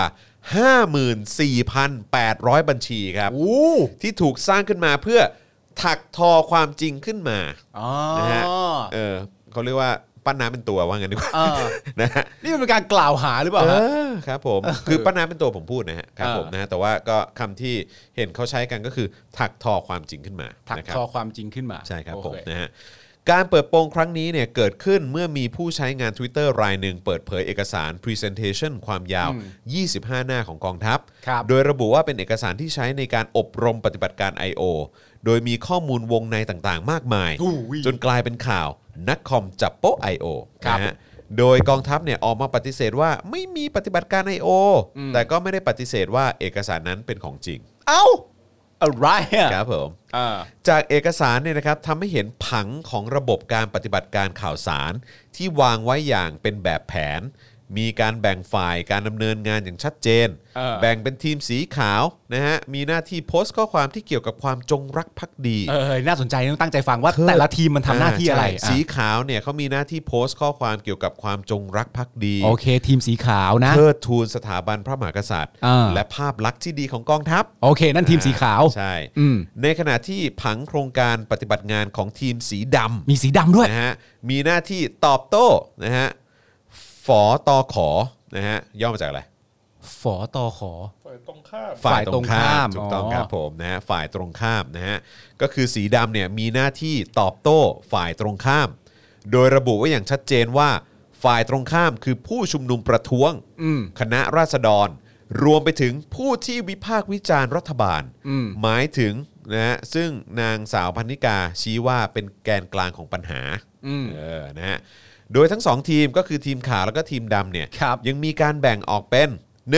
54,800 บัญชีครับที่ถูกสร้างขึ้นมาเพื่อถักทอความจริงขึ้นมานะฮะเขาเรียกว่าปั้นน้ำเป็นตัวว่างั้นดีกว่านะฮะนี่เป็นการกล่าวหาหรือเปล่าครับผมคือปั้นน้ำเป็นตัวผมพูดนะฮะครับผมนะฮะแต่ว่าก็คำที่เห็นเขาใช้กันก็คือถักทอความจริงขึ้นมาถักทอความจริงขึ้นมาใช่ครับผมนะฮะการเปิดโปงครั้งนี้เนี่ยเกิดขึ้นเมื่อมีผู้ใช้งาน Twitter รายหนึ่งเปิดเผยเอกสาร Presentation ความยาว25 หน้าของกองทัพโดยระบุว่าเป็นเอกสารที่ใช้ในการอบรมปฏิบัติการ I.O. โดยมีข้อมูลวงในต่างๆมากมายจนกลายเป็นข่าวนักคอมจับโป๊ะ I.O. นะฮะโดยกองทัพเนี่ยออกมาปฏิเสธว่าไม่มีปฏิบัติการ I.O. แต่ก็ไม่ได้ปฏิเสธว่าเอกสารนั้นเป็นของจริงอะไรครับผมจากเอกสารเนี่ยนะครับทำให้เห็นผังของระบบการปฏิบัติการข่าวสารที่วางไว้อย่างเป็นแบบแผนมีการแบ่งฝ่ายการดำเนินงานอย่างชัดเจนแบ่งเป็นทีมสีขาวนะฮะมีหน้าที่โพสต์ข้อความที่เกี่ยวกับความจงรักภักดีน่าสนใจต้องตั้งใจฟังว่าแต่ละทีมมันทำหน้าที่อะไรสีขาวเนี่ยเขามีหน้าที่โพสต์ข้อความเกี่ยวกับความจงรักภักดีโอเคทีมสีขาวนะเทิดทูนสถาบันพระมหากษัตริย์และภาพลักษณ์ที่ดีของกองทัพโอเคนั่นทีมสีขาวใช่ในขณะที่ผังโครงการปฏิบัติงานของทีมสีดำมีสีดำด้วยนะฮะมีหน้าที่ตอบโต้นะฮะฝอตอขอนะฮะย่อมาจากอะไรฝอตอขอฝ่ายตรงข้ามฝ่ายตรงข้ามถูกต้องครับผมนะฮะฝ่ายตรงข้ามนะฮะก็คือสีดำเนี่ยมีหน้าที่ตอบโต้ฝ่ายตรงข้ามโดยระบุไว้อย่างชัดเจนว่าฝ่ายตรงข้ามคือผู้ชุมนุมประท้วงคณะราษฎรรวมไปถึงผู้ที่วิพากษ์วิจารณ์รัฐบาลหมายถึงนะฮะซึ่งนางสาวพรรณิกาชี้ว่าเป็นแกนกลางของปัญหานะฮะโดยทั้ง2ทีมก็คือทีมขาวแล้วก็ทีมดำเนี่ยยังมีการแบ่งออกเป็น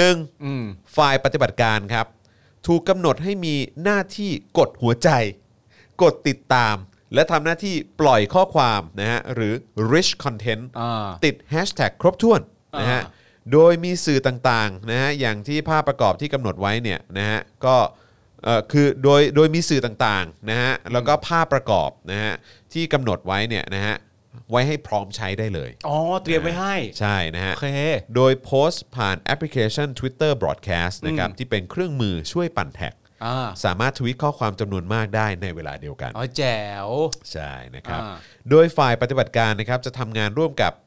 1. ฝ่ายปฏิบัติการครับถูกกำหนดให้มีหน้าที่กดหัวใจกดติดตามและทำหน้าที่ปล่อยข้อความนะฮะหรือ rich content ติด hashtag ครบถ้วนนะฮะโดยมีสื่อต่างๆนะฮะอย่างที่ภาพประกอบที่กำหนดไว้เนี่ยนะฮะก็คือโดยมีสื่อต่างๆนะฮะแล้วก็ภาพประกอบนะฮะที่กำหนดไว้เนี่ยนะฮะไว้ให้พร้อมใช้ได้เลยเตรียมไว้ให้ใช่นะฮะโดยโพสต์ผ่านแอปพลิเคชัน Twitter Broadcast นะครับที่เป็นเครื่องมือช่วยปั่นแท็กสามารถทวีตข้อความจำนวนมากได้ในเวลาเดียวกันแจ๋วใช่นะครับโดยฝ่ายปฏิบัติการนะครับจะทำงานร่วมกับ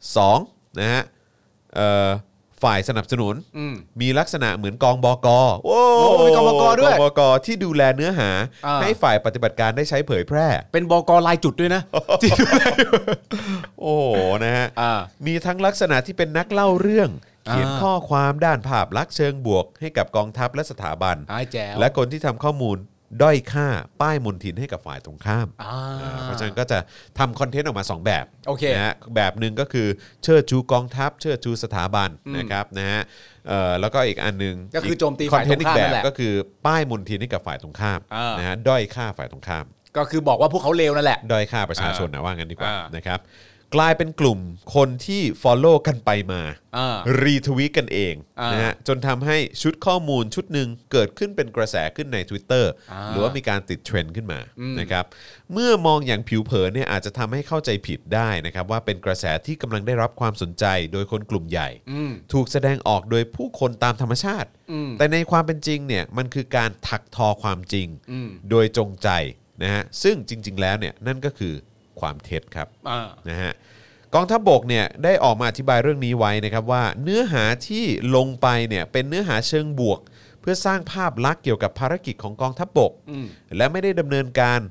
2นะฮะฝ่ายสนับสนุนมีลักษณะเหมือนกองบก. มีกองบก.ด้วยกองบก.ที่ดูแลเนื้อหาให้ฝ่ายปฏิบัติการได้ใช้เผยแพร่เป็นบก.ลายจุดด้วยนะโอ้โหนะฮะมีทั้งลักษณะที่เป็นนักเล่าเรื่องเขียนข้อความด้านภาพลักษณ์เชิงบวกให้กับกองทัพและสถาบันและคนที่ทำข้อมูลด้อยค่าป้ายมนทินให้กับฝ่ายตรงข้ามเพราะฉะนั้นก็จะทำคอนเทนต์ออกมา2แบบนะฮะแบบหนึ่งก็คือเชิดชูกองทัพเชิดชูสถาบันนะครับนะฮะแล้วก็อีกอันนึงก็คือโจมตีฝ่ายตรงข้ามนั่นแหละก็คือป้ายมนทินให้กับฝ่ายตรงข้ามนะฮะด้อยค่าฝ่ายตรงข้ามก็คือบอกว่าพวกเขาเลวนั่นแหละด้อยค่าประชาชนนะว่างั้นดีกว่านะครับกลายเป็นกลุ่มคนที่ follow กันไปมารีทวีตกันเองนะฮะจนทำให้ชุดข้อมูลชุดหนึ่งเกิดขึ้นเป็นกระแสขึ้นใน Twitter หรือว่ามีการติดเทรนด์ขึ้นมานะครับเมื่อมองอย่างผิวเผินเนี่ยอาจจะทำให้เข้าใจผิดได้นะครับว่าเป็นกระแสที่กำลังได้รับความสนใจโดยคนกลุ่มใหญ่ถูกแสดงออกโดยผู้คนตามธรรมชาติแต่ในความเป็นจริงเนี่ยมันคือการถักทอความจริงโดยจงใจนะฮะซึ่งจริงๆแล้วเนี่ยนั่นก็คือความเท็จครับนะฮะกองทัพบกเนี่ยได้ออกมาอธิบายเรื่องนี้ไว้นะครับว่าเนื้อหาที่ลงไปเนี่ยเป็นเนื้อหาเชิงบวกเพื่อสร้างภาพลักษณ์เกี่ยวกับภารกิจของกองทัพบกและไม่ได้ดำเนิน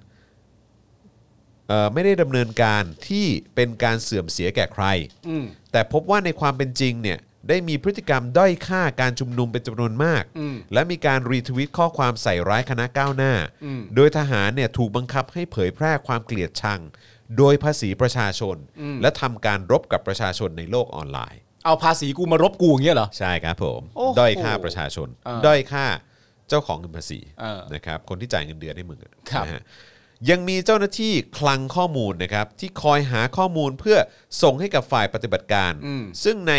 การที่เป็นการเสื่อมเสียแก่ใครแต่พบว่าในความเป็นจริงเนี่ยได้มีพฤติกรรมด้อยค่าการชุมนุมเป็นจำนวนมากและมีการรีทวีตข้อความใส่ร้ายคณะก้าวหน้าโดยทหารเนี่ยถูกบังคับให้เผยแพร่ความเกลียดชังโดยภาษีประชาชนและทำการรบกับประชาชนในโลกออนไลน์เอาภาษีกูมารบกูอย่างเงี้ยเหรอใช่ครับผมด้อยค่าประชาชนด้อยค่าเจ้าของเงินภาษีนะครับคนที่จ่ายเงินเดือนให้มึงนะฮะยังมีเจ้าหน้าที่คลังข้อมูลนะครับที่คอยหาข้อมูลเพื่อส่งให้กับฝ่ายปฏิบัติการซึ่งใน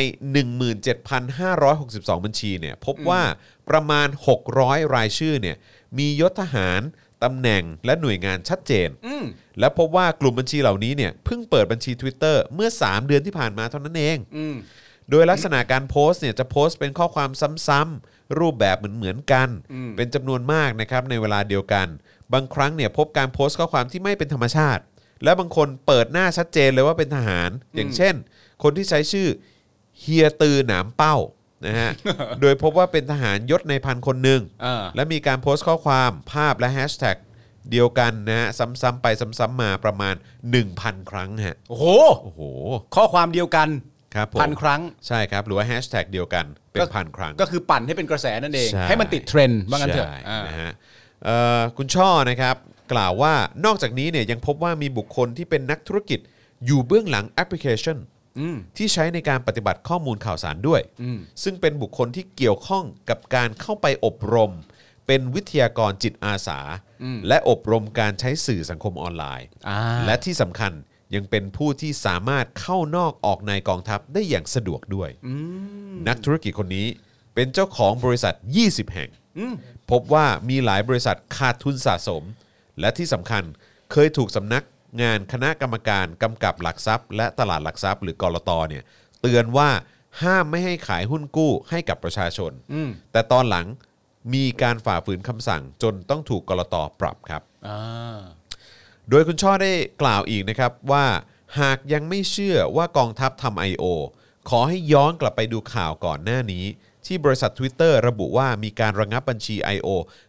17,562 บัญชีเนี่ยพบว่าประมาณ600รายชื่อเนี่ยมียศทหารตำแหน่งและหน่วยงานชัดเจนและพบว่ากลุ่มบัญชีเหล่านี้เนี่ยเพิ่งเปิดบัญชี Twitter เมื่อ3เดือนที่ผ่านมาเท่านั้นเองโดยลักษณะการโพสต์เนี่ยจะโพสต์เป็นข้อความซ้ำๆรูปแบบเหมือนกันเป็นจำนวนมากนะครับในเวลาเดียวกันบางครั้งเนี่ยพบการโพสต์ข้อความที่ไม่เป็นธรรมชาติและบางคนเปิดหน้าชัดเจนเลยว่าเป็นทหารอย่างเช่นคนที่ใช้ชื่อเฮียตือหนามเป้านะฮะ โดยพบว่าเป็นทหารยศในพันคนหนึ่งและมีการโพสต์ข้อความภาพและแฮชแท็กเดียวกันนะฮะซ้ำๆไปซ้ำๆมาประมาณ 1,000 ครั้งฮะโอ้โหข้อความเดียวกันพันครั้งใช่ครับหรือว่าแฮชแท็กเดียวกันเป็นพันครั้งก็คือปั่นให้เป็นกระแสนั่นเองให้มันติดเทรนด์ว่างั้นเถอะนะฮะคุณช่อนะครับกล่าวว่านอกจากนี้เนี่ยยังพบว่ามีบุคคลที่เป็นนักธุรกิจอยู่เบื้องหลังแอปพลิเคชันที่ใช้ในการปฏิบัติข้อมูลข่าวสารด้วยซึ่งเป็นบุคคลที่เกี่ยวข้องกับการเข้าไปอบรมเป็นวิทยากรจิตอาสาและอบรมการใช้สื่อสังคมออนไลน์และที่สำคัญยังเป็นผู้ที่สามารถเข้านอกออกในกองทัพได้อย่างสะดวกด้วยนักธุรกิจคนนี้เป็นเจ้าของบริษัท20แห่งพบว่ามีหลายบริษัทขาดทุนสะสมและที่สำคัญเคยถูกสำนักงานคณะกรรมการกำกับหลักทรัพย์และตลาดหลักทรัพย์หรือกลต.เนี่ยเตือนว่าห้ามไม่ให้ขายหุ้นกู้ให้กับประชาชนแต่ตอนหลังมีการฝ่าฝืนคำสั่งจนต้องถูกกลต.ปรับครับโดยคุณช่อได้กล่าวอีกนะครับว่าหากยังไม่เชื่อว่ากองทัพทำ I.O. ขอให้ย้อนกลับไปดูข่าวก่อนหน้านี้ที่บริษัท Twitter ระบุว่ามีการระงับบัญชี I.O.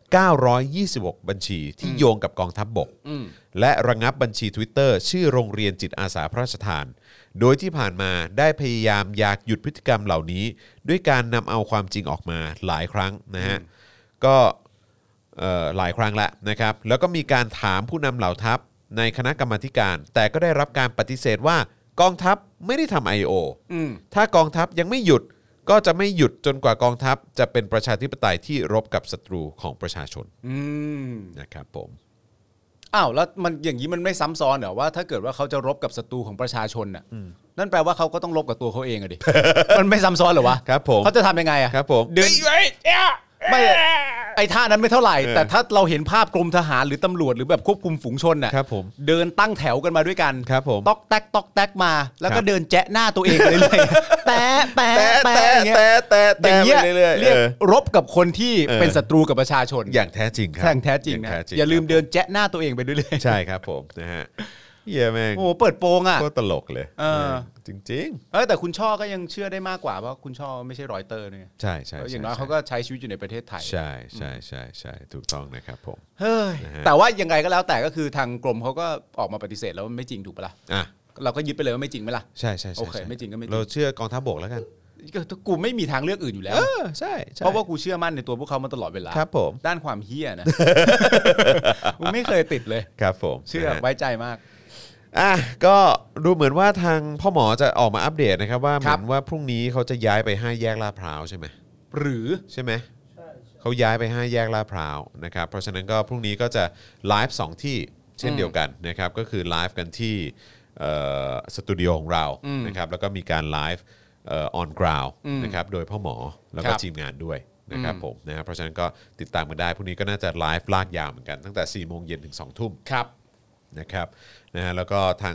926 บัญชีที่โยงกับกองทัพบกและระงับบัญชี Twitter ชื่อโรงเรียนจิตอาสาพระราชทานโดยที่ผ่านมาได้พยายามอยากหยุดพฤติกรรมเหล่านี้ด้วยการนำเอาความจริงออกมาหลายครั้งนะฮะก็หลายครั้งแล้วนะครับแล้วก็มีการถามผู้นำเหล่าทัพในคณะกรรมาธิการแต่ก็ได้รับการปฏิเสธว่ากองทัพไม่ได้ทำ I.O. ถ้ากองทัพยังไม่หยุดก็จะไม่หยุดจนกว่ากองทัพจะเป็นประชาธิปไตยที่รบกับศัตรูของประชาชนนะครับผมอ้าวแล้วมันอย่างนี้มันไม่ซ้ำซ้อนเหรอว่าถ้าเกิดว่าเขาจะรบกับศัตรูของประชาชนน่ะนั่นแปลว่าเขาก็ต้องรบกับตัวเขาเองอะดิ มันไม่ซ้ำซ้อนเหรอวะครับผมเขาจะทำยังไงอะครับผมเดินไม่ไอ้ท่านั้นไม่เท่าไหร่แต่ถ้าเราเห็นภาพกรมทหารหรือตำรวจหรือแบบควบคุมฝูงชนน่ะเดินตั้งแถวกันมาด้วยกันต๊อกแต๊กต๊อกแต๊กมาแล้วก็เดินแจ๊ะหน้าตัวเองเลยเลยแปะอย่างเงี้ยอย่างเงี้ยเรียกรบกับคนที่เป็นศัตรูกับประชาชนอย่างแท้จริงครับแท้จริงนะอย่าลืมเดินแจ๊ะหน้าตัวเองไปด้วยเลยใช่ครับผมนะฮะเหี้ยแม่งโอ้เปิดโปงอ่ะก็ตลกเลยจริงๆแต่คุณช่อก็ยังเชื่อได้มากกว่าเพราะคุณช่อไม่ใช่รอยเตอร์เนี่ยใช่ใช่อย่างน้อยเขาก็ใช้ชีวิตอยู่ในประเทศไทยใช่ใช่ใช่ใช่ถูกต้องนะครับผมเฮ้ยแต่ว่ายังไงก็แล้วแต่ก็คือทางกรมเขาก็ออกมาปฏิเสธแล้วไม่จริงถูกปะล่ะเราก็ยึดไปเลยว่าไม่จริงไหมล่ะใช่ใช่โอเคไม่จริงก็ไม่เราเชื่อกองทัพบกแล้วกันกูไม่มีทางเลือกอื่นอยู่แล้วใช่เพราะว่ากูเชื่อมั่นในตัวพวกเขามาตลอดเวลาครับผมด้านความเหี้ยนะกูไม่เคยติดเลยครับผมเชื่อไว้ใจมากก็ดูเหมือนว่าทางพ่อหมอจะออกมาอัปเดตนะครับว่าเหมือนว่าพรุ่งนี้เขาจะย้ายไป5แยกลาดพร้าวใช่ไหมหรือใช่ไหมเขาย้ายไป5แยกลาดพร้าวนะครับเพราะฉะนั้นก็พรุ่งนี้ก็จะไลฟ์2ที่เช่นเดียวกันนะครับก็คือไลฟ์กันที่สตูดิโอของเรานะครับแล้วก็มีการไลฟ์on ground นะครับโดยพ่อหมอแล้วก็ทีมงานด้วยนะครับผมนะครับเพราะฉะนั้นก็ติดตามกันได้พรุ่งนี้ก็น่าจะไลฟ์ลากยาวเหมือนกันตั้งแต่ 4:00 นถึง 20:00 นครับนะครับนะฮะแล้วก็ทาง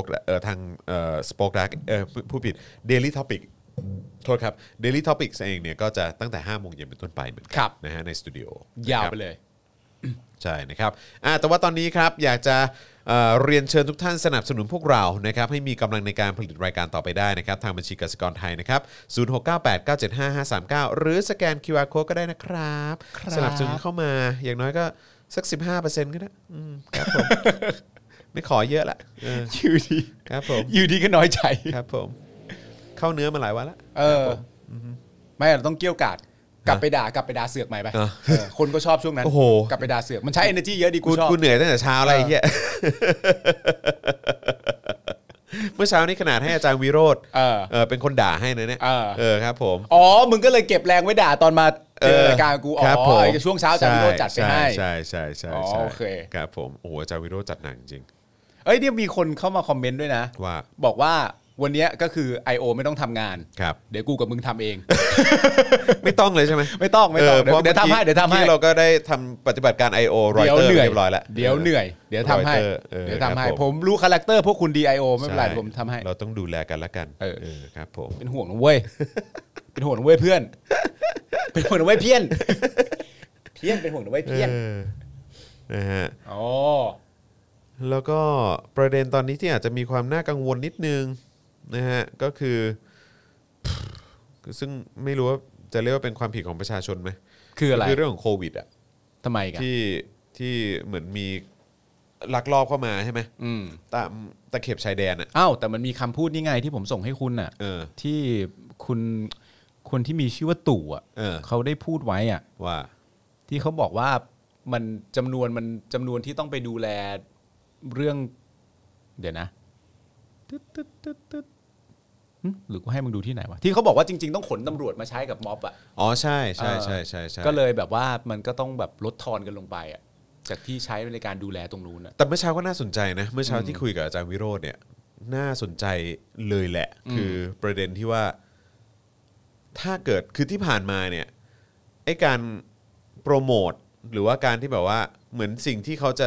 Spoke Dark ผู้ผิด Daily Topic โทษครับ Daily Topics เองเนี่ยก็จะตั้งแต่ 5:00 นเป็นต้นไปเหมือนกันนะฮะในสตูดิโอยาวไปเลยใช่นะครับแต่ว่าตอนนี้ครับอยากจะเรียนเชิญทุกท่านสนับสนุนพวกเรานะครับให้มีกำลังในการผลิตรายการต่อไปได้นะครับทางบัญชีกสิกรไทยนะครับ0698975539หรือสแกน QR Code ก็ได้นะครับสนับสนุนเข้ามาอย่างน้อยก็สัก 15% ก็ได้ครับผมไม่ขอเยอะละอยู่ดีครับผมอยู่ดีก็น้อยใจครับผมเข้าเนื้อมาหลายวันแล้วไม่ต้องเกี่ยวกาดกลับไปด่าเสือกใหม่ไปคนก็ชอบช่วงนั้นกลับไปด่าเสือกมันใช้ energy เยอะดีกูชอบกูเหนื่อยตั้งแต่เช้าอะไรเงี้ยมื่อเช้านี้ขนาดให้อาจารย์วิโรจน์เป็นคนด่าให้นะเนี่ยครับผมอ๋อมึงก็เลยเก็บแรงไว้ด่าตอนมาเจอรายการกูอ๋อช่วงเช้าอาจารย์วิโรจน์จัดไปให้ใช่โอเคครับผมโอ้โหอาจารย์วิโรจน์จัดหนักจริงเนี่ยมีคนเข้ามาคอมเมนต์ด้วยนะว่าบอกว่าวันนี้ก็คือ I.O. ไม่ต้องทำงานเดี๋ยวกูกับมึงทำเองไม่ต้องเลยใช่ไหมไม่ต้องเดี๋ยวทำให้ที่เราก็ได้ทำปฏิบัติการ I.O. รอยเตอร์เรียบร้อยแล้วเดี๋ยวเหนื่อยเดี๋ยวทำให้ผมรู้คาแรคเตอร์พวกคุณ D.I.O. ไม่เป็นไรผมทำให้เราต้องดูแลกันละกันครับผมเป็นห่วงนะเว้ยเป็นห่วงนะเว้ยเพื่อนเป็นห่วงนะเว้ยเพี้ยนเป็นห่วงนะเว้ยเพี้ยนนะฮะอ๋อแล้วก็ประเด็นตอนนี้ที่อาจจะมีความน่ากังวลนิดนึงนะฮะก็คือซึ่งไม่รู้ว่าจะเรียกว่าเป็นความผิดของประชาชนไหมคืออะไรคือเรื่องของโควิดอ่ะทำไมกันที่เหมือนมีลักลอบเข้ามาใช่ไหมตามตะเข็บชายแดนอ่ะอ้าวแต่มันมีคำพูดนี่ไงที่ผมส่งให้คุณอ่ะที่คนที่มีชื่อว่าตู่อ่ะเขาได้พูดไว้อ่ะว่าที่เขาบอกว่ามันจำนวนที่ต้องไปดูแลเรื่องเดี๋ยวนะหรือกูให้มึงดูที่ไหนวะที่เขาบอกว่าจริงๆต้องขนตำรวจมาใช้กับม็อบอ่ะอ๋อใช่ก็เลยแบบว่ามันก็ต้องแบบลดทอนกันลงไปอ่ะจากที่ใช้ในการดูแลตรงนู้นอ่ะแต่เมื่อเช้าก็น่าสนใจนะเมื่อเช้าที่คุยกับอาจารย์วิโรจน์เนี่ยน่าสนใจเลยแหละคือประเด็นที่ว่าถ้าเกิดคือที่ผ่านมาเนี่ยไอ้การโปรโมทหรือว่าการที่แบบว่าเหมือนสิ่งที่เขาจะ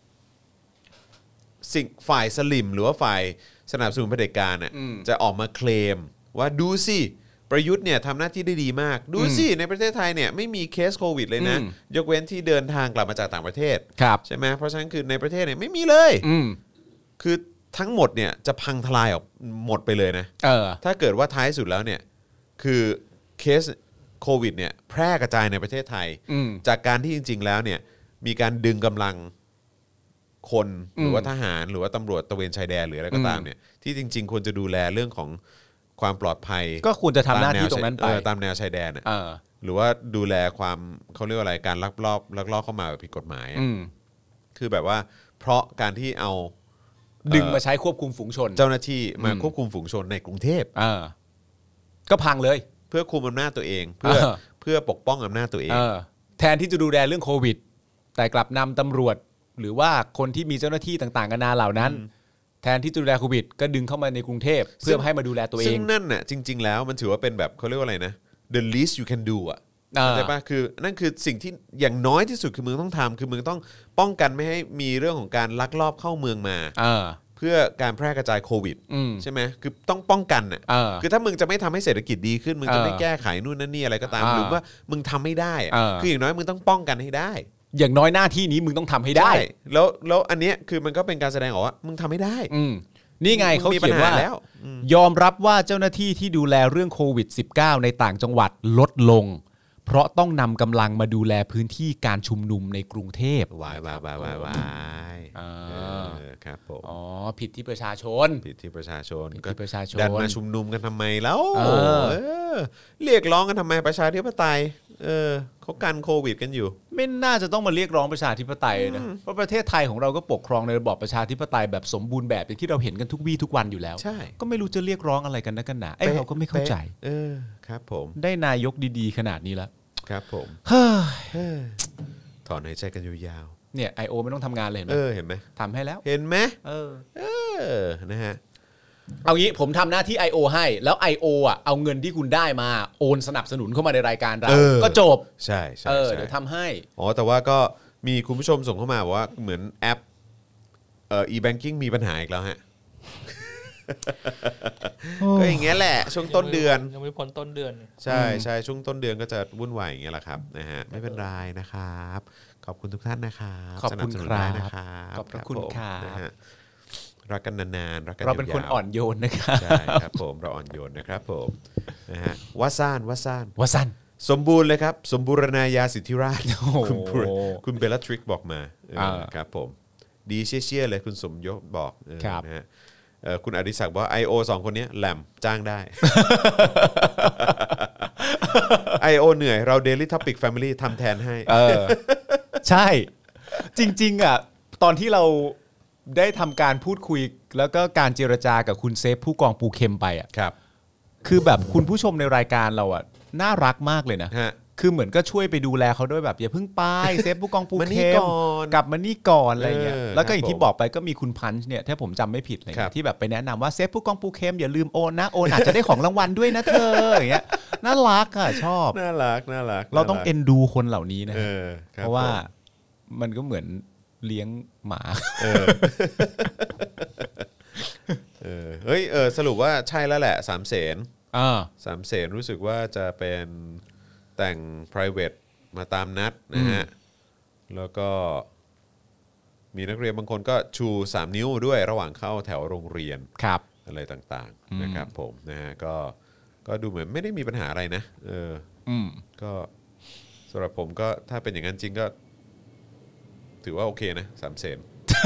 ฝ่ายสลิมหรือว่าฝ่ายสนับสนุนเผด็จการน่ะจะออกมาเคลมว่าดูสิประยุทธ์เนี่ยทำหน้าที่ได้ดีมากดูสิในประเทศไทยเนี่ยไม่มีเคสโควิดเลยนะยกเว้นที่เดินทางกลับมาจากต่างประเทศใช่ไหมเพราะฉะนั้นคือในประเทศเนี่ยไม่มีเลยคือทั้งหมดเนี่ยจะพังทลายออกหมดไปเลยนะถ้าเกิดว่าท้ายสุดแล้วเนี่ยคือเคสโควิดเนี่ยแพร่กระจายในประเทศไทยจากการที่จริงๆแล้วเนี่ยมีการดึงกำลังคนหรือว่าทหารหรือว่าตำรวจตระเวนชายแดนหรืออะไรก็ตามเนี่ยที่จริงๆควรจะดูแลเรื่องของความปลอดภัยก็ควรจะทำหน้าที่ตรงนั้นไปตามแนวชายแดนหรือว่าดูแลความเขาเรียกว่าอะไรการลักลอบเข้ามาแบบผิดกฎหมายคือแบบว่าเพราะการที่เอาดึงมาใช้ควบคุมฝูงชนเจ้าหน้าที่มาควบคุมฝูงชนในกรุงเทพก็พังเลยเพื่อคุมอำนาจตัวเองเพื่อปกป้องอำนาจตัวเองแทนที่จะดูแลเรื่องโควิดแต่กลับนำตำรวจหรือว่าคนที่มีเจ้าหน้าที่ต่างๆกันานาเหล่านั้นแทนที่จะดูแลโควิดก็ดึงเข้ามาในกรุงเทพเพื่อให้มาดูแลตัวเองซึ่งนั่นน่ะจริงๆแล้วมันถือว่าเป็นแบบเขาเรียกว่าอะไรนะ the least you can do อ่ะเข้าใจป่ะคือนั่นคือสิ่งที่อย่างน้อยที่สุดคือมึงต้องทำคือมึงต้องป้องกันไม่ให้มีเรื่องของการลักลอบเข้าเมืองมาเพื่อการแพร่กระจายโควิดใช่ไหมคือต้องป้องกันอ่ะคือถ้ามึงจะไม่ทำให้เศรษฐกิจดีขึ้นมึงจะไม่แก้ไขนู่นนั่นนี่อะไรก็ตามหรือว่ามึงทำไม่ได้คืออย่างน้อยมึงต้องป้องกันให้ได้อย่างน้อยหน้าที่นี้มึงต้องทำให้ได้แล้วอันเนี้ยคือมันก็เป็นการแสดงออกว่ามึงทำไม่ได้นี่ไงเขาเขียนว่ายอมรับว่าเจ้าหน้าที่ที่ดูแลเรื่องโควิด -19 ในต่างจังหวัดลดลงเพราะต้องนำกำลังมาดูแลพื้นที่การชุมนุมในกรุงเทพวายครับผมผิดที่ประชาชนดันมาชุมนุมกันทำไมแล้วเรียกร้องกันทำไมประชาธิปไตยเขากันโควิดกันอยู่ไม่น่าจะต้องมาเรียกร้องประชาธิปไตยนะเพราะประเทศไทยของเราก็ปกครองในระบอบประชาธิปไตยแบบสมบูรณ์แบบอย่างที่เราเห็นกันทุกวี่ทุกวันอยู่แล้วก็ไม่รู้จะเรียกร้องอะไรกันนักกันหนาเราก็ไม่เข้าใจครับผมได้นายกดีๆขนาดนี้แล้วครับผมถอนหายใจกันยาวๆเนี่ย I.O. ไม่ต้องทำงานเลยเห็นไหมทำให้แล้วเห็นไหมนะฮะเอางี้ผมทำหน้าที่ I.O. ให้แล้ว I.O. อ่ะเอาเงินที่คุณได้มาโอนสนับสนุนเข้ามาในรายการเราก็จบใช่เดี๋ยวทำให้แต่ว่าก็มีคุณผู้ชมส่งเข้ามาบอกว่าเหมือนแอปe-banking มีปัญหาอีกแล้วฮะก็อย่างเงี้ยแหละช่วงต้นเดือนยังไม่พ้นต้นเดือนใช่ช่วงต้นเดือนก็จะวุ่นวายอย่างเงี้ยแหละครับนะฮะไม่เป็นไรนะครับขอบคุณทุกท่านนะครับขอบคุณครับขอบคุณครับรักกันนานๆรักกันเราเป็นคนอ่อนโยนนะครับใช่ครับผมเราอ่อนโยนนะครับผมนะฮะว่าซ่านสมบูรณ์เลยครับสมบูรณาญาสิทธิราชคุณเบลล่าทริกบอกมาครับผมดีเชี่ยเลยคุณสมยศบอกนะฮะคุณอดิศักดิ์บอกว่า I.O. 2 คนนี้แหลมจ้างได้ I.O. เหนื่อยเรา Daily Topic Family ทำแทนให้ใช่จริงๆอ่ะตอนที่เราได้ทำการพูดคุยแล้วก็การเจรจากับคุณเซฟผู้กองปูเข็มไปอ่ะครับคือแบบคุณผู้ชมในรายการเราอ่ะน่ารักมากเลยนะคือเหมือนก็ช่วยไปดูแลเขาด้วยแบบอย่าเพิ่งไปเซฟผู้กองปูเข็มกลับมานี่ก่อนอะไรเงี้ยแล้วก็อย่างที่บอกไปก็มีคุณพันช์เนี่ยถ้าผมจำไม่ผิดอะไรเงี้ยที่แบบไปแนะนำว่าเซฟผู้กองปูเข็มอย่าลืมโอนนะโอนอาจจะได้ของรางวัลด้วยนะเธออย่างเงี้ยน่ารักอ่ะชอบน่ารักเราต้องเอ็นดูคนเหล่านี้นะเพราะว่ามันก็เหมือนเลี้ยงหมาเฮ้ยสรุปว่าใช่แล้วแหละ300,000รู้สึกว่าจะเป็นแต่ง private มาตามนัดนะฮะแล้วก็มีนักเรียนบางคนก็ชู3นิ้วด้วยระหว่างเข้าแถวโรงเรียนอะไรต่างๆนะครับผมนะฮะก็ดูเหมือนไม่ได้มีปัญหาอะไรนะก็สำหรับผมก็ถ้าเป็นอย่างนั้นจริงก็ถือว่าโอเคนะ300,000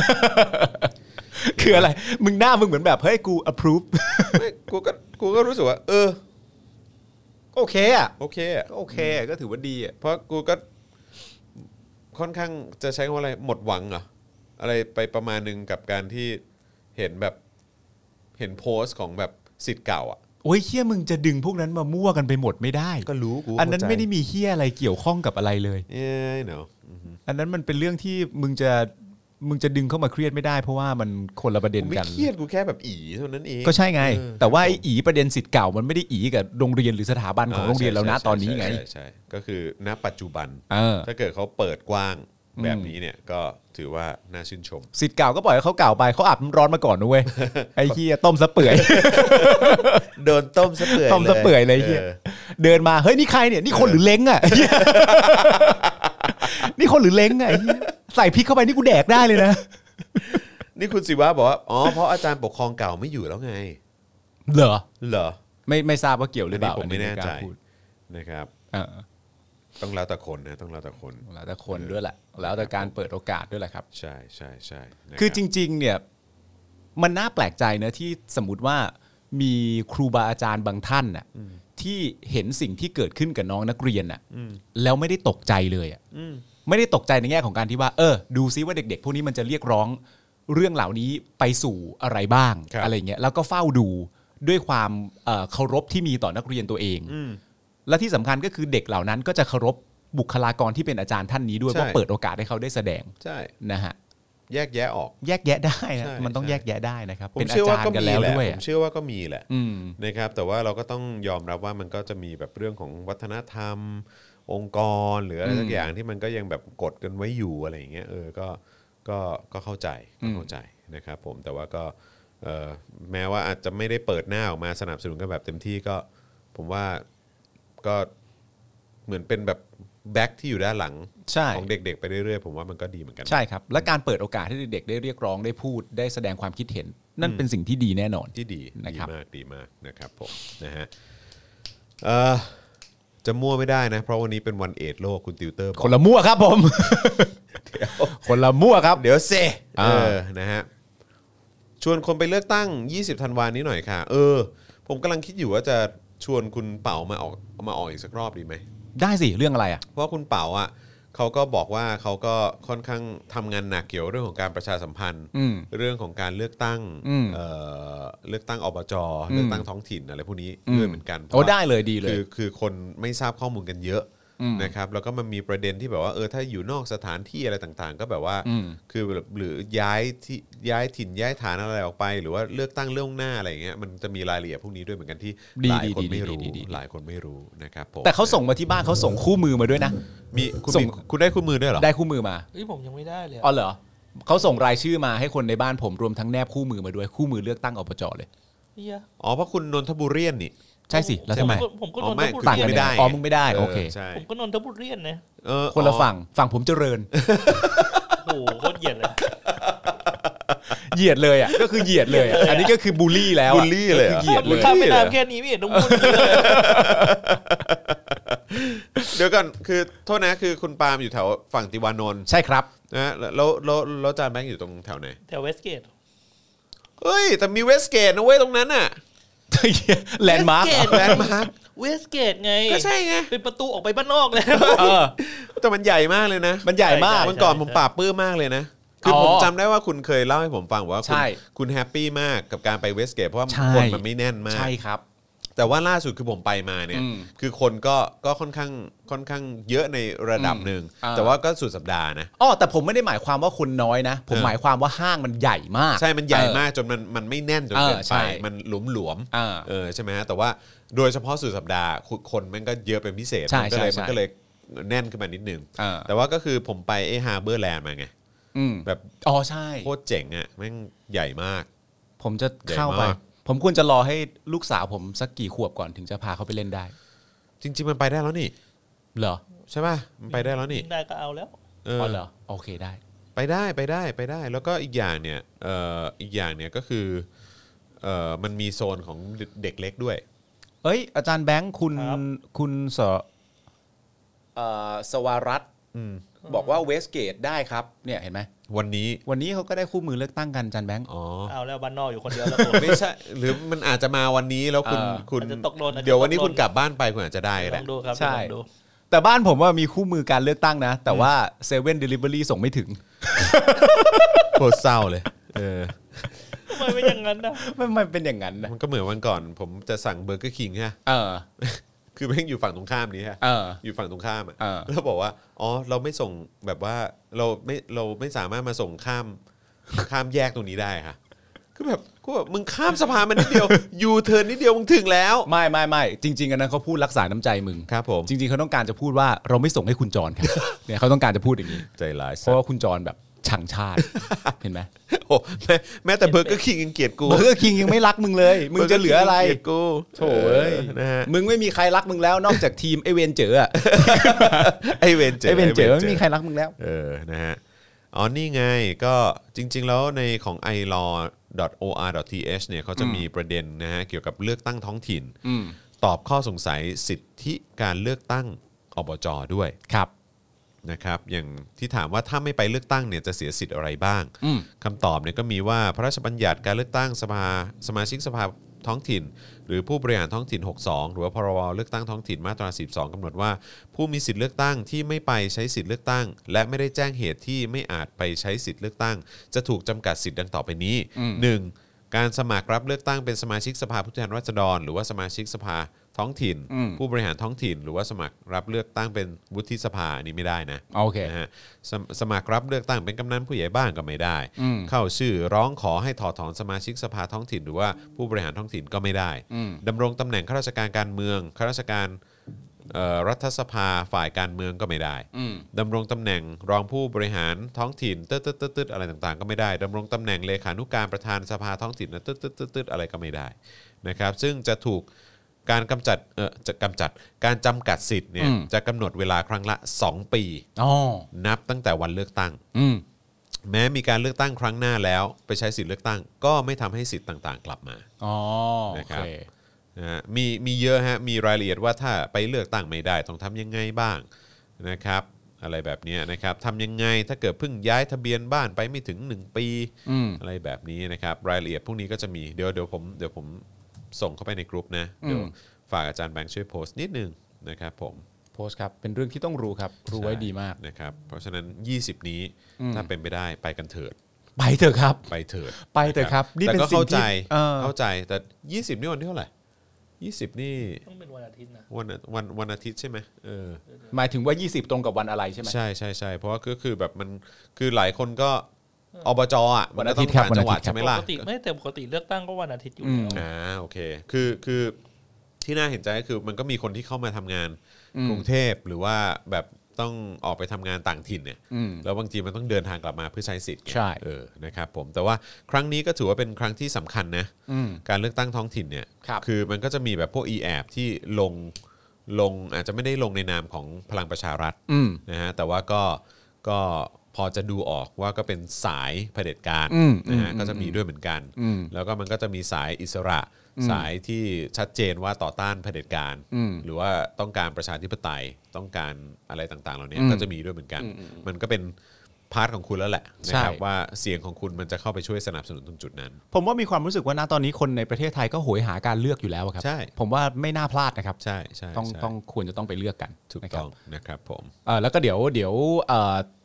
คืออะไรมึงหน้ามึงเหมือนแบบเฮ้ยกู approve กูก็รู้สึกว่าโอเคอ่ะโอเคก็ถือว่าดีอ่ะเพราะกูก็ค่อนข้างจะใช้คำว่าอะไรหมดหวังเหรออะไรไปประมาณนึงกับการที่เห็นโพสต์ของแบบศิษย์เก่าอ่ะโอ้ยเฮี้ยมึงจะดึงพวกนั้นมามั่วกันไปหมดไม่ได้ก็รู้กูอันนั้นไม่ได้มีเฮี้ยอะไรเกี่ยวข้องกับอะไรเลยเนาะอันนั้นมันเป็นเรื่องที่มึงจะดึงเข้ามาเครียดไม่ได้เพราะว่ามันคนละประเด็นกันไม่เครียดกูแค่แบบอีเท่านั้นเองก็ใช่ไงแต่ว่าไอ้อีประเด็นศิษย์เก่ามันไม่ได้อีกับโรงเรียนหรือสถาบันของโรงเรียนแล้วนะตอนนี้ไงใช่ก็คือณปัจจุบันถ้าเกิดเขาเปิดกว้างแบบนี้เนี่ยก็ถือว่าน่าชื่นชมศิษย์เก่าก็ปล่อยให้เขาเก่าไปเขาอาบน้ำร้อนมาก่อนนะเว้ยไอ้เหี้ยต้มซะเปื่อยโดนต้มซะเปื่อยเลยเหี้ยเดินมาเฮ้ยนี่ใครเนี่ยนี่คนหรือเล้งอ่ะนี่คนหรือเล้งไงใส่พริกเข้าไปนี่กูแดกได้เลยนะนี่คุณศิวะบอกว่าอ๋อเพราะอาจารย์ปกครองเก่าไม่อยู่แล้วไงเหรอไม่ทราบว่าเกี่ยวหรือเปล่าผมไม่แน่ใจนะครับต้องแล้วแต่คนนะต้องแล้วแต่คนด้วยแหละแล้วแต่การเปิดโอกาสด้วยแหละครับใช่คือจริงๆเนี่ยมันน่าแปลกใจนะที่สมมติว่ามีครูบาอาจารย์บางท่านน่ะที่เห็นสิ่งที่เกิดขึ้นกับน้องนักเรียนน่ะแล้วไม่ได้ตกใจเลยอ่ะไม่ได้ตกใจในแง่ของการที่ว่าดูซิว่าเด็กๆพวกนี้มันจะเรียกร้องเรื่องเหล่านี้ไปสู่อะไรบ้างอะไรเงี้ยแล้วก็เฝ้าดูด้วยความเคารพที่มีต่อนักเรียนตัวเองและที่สำคัญก็คือเด็กเหล่านั้นก็จะเคารพบุคลากรที่เป็นอาจารย์ท่านนี้ด้วยเพราะเปิดโอกาสให้เขาได้แสดงนะฮะแยกแยะออกแยกแยะได้นะมันต้องแยกแยะได้นะครับเป็นอาจารย์กันแล้วด้วยผมเชื่อว่าก็มีแหละนะครับแต่ว่าเราก็ต้องยอมรับว่ามันก็จะมีแบบเรื่องของวัฒนธรรมองค์กรหรืออะไรสักอย่างที่มันก็ยังแบบกดกันไว้อยู่อะไรอย่างเงี้ยก็เข้าใจนะครับผมแต่ว่าก็แม้ว่าอาจจะไม่ได้เปิดหน้าออกมาสนับสนุนกันแบบเต็มที่ก็ผมว่าก็เหมือนเป็นแบบแบ็คที่อยู่ด้านหลังของเด็กๆไปเรื่อยๆผมว่ามันก็ดีเหมือนกันใช่ครับและการเปิดโอกาสให้เด็กๆได้เรียกร้องได้พูดได้แสดงความคิดเห็นนั่นเป็นสิ่งที่ดีแน่นอนที่ดีนะครับดีมากนะครับผมนะฮะจะมั่วไม่ได้นะเพราะวันนี้เป็นวันเอดส์โลกคุณติวเตอร์คนละมั่วครับผมคนละมั่วครับเดี๋ยวเซนะฮะชวนคนไปเลือกตั้ง20ธันวาคมนี้หน่อยค่ะผมกำลังคิดอยู่ว่าจะชวนคุณเป๋ามาออกอีกสักรอบดีไหมได้สิเรื่องอะไรอ่ะเพราะคุณเป๋าอ่ะเขาก็บอกว่าเขาก็ค่อนข้างทำงานหนักเกี่ยวเรื่องของการประชาสัมพันธ์เรื่องของการเลือกตั้งอบจ.เลือกตั้งท้องถิ่นอะไรพวกนี้ด้วยเหมือนกันโอ้ได้เลยดีเลยคือคนไม่ทราบข้อมูลกันเยอะนะครับแล้วก็มันมีประเด็นที่แบบว่าถ้าอยู่นอกสถานที่อะไรต่างๆก็แบบว่าคือหรือย้ายถิ่นย้ายฐานอะไรออกไปหรือว่าเลือกตั้งเรื่องหน้าอะไรอย่างเงี้ยมันจะมีรายละเอียดพวกนี้ด้วยเหมือนกันที่หลายคนไม่รู้นะครับผมแต่เขาส่งมาที่บ้านเขาส่งคู่มือมาด้วยนะมีคุณได้คู่มือด้วยเหรอได้คู่มือมาผมยังไม่ได้เลยอ๋อเหรอเขาส่งรายชื่อมาให้คนในบ้านผมรวมทั้งแนบคู่มือมาด้วยคู่มือเลือกตั้งอบจ.เลยเพราะคุณนนทบุรีนี่ใช่สิแล้วทำไมผมก็นนทบุรีไม่ได้มึงไม่ได้โอเคผมก็นนทบุรีนะคนละฝั่งผมเจริญโอ้โหโคตรเหยียดเลยเหยียดเลยอ่ะก็คือเหยียดเลยอันนี้ก็คือบูลลี่แล้วบูลลี่เลยเหยียดเลยข้ามไม่ได้แค่นี้ไม่เห็นต้องบูลลี่เลยเดี๋ยวก่อนคือโทษนะคือคุณปาล์มอยู่แถวฝั่งติวานนท์ใช่ครับนะแล้วจานแบงค์อยู่ตรงแถวไหนแถวเวสเกตเฮ้ยแต่มีเวสเกตนะเว้ยตรงนั้นน่ะแลนด์มาร์คเวสเกตไงก็ใช่ไงเป็นประตูออกไปบ้านนอกเลยแต่มันใหญ่มากเลยนะมันใหญ่มากวันก่อนผมปราบปื้มมากเลยนะคือผมจำได้ว่าคุณเคยเล่าให้ผมฟังว่าคุณแฮปปี้มากกับการไปเวสเกตเพราะว่าคนมันไม่แน่นมากใช่ครับแต่ว่าล่าสุดคือผมไปมาเนี่ยคือคนก็ค่อนข้างเยอะในระดับหนึ่งแต่ว่าก็สุดสัปดาห์นะแต่ผมไม่ได้หมายความว่าคนน้อยนะผมหมายความว่าห้างมันใหญ่มากใช่มันใหญ่มากจนมันไม่แน่นจนเกินไปมันหลวมใช่ไหมฮะแต่ว่าโดยเฉพาะสุดสัปดาห์คนมันก็เยอะเป็นพิเศษมันก็เลยแน่นขึ้นมานิดนึงแต่ว่าก็คือผมไปฮาร์เบอร์แลนด์มาไงแบบใช่โคตรเจ๋งอ่ะแม่งใหญ่มากผมจะเข้าไปผมควรจะรอให้ลูกสาวผมสักกี่ขวบก่อนถึงจะพาเขาไปเล่นได้จริงๆมันไปได้แล้วนี่เหรอใช่ป่ะมันไปได้แล้วนี่ได้ก็เอาแล้วเหรอโอเคได้ไปได้แล้วก็อีกอย่างเนี่ยก็คือมันมีโซนของเด็กเล็กด้วยอาจารย์แบงค์คุณสวรัตน์บอกว่าเวสเกตได้ครับเนี่ยเห็นไหมวันนี้เขาก็ได้คู่มือเลือกตั้งกันอาจารย์แบงค์เอาแล้วบ้านนอกอยู่คนเดียวแล้วไม่ใช่หรือมันอาจจะมาวันนี้แล้วคุณเดี๋ยววันนี้คุณกลับบ้านไปคุณอาจจะได้ก็ได้ใช่แต่บ้านผมว่ามีคู่มือการเลือกตั้งนะแต่ว่าเซเว่นเดลิเวอรี่ส่งไม่ถึงโคตรเศร้าเลยทำไมเป็นอย่างนั้นนะมันเป็นอย่างนั้นนะมันก็เหมือนวันก่อนผมจะสั่งเบอร์เกอร์คิงใช่คือแม่งอยู่ฝั่งตรงข้ามนี้ฮะอยู่ฝั่งตรงข้ามแล้วบอกว่าเราไม่ส่งแบบว่าเราไม่สามารถมาส่งข้ามแยกตรงนี้ได้ค่ะคือแบบมึงข้ามสะพานมานิดเดียวยูเทิร์นนิดเดียวมึงถึงแล้วไม่จริงๆอันนั้นเขาพูดรักษาน้ำใจมึงครับผมจริงๆเขาต้องการจะพูดว่าเราไม่ส่งให้คุณจรครับเนี่ยเขาต้องการจะพูดอย่างนี้ใจร้ายเพราะว่าคุณจรแบบชังชาติเห็นไหมโอ้แม้แต่เบอร์เกอร์คิงยังเกลียดกูเบอร์เกอร์คิงยังไม่รักมึงเลยมึงจะเหลืออะไรเกลียดกูโถ่เอ้ยมึงไม่มีใครรักมึงแล้วนอกจากทีมไอเวนเจออ่ะไอเวนเจอไม่มีใครรักมึงแล้วนะฮะนี่ไงก็จริงๆแล้วในของ ilaw.or.th เนี่ยเขาจะมีประเด็นนะฮะเกี่ยวกับเลือกตั้งท้องถิ่นตอบข้อสงสัยสิทธิการเลือกตั้งอบจ.ด้วยครับนะครับอย่างที่ถามว่าถ้าไม่ไปเลือกตั้งเนี่ยจะเสียสิทธิ์อะไรบ้างคำตอบเนี่ยก็มีว่าพระราชบัญญัติการเลือกตั้งสมาชิกสภาท้องถิ่นหรือผู้บริหารท้องถิ่น62หรือว่าพรบเลือกตั้งท้องถิ่นมาตรา12กำหนดว่าผู้มีสิทธิ์เลือกตั้งที่ไม่ไปใช้สิทธิ์เลือกตั้งและไม่ได้แจ้งเหตุที่ไม่อาจไปใช้สิทธิ์เลือกตั้งจะถูกจำกัดสิทธิ์ดังต่อไปนี้ 1. การสมัครรับเลือกตั้งเป็นสมาชิกสภาผู้แทนราษฎรหรือว่าสมาชิกสภาท้องถิ่นผู้บริหารท้องถิ่นหรือว่าสมัครรับเลือกตั้งเป็นวุฒิสภาอันนี้ไม่ได้นะโอเคนะฮะสมัครรับเลือกตั้งเป็นกำนันผู้ใหญ่บ้านก็ไม่ได้เข้าชื่อร้องขอให้ถอดถอนสมาชิกสภาท้องถิ่นหรือว่าผู้บริหารท้องถิ่นก็ไม่ได้ดำรงตำแหน่งข้าราชการการเมืองข้าราชการรัฐสภาฝ่ายการเมืองก็ไม่ได้ดำรงตำแหน่งรองผู้บริหารท้องถิ่นตึ๊ดอะไรต่างๆก็ไม่ได้ดำรงตำแหน่งเลขานุการประธานสภาท้องถิ่นตึ๊ดอะไรก็ไม่ได้นะครับซึ่งจะถูกการกำจัดการจำกัดสิทธิ์เนี่ยจะกำหนดเวลาครั้งละ2 ปีนับตั้งแต่วันเลือกตั้งแม้มีการเลือกตั้งครั้งหน้าแล้วไปใช้สิทธิ์เลือกตั้งก็ไม่ทำให้สิทธิ์ต่างๆกลับมานะครับมีเยอะฮะมีรายละเอียดว่าถ้าไปเลือกตั้งไม่ได้ต้องทำยังไงบ้างนะครับอะไรแบบนี้นะครับทำยังไงถ้าเกิดเพิ่งย้ายทะเบียนบ้านไปไม่ถึง1 ปีอะไรแบบนี้นะครับรายละเอียดพวกนี้ก็จะมีเดี๋ยวผมส่งเข้าไปในกลุ่มนะเดี๋ยวฝากอาจารย์แบงค์ช่วยโพสต์นิดนึงนะครับผมโพสต์ครับเป็นเรื่องที่ต้องรู้ครับรู้ไว้ดีมากนะครับเพราะฉะนั้น20นี้ถ้าเป็นไปได้ไปกันเถิดไปเถอะครับไปเถิดครับนี่เป็นสิ่งที่เข้าใจแต่20นี่วันที่เท่าไหร่20นี่ต้องเป็นวันอาทิตย์นะวันอาทิตย์ใช่ไหมหมายถึงว่า20ตรงกับวันอะไรใช่ไหมใช่เพราะว่าก็คือแบบมันคือหลายคนก็อบจ.อ่ะวันอาทิตย์ครับจังหวัดใช่ไหมล่ะปกติไม่แต่ปกติเลือกตั้งก็วันอาทิตย์อยู่แล้วโอเคคือที่น่าเห็นใจก็คือมันก็มีคนที่เข้ามาทำงานกรุงเทพหรือว่าแบบต้องออกไปทำงานต่างถิ่นเนี่ยแล้วบางทีมันต้องเดินทางกลับมาเพื่อใช้สิทธิ์ใช่นะครับผมแต่ว่าครั้งนี้ก็ถือว่าเป็นครั้งที่สำคัญนะการเลือกตั้งท้องถิ่นเนี่ยคือมันก็จะมีแบบพวก e-app ที่ลงอาจจะไม่ได้ลงในนามของพลังประชารัฐนะฮะแต่ว่าก็พอจะดูออกว่าก็เป็นสายเผด็จการนะฮะก็จะมีด้วยเหมือนกันแล้วก็มันก็จะมีสายอิสระสายที่ชัดเจนว่าต่อต้านเผด็จการหรือว่าต้องการประชาธิปไตยต้องการอะไรต่างๆเหล่านี้ก็จะมีด้วยเหมือนกันมันก็เป็นพาร์ทของคุณแล้วแหละนะครับว่าเสียงของคุณมันจะเข้าไปช่วยสนับสนุนตรงจุดนั้นผมว่ามีความรู้สึกว่าณตอนนี้คนในประเทศไทยก็โหยหาการเลือกอยู่แล้วครับใช่ผมว่าไม่น่าพลาดนะครับใช่ต้องควรจะต้องไปเลือกกันถูกต้องนะครับผมแล้วก็เดี๋ยว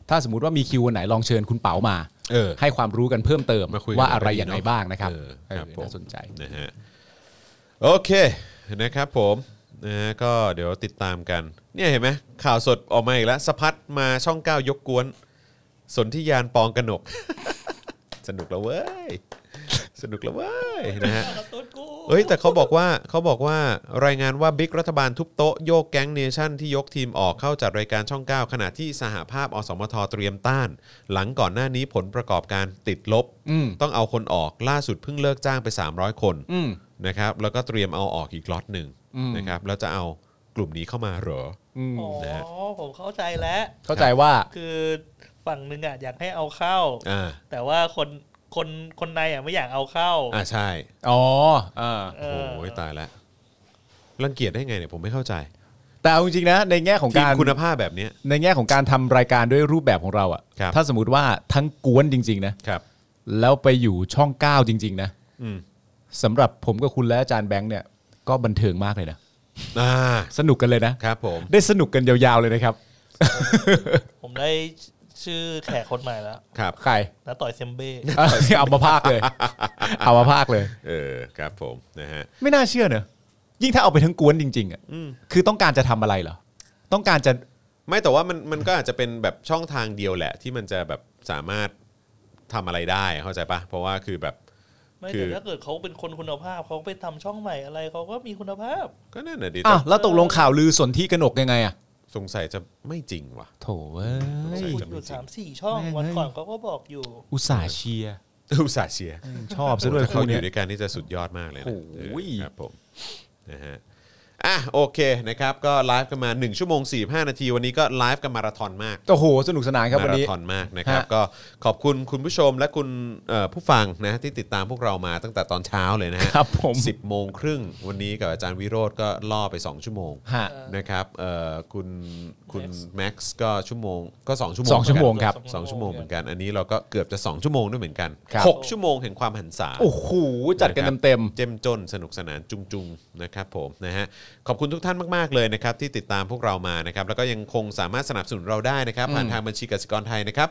ถ้าสมมติว่ามีคิววันไหนลองเชิญคุณเป๋ามาให้ความรู้กันเพิ่มเติมว่าอะไรอย่างไรบ้างนะครับน่าสนใจนะฮะโอเคนะครับผมนะก็เดี๋ยวติดตามกันเนี่ยเห็นไหมข่าวสดออกมาอีกแล้วสพัดมาช่อง9ยกกวนสนธิยานปองกนก สนุกแล้วเว้ยสนุกแล้วเว้ยนะฮะเฮ้ยแต่เขาบอกว่ารายงานว่าบิ๊กรัฐบาลทุบโต๊ะโยกแก๊งเนชั่นที่ยกทีมออกเข้าจัดรายการช่อง9ขณะที่สหภาพอสมทเตรียมต้านหลังก่อนหน้านี้ผลประกอบการติดลบต้องเอาคนออกล่าสุดเพิ่งเลิกจ้างไป300คนนะครับแล้วก็เตรียมเอาออกอีกล็อตหนึ่งนะครับแล้วจะเอากลุ่มนี้เข้ามาเหรอผมเข้าใจแล้วเข้าใจว่าคือฝั่งนึงอ่ะอยากให้เอาเข้าแต่ว่าคนในอ่ะไม่อยากเอาเข้าใช่โอ้ยตายแล้วรังเกียจได้ไงเนี่ยผมไม่เข้าใจแต่เอาจริงๆนะในแง่ของการคุณภาพแบบนี้ในแง่ของการทำรายการด้วยรูปแบบของเราอ่ะถ้าสมมุติว่าทั้งกวนจริงๆนะครับแล้วไปอยู่ช่อง9จริงๆนะสำหรับผมกับคุณและอาจารย์แบงค์เนี่ยก็บันเทิงมากเลยนะสนุกกันเลยนะครับผมได้สนุกกันยาวๆเลยนะครับผมได้ชื่อแขกคนใหม่แล้วครับใครน้าต่อยเซมเบ้เอามาพากเลยเอามาพากเลยครับผมนะฮะไม่น่าเชื่อเนอะยิ่งถ้าเอาไปทั้งกวนจริงๆอ่ะคือต้องการจะทำอะไรเหรอต้องการจะไม่แต่ว่ามันก็อาจจะเป็นแบบช่องทางเดียวแหละที่มันจะแบบสามารถทำอะไรได้เข้าใจปะเพราะว่าคือแบบไม่แต่ถ้าเกิดเขาเป็นคนคุณภาพเขาไปทำช่องใหม่อะไรเขาก็มีคุณภาพก็นั่นแหละดิแล้วตกลงข่าวลือสนธิกนกยังไงอ่ะสงสัยจะไม่จริงว่ะโถเว้ยอยู่3-4 ช่องวันก่อนเขาก็บอกอยู่อุตส่าห์เชียร์ชอบซะด้วยเขาอยู่ด้วยกันนี่จะสุดยอดมากเลยนะครับผมนะฮะโอเคนะครับก็ไลฟ์กันมา1ชั่วโมง45นาทีวันนี้ก็ไลฟ์กันมาราธอนมากโอ้โหสนุกสนานครับวันนี้มาราธอนมากนะครับก็ขอบคุณคุณผู้ชมและคุณผู้ฟังนะที่ติดตามพวกเรามาตั้งแต่ตอนเช้าเลยนะฮะครับผม 10:30วันนี้กับอาจารย์วิโรจน์ก็ล่อไป2ชั่วโมงนะครับคุณแม็กซ์ก็ชั่วโมงก็2ชั่วโมง 2ชั่วโมงครับ 2ชั่วโมงเหมือนกันอันนี้เราก็เกือบจะ2ชั่วโมงด้วยเหมือนกัน6ชั่วโมงแห่งความหันษาโอ้โหจัดกันเต็มเจ้มจนสนุกสนานจุงๆนะครับผมนะฮะขอบคุณทุกท่านมากๆเลยนะครับที่ติดตามพวกเรามานะครับแล้วก็ยังคงสามารถสนับสนุนเราได้นะครับผ่านทางบัญชีกสิกรไทยนะครับ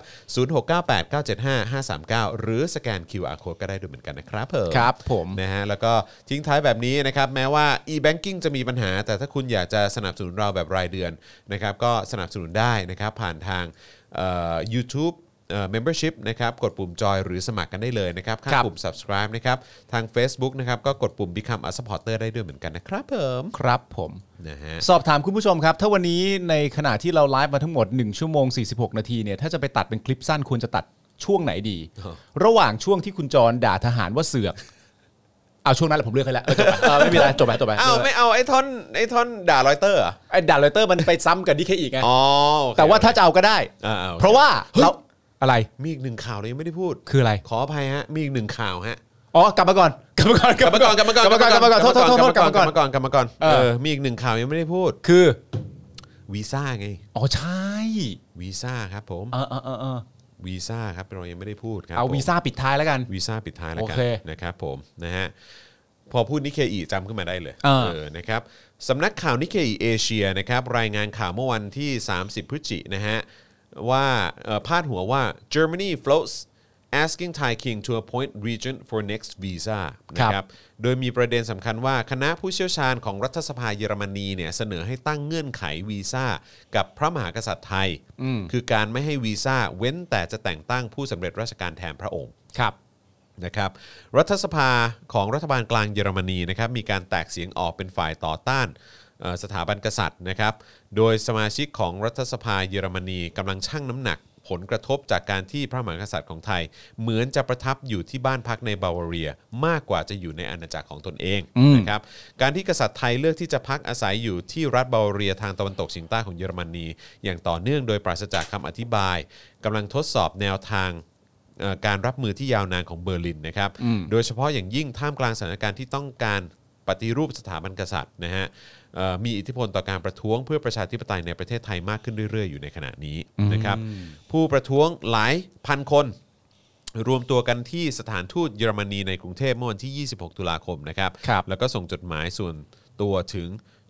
0698975539หรือสแกน QR Code ก็ได้ด้วยเหมือนกันนะครับผมนะฮะแล้วก็ทิ้งท้ายแบบนี้นะครับแม้ว่า e-banking จะมีปัญหาแต่ถ้าคุณอยากจะสนับสนุนเราแบบรายเดือนนะครับก็สนับสนุนได้นะครับผ่านทางYouTube membership นะครับกดปุ่มจอยหรือสมัครกันได้เลยนะครับข้างปุ่ม subscribe นะครับทาง Facebook นะครับก็กดปุ่ม become a supporter ได้ด้วยเหมือนกันนะครับผมนะฮะสอบถามคุณผู้ชมครับถ้าวันนี้ในขณะที่เราไลฟ์มาทั้งหมด1ชั่วโมง46นาทีเนี่ยถ้าจะไปตัดเป็นคลิปสั้นควรจะตัดช่วงไหนดีระหว่างช่วงที่คุณจรด่าทหารว่าเสือกเอาช่วงนั้นแหละผมเลือกให้แล้วไม่มีอะไรจบไปไม่เอาไอ้ท่อนด่ารอยเตอร์อ่ะไอ้ด่ารอยเตอร์มันไปซ้ำกับดีเคอีกไงแต่ว่าถ้าจะเอาก็ได้เพราะว่าเราอะไรมีอีก1ข่าวเรายังไม่ได้พูดคืออะไรขออภัยฮะมีอีก1ข่าวฮะกลับมาก่อนโทษกลับมาก่อนมีอีก1ข่าวยังไม่ได้พูดคือวีซ่าไงใช่วีซ่าครับผมวีซ่าครับเรายังไม่ได้พูดครับเอาวีซ่าปิดท้ายแล้วกันวีซ่าปิดท้ายแล้วกันนะครับผมนะฮะพอพูดนิเคอีจำขึ้นมาได้เลยนะครับสำนักข่าวนิเคอีเอเชียนะครับรายงานข่าวเมื่อวันที่30พฤศจิกายนนะฮะว่าพาดหัวว่า Germany floats asking Thai King to appoint regent for next visa นะครับโดยมีประเด็นสำคัญว่าคณะผู้เชี่ยวชาญของรัฐสภาเยอรมนีเนี่ยเสนอให้ตั้งเงื่อนไขวีซ่ากับพระมหากษัตริย์ไทยคือการไม่ให้วีซ่าเว้นแต่จะแต่งตั้งผู้สำเร็จราชการแทนพระองค์นะครับรัฐสภาของรัฐบาลกลางเยอรมนีนะครับมีการแตกเสียงออกเป็นฝ่ายต่อต้านสถาบันกษัตริย์นะครับโดยสมาชิกของรัฐสภาเยอรมนีกำลังชั่งน้ำหนักผลกระทบจากการที่พระมหากษัตริย์ของไทยเหมือนจะประทับอยู่ที่บ้านพักในบาวาเรียมากกว่าจะอยู่ในอาณาจักรของตนเองนะครับการที่กษัตริย์ไทยเลือกที่จะพักอาศัยอยู่ที่รัฐบาวาเรียทางตะวันตกเฉียงใต้ของเยอรมนีอย่างต่อเนื่องโดยปราศจากคำอธิบายกำลังทดสอบแนวทางการรับมือที่ยาวนานของเบอร์ลินนะครับโดยเฉพาะอย่างยิ่งท่ามกลางสถานการณ์ที่ต้องการปฏิรูปสถาบันกษัตริย์นะฮะมีอิทธิพลต่อการประท้วงเพื่อประชาธิปไตยในประเทศไทยมากขึ้นเรื่อยๆอยู่ในขณะนี้นะครับผู้ประท้วงหลายพันคนรวมตัวกันที่สถานทูตเยอรมนีในกรุงเทพเมื่อวันที่26ตุลาคมนะครับแล้วก็ส่งจดหมายส่วนตัวถึง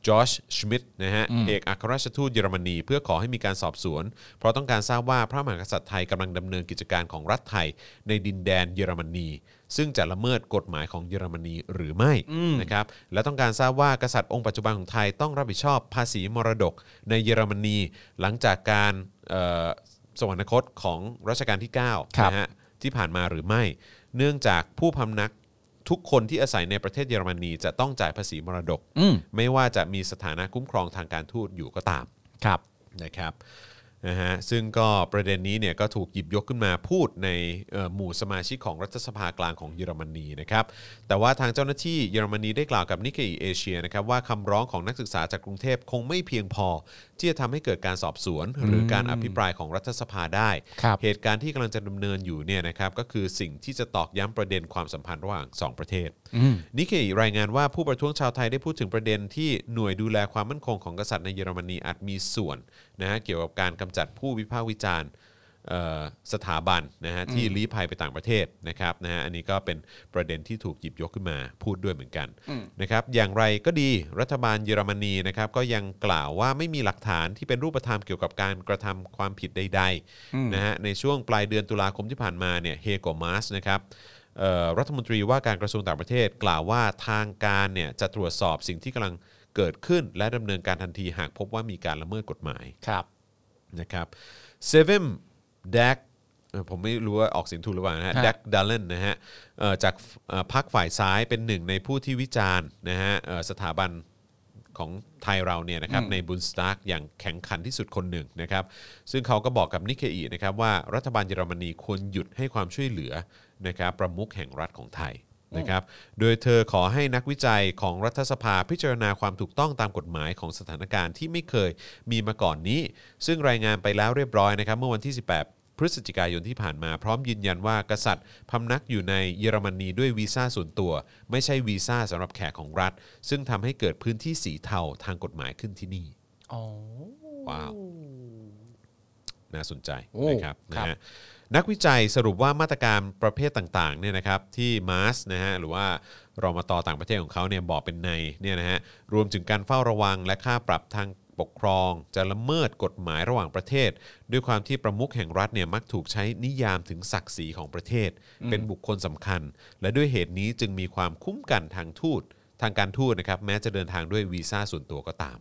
จอร์จชมิดนะฮะเอกอัครราชทูตเยอรมนีเพื่อขอให้มีการสอบสวนเพราะต้องการทราบว่าพระมหากษัตริย์ไทยกำลังดำเนินกิจการของรัฐไทยในดินแดนเยอรมนีซึ่งจะละเมิดกฎหมายของเยอรมนีหรือไม่นะครับและต้องการทราบว่ากษัตริย์องค์ปัจจุบันของไทยต้องรับผิดชอบภาษีมรดกในเยอรมนีหลังจากการสวรรคตของรัชกาลที่9นะฮะที่ผ่านมาหรือไม่เนื่องจากผู้พำนักทุกคนที่อาศัยในประเทศเยอรมนีจะต้องจ่ายภาษีมรดกไม่ว่าจะมีสถานะคุ้มครองทางการทูตอยู่ก็ตามนะครับนะฮะซึ่งก็ประเด็นนี้เนี่ยก็ถูกหยิบยกขึ้นมาพูดในหมู่สมาชิกของรัฐสภากลางของเยอรมนีนะครับแต่ว่าทางเจ้าหน้าที่เยอรมนีได้กล่าวกับนิเคอิเอเชียนะครับว่าคำร้องของนักศึกษาจากกรุงเทพคงไม่เพียงพอที่จะทำให้เกิดการสอบสวนหรือการอภิปรายของรัฐสภาได้เหตุการณ์ที่กำลังจะดำเนินอยู่เนี่ยนะครับก็คือสิ่งที่จะตอกย้ำประเด็นความสัมพันธ์ระหว่าง2ประเทศนิเคอิรายงานว่าผู้ประท้วงชาวไทยได้พูดถึงประเด็นที่หน่วยดูแลความมั่นคงของกษัตริย์ในเยอรมนีอาจมีส่วนนะฮะเกี่ยวกับการกำจัดผู้วิพากษ์วิจารณ์สถาบันนะฮะที่ลี้ภัยไปต่างประเทศนะครับนะฮะอันนี้ก็เป็นประเด็นที่ถูกหยิบยกขึ้นมาพูดด้วยเหมือนกันนะครับอย่างไรก็ดีรัฐบาลเยอรมนีนะครับก็ยังกล่าวว่าไม่มีหลักฐานที่เป็นรูปธรรมเกี่ยวกับการกระทำความผิดใดๆนะฮะในช่วงปลายเดือนตุลาคมที่ผ่านมาเนี่ยเฮโกมาสนะครับรัฐมนตรีว่าการกระทรวงต่างประเทศกล่าวว่าทางการเนี่ยจะตรวจสอบสิ่งที่กำลังเกิดขึ้นและดำเนินการทันทีหากพบว่ามีการละเมิดกฎหมายนะครับเซเว่นแดกผมไม่รู้ว่าออกเสียงถูกหรือเปล่านะฮะแดกดัลเลนนะฮะจากพรรคฝ่ายซ้ายเป็นหนึ่งในผู้ที่วิจารณ์นะฮะสถาบันของไทยเราเนี่ยนะครับในบุนสตาร์กอย่างแข็งขันที่สุดคนหนึ่งนะครับซึ่งเขาก็บอกกับนิเคอินะครับว่ารัฐบาลเยอรมนีควรหยุดให้ความช่วยเหลือนะครับประมุขแห่งรัฐของไทยนะครับโดยเธอขอให้นักวิจัยของรัฐสภาพิจารณาความถูกต้องตามกฎหมายของสถานการณ์ที่ไม่เคยมีมาก่อนนี้ซึ่งรายงานไปแล้วเรียบร้อยนะครับเมื่อวันที่18พฤศจิกายนที่ผ่านมาพร้อมยืนยันว่ากษัตริย์พำนักอยู่ในเยอรมนีด้วยวีซ่าส่วนตัวไม่ใช่วีซ่าสำหรับแขกของรัฐซึ่งทำให้เกิดพื้นที่สีเทาทางกฎหมายขึ้นที่นี่ว้าวน่าสนใจนะครับนะฮะนักวิจัยสรุปว่ามาตรการประเภทต่างๆเนี่ยนะครับที่มาสนะฮะหรือว่ารมต.ต่างประเทศของเขาเนี่ยบอกเป็นในเนี่ยนะฮะรวมถึงการเฝ้าระวังและค่าปรับทางปกครองจะละเมิดกฎหมายระหว่างประเทศด้วยความที่ประมุขแห่งรัฐเนี่ยมักถูกใช้นิยามถึงศักดิ์ศรีของประเทศเป็นบุคคลสำคัญและด้วยเหตุนี้จึงมีความคุ้มกันทางการทูตนะครับแม้จะเดินทางด้วยวีซ่าส่วนตัวก็ตาม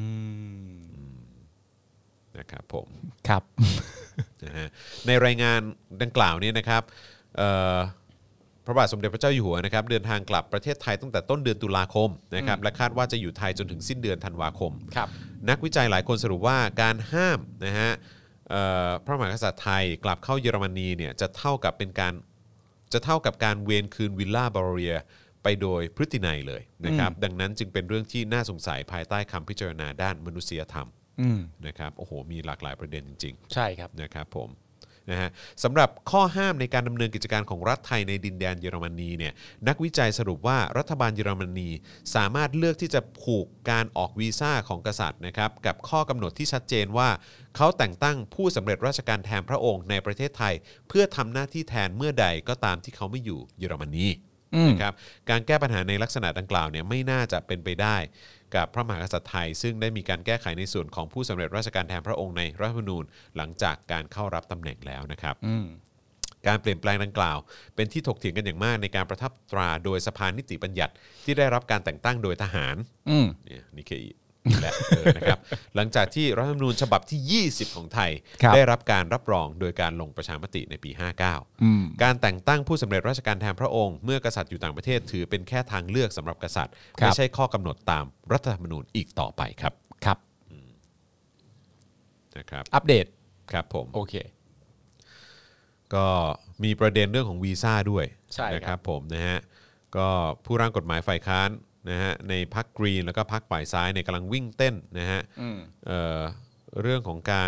นะครับผมครับนะฮะในรายงานดังกล่าวนี้นะครับพระบาทสมเด็จพระเจ้าอยู่หัวนะครับเดินทางกลับประเทศไทยตั้งแต่ต้นเดือนตุลาคมนะครับและคาดว่าจะอยู่ไทยจนถึงสิ้นเดือนธันวาคมนักวิจัยหลายคนสรุปว่าการห้ามนะฮะพระมหากษัตริย์ไทยกลับเข้าเยอรมนีเนี่ยจะเท่ากับการเวรคืนวิลล่าบาวาเรียไปโดยพฤตินัยเลยนะครับดังนั้นจึงเป็นเรื่องที่น่าสงสัยภายใต้คำพิจารณาด้านมนุษยธรรมนะครับโอ้โหมีหลากหลายประเด็นจริงๆใช่ครับนะครับผมนะฮะสำหรับข้อห้ามในการดำเนินกิจการของรัฐไทยในดินแดนเยอรมนีเนี่ยนักวิจัยสรุปว่ารัฐบาลเยอรมนีสามารถเลือกที่จะผูกการออกวีซ่าของกษัตริย์นะครับกับข้อกำหนดที่ชัดเจนว่าเขาแต่งตั้งผู้สำเร็จราชการแทนพระองค์ในประเทศไทยเพื่อทำหน้าที่แทนเมื่อใดก็ตามที่เขาไม่อยู่เยอรมนีนะครับการแก้ปัญหาในลักษณะดังกล่าวเนี่ยไม่น่าจะเป็นไปได้กับพระมหากษัตริย์ไทยซึ่งได้มีการแก้ไขในส่วนของผู้สำเร็จราชการแทนพระองค์ในรัฐธรรมนูญหลังจากการเข้ารับตำแหน่งแล้วนะครับการเปลี่ยนแปลงดังกล่าวเป็นที่ถกเถียงกันอย่างมากในการประทับตราโดยสภานิติบัญญัติที่ได้รับการแต่งตั้งโดยทหารนี่คือและนะครับหลังจากที่รัฐธรรมนูญฉบับที่20ของไทยได้รับการรับรองโดยการลงประชามติในปี59การแต่งตั้งผู้สำเร็จราชการแทนพระองค์เมื่อกษัตริย์อยู่ต่างประเทศถือเป็นแค่ทางเลือกสำหรับกษัตริย์ไม่ใช่ข้อกำหนดตามรัฐธรรมนูญอีกต่อไปครับครับนะครับอัปเดตครับผมโอเคก็มีประเด็นเรื่องของวีซ่าด้วยนะครับผมนะฮะก็ผู้ร่างกฎหมายฝ่ายค้านนะฮะในพรรคกรีนแล้วก็พรรคฝ่ายซ้ายเนี่ยกำลังวิ่งเต้นนะฮะเรื่องของการ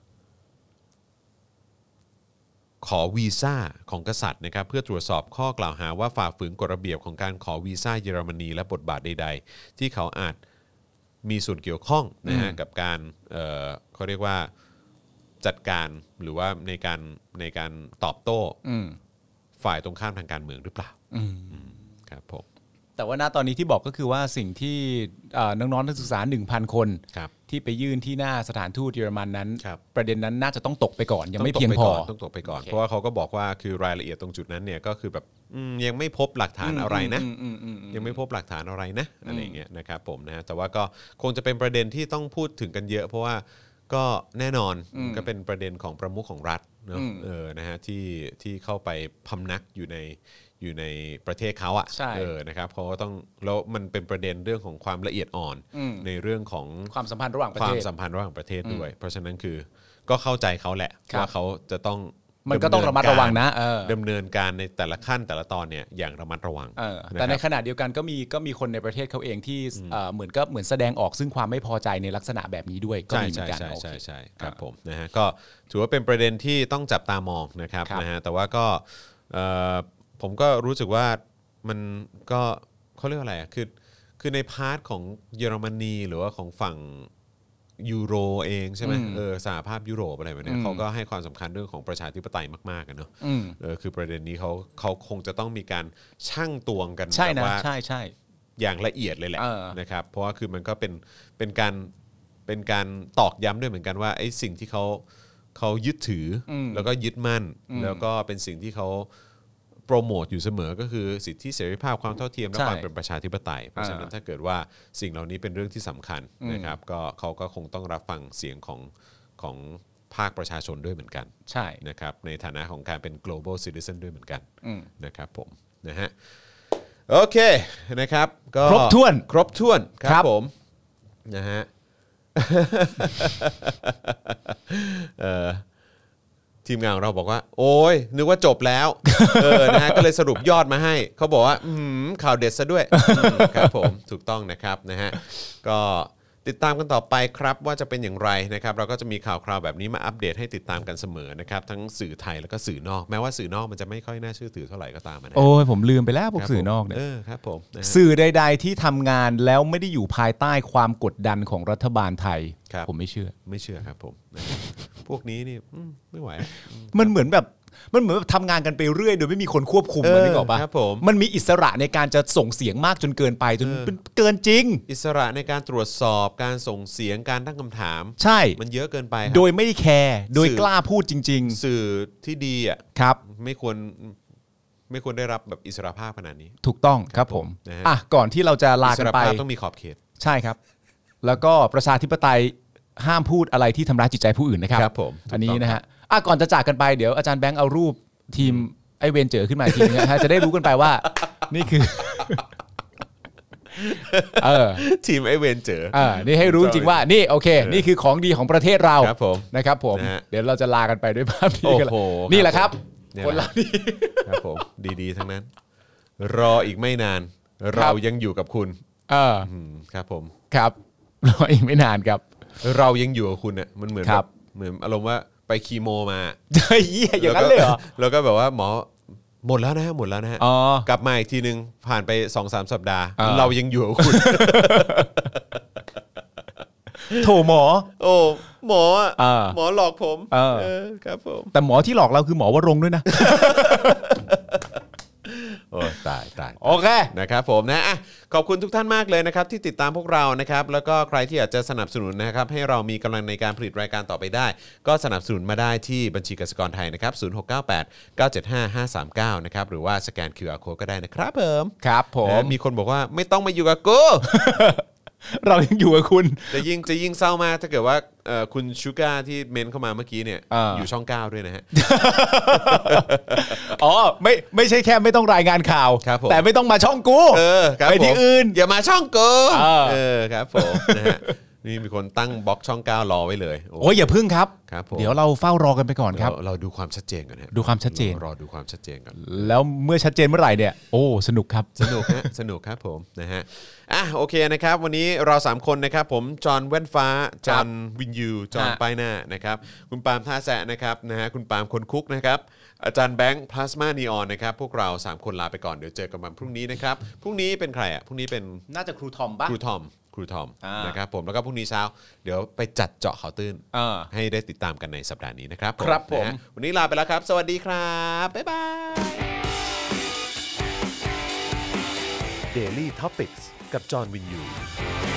ขอวีซ่าของกษัตริย์นะครับเพื่อตรวจสอบข้อกล่าวหาว่าฝ่าฝืนกฎระเบียบของการขอวีซ่าเยอรมนีและบทบาทใดๆที่เขาอาจมีส่วนเกี่ยวข้องนะฮะกับการเขาเรียกว่าจัดการหรือว่าในการตอบโต้ฝ่ายตรงข้ามทางการเมืองหรือเปล่าครับผมแต่ว่าณตอนนี้ที่บอกก็คือว่าสิ่งที่น้องๆนักศึกษา 1,000 คนที่ไปยื่นที่หน้าสถานทูตเยอรมันนั้นประเด็นนั้นน่าจะต้องตกไปก่อนยังไม่เพียงพอต้องตกไปก่อนเพราะว่าเขาก็บอกว่าคือรายละเอียดตรงจุดนั้นเนี่ยก็คือแบบยังไม่พบหลักฐานอะไรนะยังไม่พบหลักฐานอะไรนะอะไรอย่างเงี้ยนะครับผมนะแต่ว่าก็คงจะเป็นประเด็นที่ต้องพูดถึงกันเยอะเพราะว่าก็แน่นอนก็เป็นประเด็นของประมุขของรัฐเนาะนะฮะที่เข้าไปพำนักอยู่ในประเทศเขาอ่ะนะครับเขาก็ต้องแล้วมันเป็นประเด็นเรื่องของความละเอียดอ่อนในเรื่องของความสัมพันธ์ระหว่างประเทศด้วยเพราะฉะนั้นคือก็เข้าใจเขาแหละว่าเขาจะต้องมันก็ต้องระมัดระวังนะดำเนินการในแต่ละขั้นแต่ละตอนเนี่ยอย่างระมัดระวังแต่ในขณะเดียวกันก็มีคนในประเทศเขาเองที่เหมือนแสดงออกซึ่งความไม่พอใจในลักษณะแบบนี้ด้วยก็มีเหมือนกันใช่ครับผมนะฮะก็ถือว่าเป็นประเด็นที่ต้องจับตามองนะครับนะฮะแต่ว่าก็ผมก็รู้สึกว่ามันก็เขาเรียกว่าอะไรคือในพาร์ทของเยอรมนีหรือว่าของฝั่งยูโรเองใช่ไหมสหภาพยุโรปอะไรแบบนี้เขาก็ให้ความสำคัญเรื่องของประชาธิปไตยมากๆกันเนาะคือประเด็นนี้เขาคงจะต้องมีการชั่งตวงกันแบบว่าใช่อย่างละเอียดเลยแหละนะครับเพราะว่าคือมันก็เป็นการตอกย้ำด้วยเหมือนกันว่าไอ้สิ่งที่เขายึดถือแล้วก็ยึดมั่นแล้วก็เป็นสิ่งที่เขาโปรโมทอยู่เสมอก็คือสิทธิเสรีภาพความเท่าเทียมและความเป็นประชาธิปไตยเพราะฉะนั้นถ้าเกิดว่าสิ่งเหล่านี้เป็นเรื่องที่สำคัญนะครับก็เขาก็คงต้องรับฟังเสียงของภาคประชาชนด้วยเหมือนกันใช่นะครับในฐานะของการเป็น global citizen ด้วยเหมือนกันนะครับผมนะฮะโอเคนะครับก็ครบถ้วนครับผมนะฮะทีมงานของเราบอกว่าโอ้ยนึกว่าจบแล้วนะฮะก็เลยสรุปยอดมาให้เขาบอกว่าข่าวเด็ดซะด้วยครับผมถูกต้องนะครับนะฮะก็ติดตามกันต่อไปครับว่าจะเป็นอย่างไรนะครับเราก็จะมีข่าวคราวแบบนี้มาอัปเดตให้ติดตามกันเสมอนะครับทั้งสื่อไทยแล้วก็สื่อนอกแม้ว่าสื่อนอกมันจะไม่ค่อยน่าเชื่อถือเท่าไหร่ก็ตามนะโอ้ยผมลืมไปแล้วพวกสื่อนอกเนี่ยครับผมสื่อใดๆที่ทำงานแล้วไม่ได้อยู่ภายใต้ความกดดันของรัฐบาลไทยผมไม่เชื่อครับผมพวกนี้นี่ไม่ไหวมันเหมือนแบบทำงานกันไปเรื่อยโดยไม่มีคนควบคุมมันนึกออกปะมันมีอิสระในการจะส่งเสียงมากจนเกินไปจนเกินจริงอิสระในการตรวจสอบการส่งเสียงการตั้งคำถามใช่มันเยอะเกินไปโดยไม่แคร์โดยกล้าพูดจริงๆสื่อที่ดีอ่ะครับไม่ควรได้รับแบบอิสรภาพขนาดนี้ถูกต้องครับผมก่อนที่เราจะลากันไปอิสรภาพต้องมีขอบเขตใช่ครับแล้วก็ประชาธิปไตยห้ามพูดอะไรที่ทำร้ายจิตใจผู้อื่นนะครับผมอันนี้นะฮะก่อนจะจากกันไปเดี๋ยวอาจารย์แบงค์เอารูปทีมไอเวนเจอขึ้นมาทีนึงนะฮะจะได้รู้กันไปว่านี่คือทีมไอเวนเจอนี่ให้รู้จริงว่านี่โอเคนี่คือของดีของประเทศเรานะครับผมเดี๋ยวเราจะลากันไปด้วยภาพนี้กันนี่แหละครับคนเรานี่ครับผมดีๆทั้งนั้นรออีกไม่นานเรายังอยู่กับคุณครับผมครับรออีกไม่นานครับเรายังอยู่กับคุณเนี่ยมันเหมือนอารมณ์ว่าไปคีโมมาอย่างนั้นเลยเหรอแล้วก็แบบว่าหมอหมดแล้วนะฮะกลับมาอีกทีนึงผ่านไป 2-3 สัปดาห์เรายังอยู่กับคุณโถหมอโอ้หมอหลอกผมครับผมแต่หมอที่หลอกเราคือหมอวรงค์ด้วยนะโอ้ตายโอเคนะครับผมนะขอบคุณทุกท่านมากเลยนะครับที่ติดตามพวกเรานะครับแล้วก็ใครที่อยากจะสนับสนุนนะครับให้เรามีกำลังในการผลิตรายการต่อไปได้ก็สนับสนุนมาได้ที่บัญชีกสิกรไทยนะครับ0698975539นะครับหรือว่าสแกน QR Code ก็ได้นะครับครับผมมีคนบอกว่าไม่ต้องมาอยู่กับกูเรายังอยู่กับคุณจะยิ่งเศร้ามากถ้าเกิดว่าคุณชูก้าที่เมนเข้ามาเมื่อกี้เนี่ยอยู่ช่อง9ด้วยนะฮะอ๋อไม่ใช่แค่ไม่ต้องรายงานข่าวแต่ไม่ต้องมาช่องกูไปที่อื่นอย่ามาช่องกูครับผมนะฮะนี่มีคนตั้งบล็อกช่อง9รอไว้เลยโอ้ยอย่าพึ่งครับเดี๋ยวเราเฝ้ารอกันไปก่อนครับเราดูความชัดเจนก่อนนะดูความชัดเจนรอดูความชัดเจนก่อนแล้วเมื่อชัดเจนเมื่อไหร่เนี่ยโอ้สนุกครับสนุกครับผมนะฮะโอเคนะครับวันนี้เรา3คนนะครับผมจอห์นแว่นฟ้าจอห์นวินยูจอห์นป้ายหน้านะครับคุณปาล์มท่าแซะนะครับนะฮะคุณปาล์มคนคุกนะครับอาจารย์แบงค์พลาสมานีออนนะครับพวกเรา3คนลาไปก่อนเดี๋ยวเจอกันวันพรุ่งนี้นะครับพรุ่งนี้เป็นใครพรุ่งนี้เป็นน่าจะครูทอมป่ะครูทอมนะครับผมแล้วก็พรุ่งนี้เช้าเดี๋ยวไปจัดเจาะข่าวตื้นให้ได้ติดตามกันในสัปดาห์นี้นะครับครับผมวันนี้ลาไปแล้วครับสวัสดีครับบ๊ายบาย Daily Topics กับจอห์นวินยู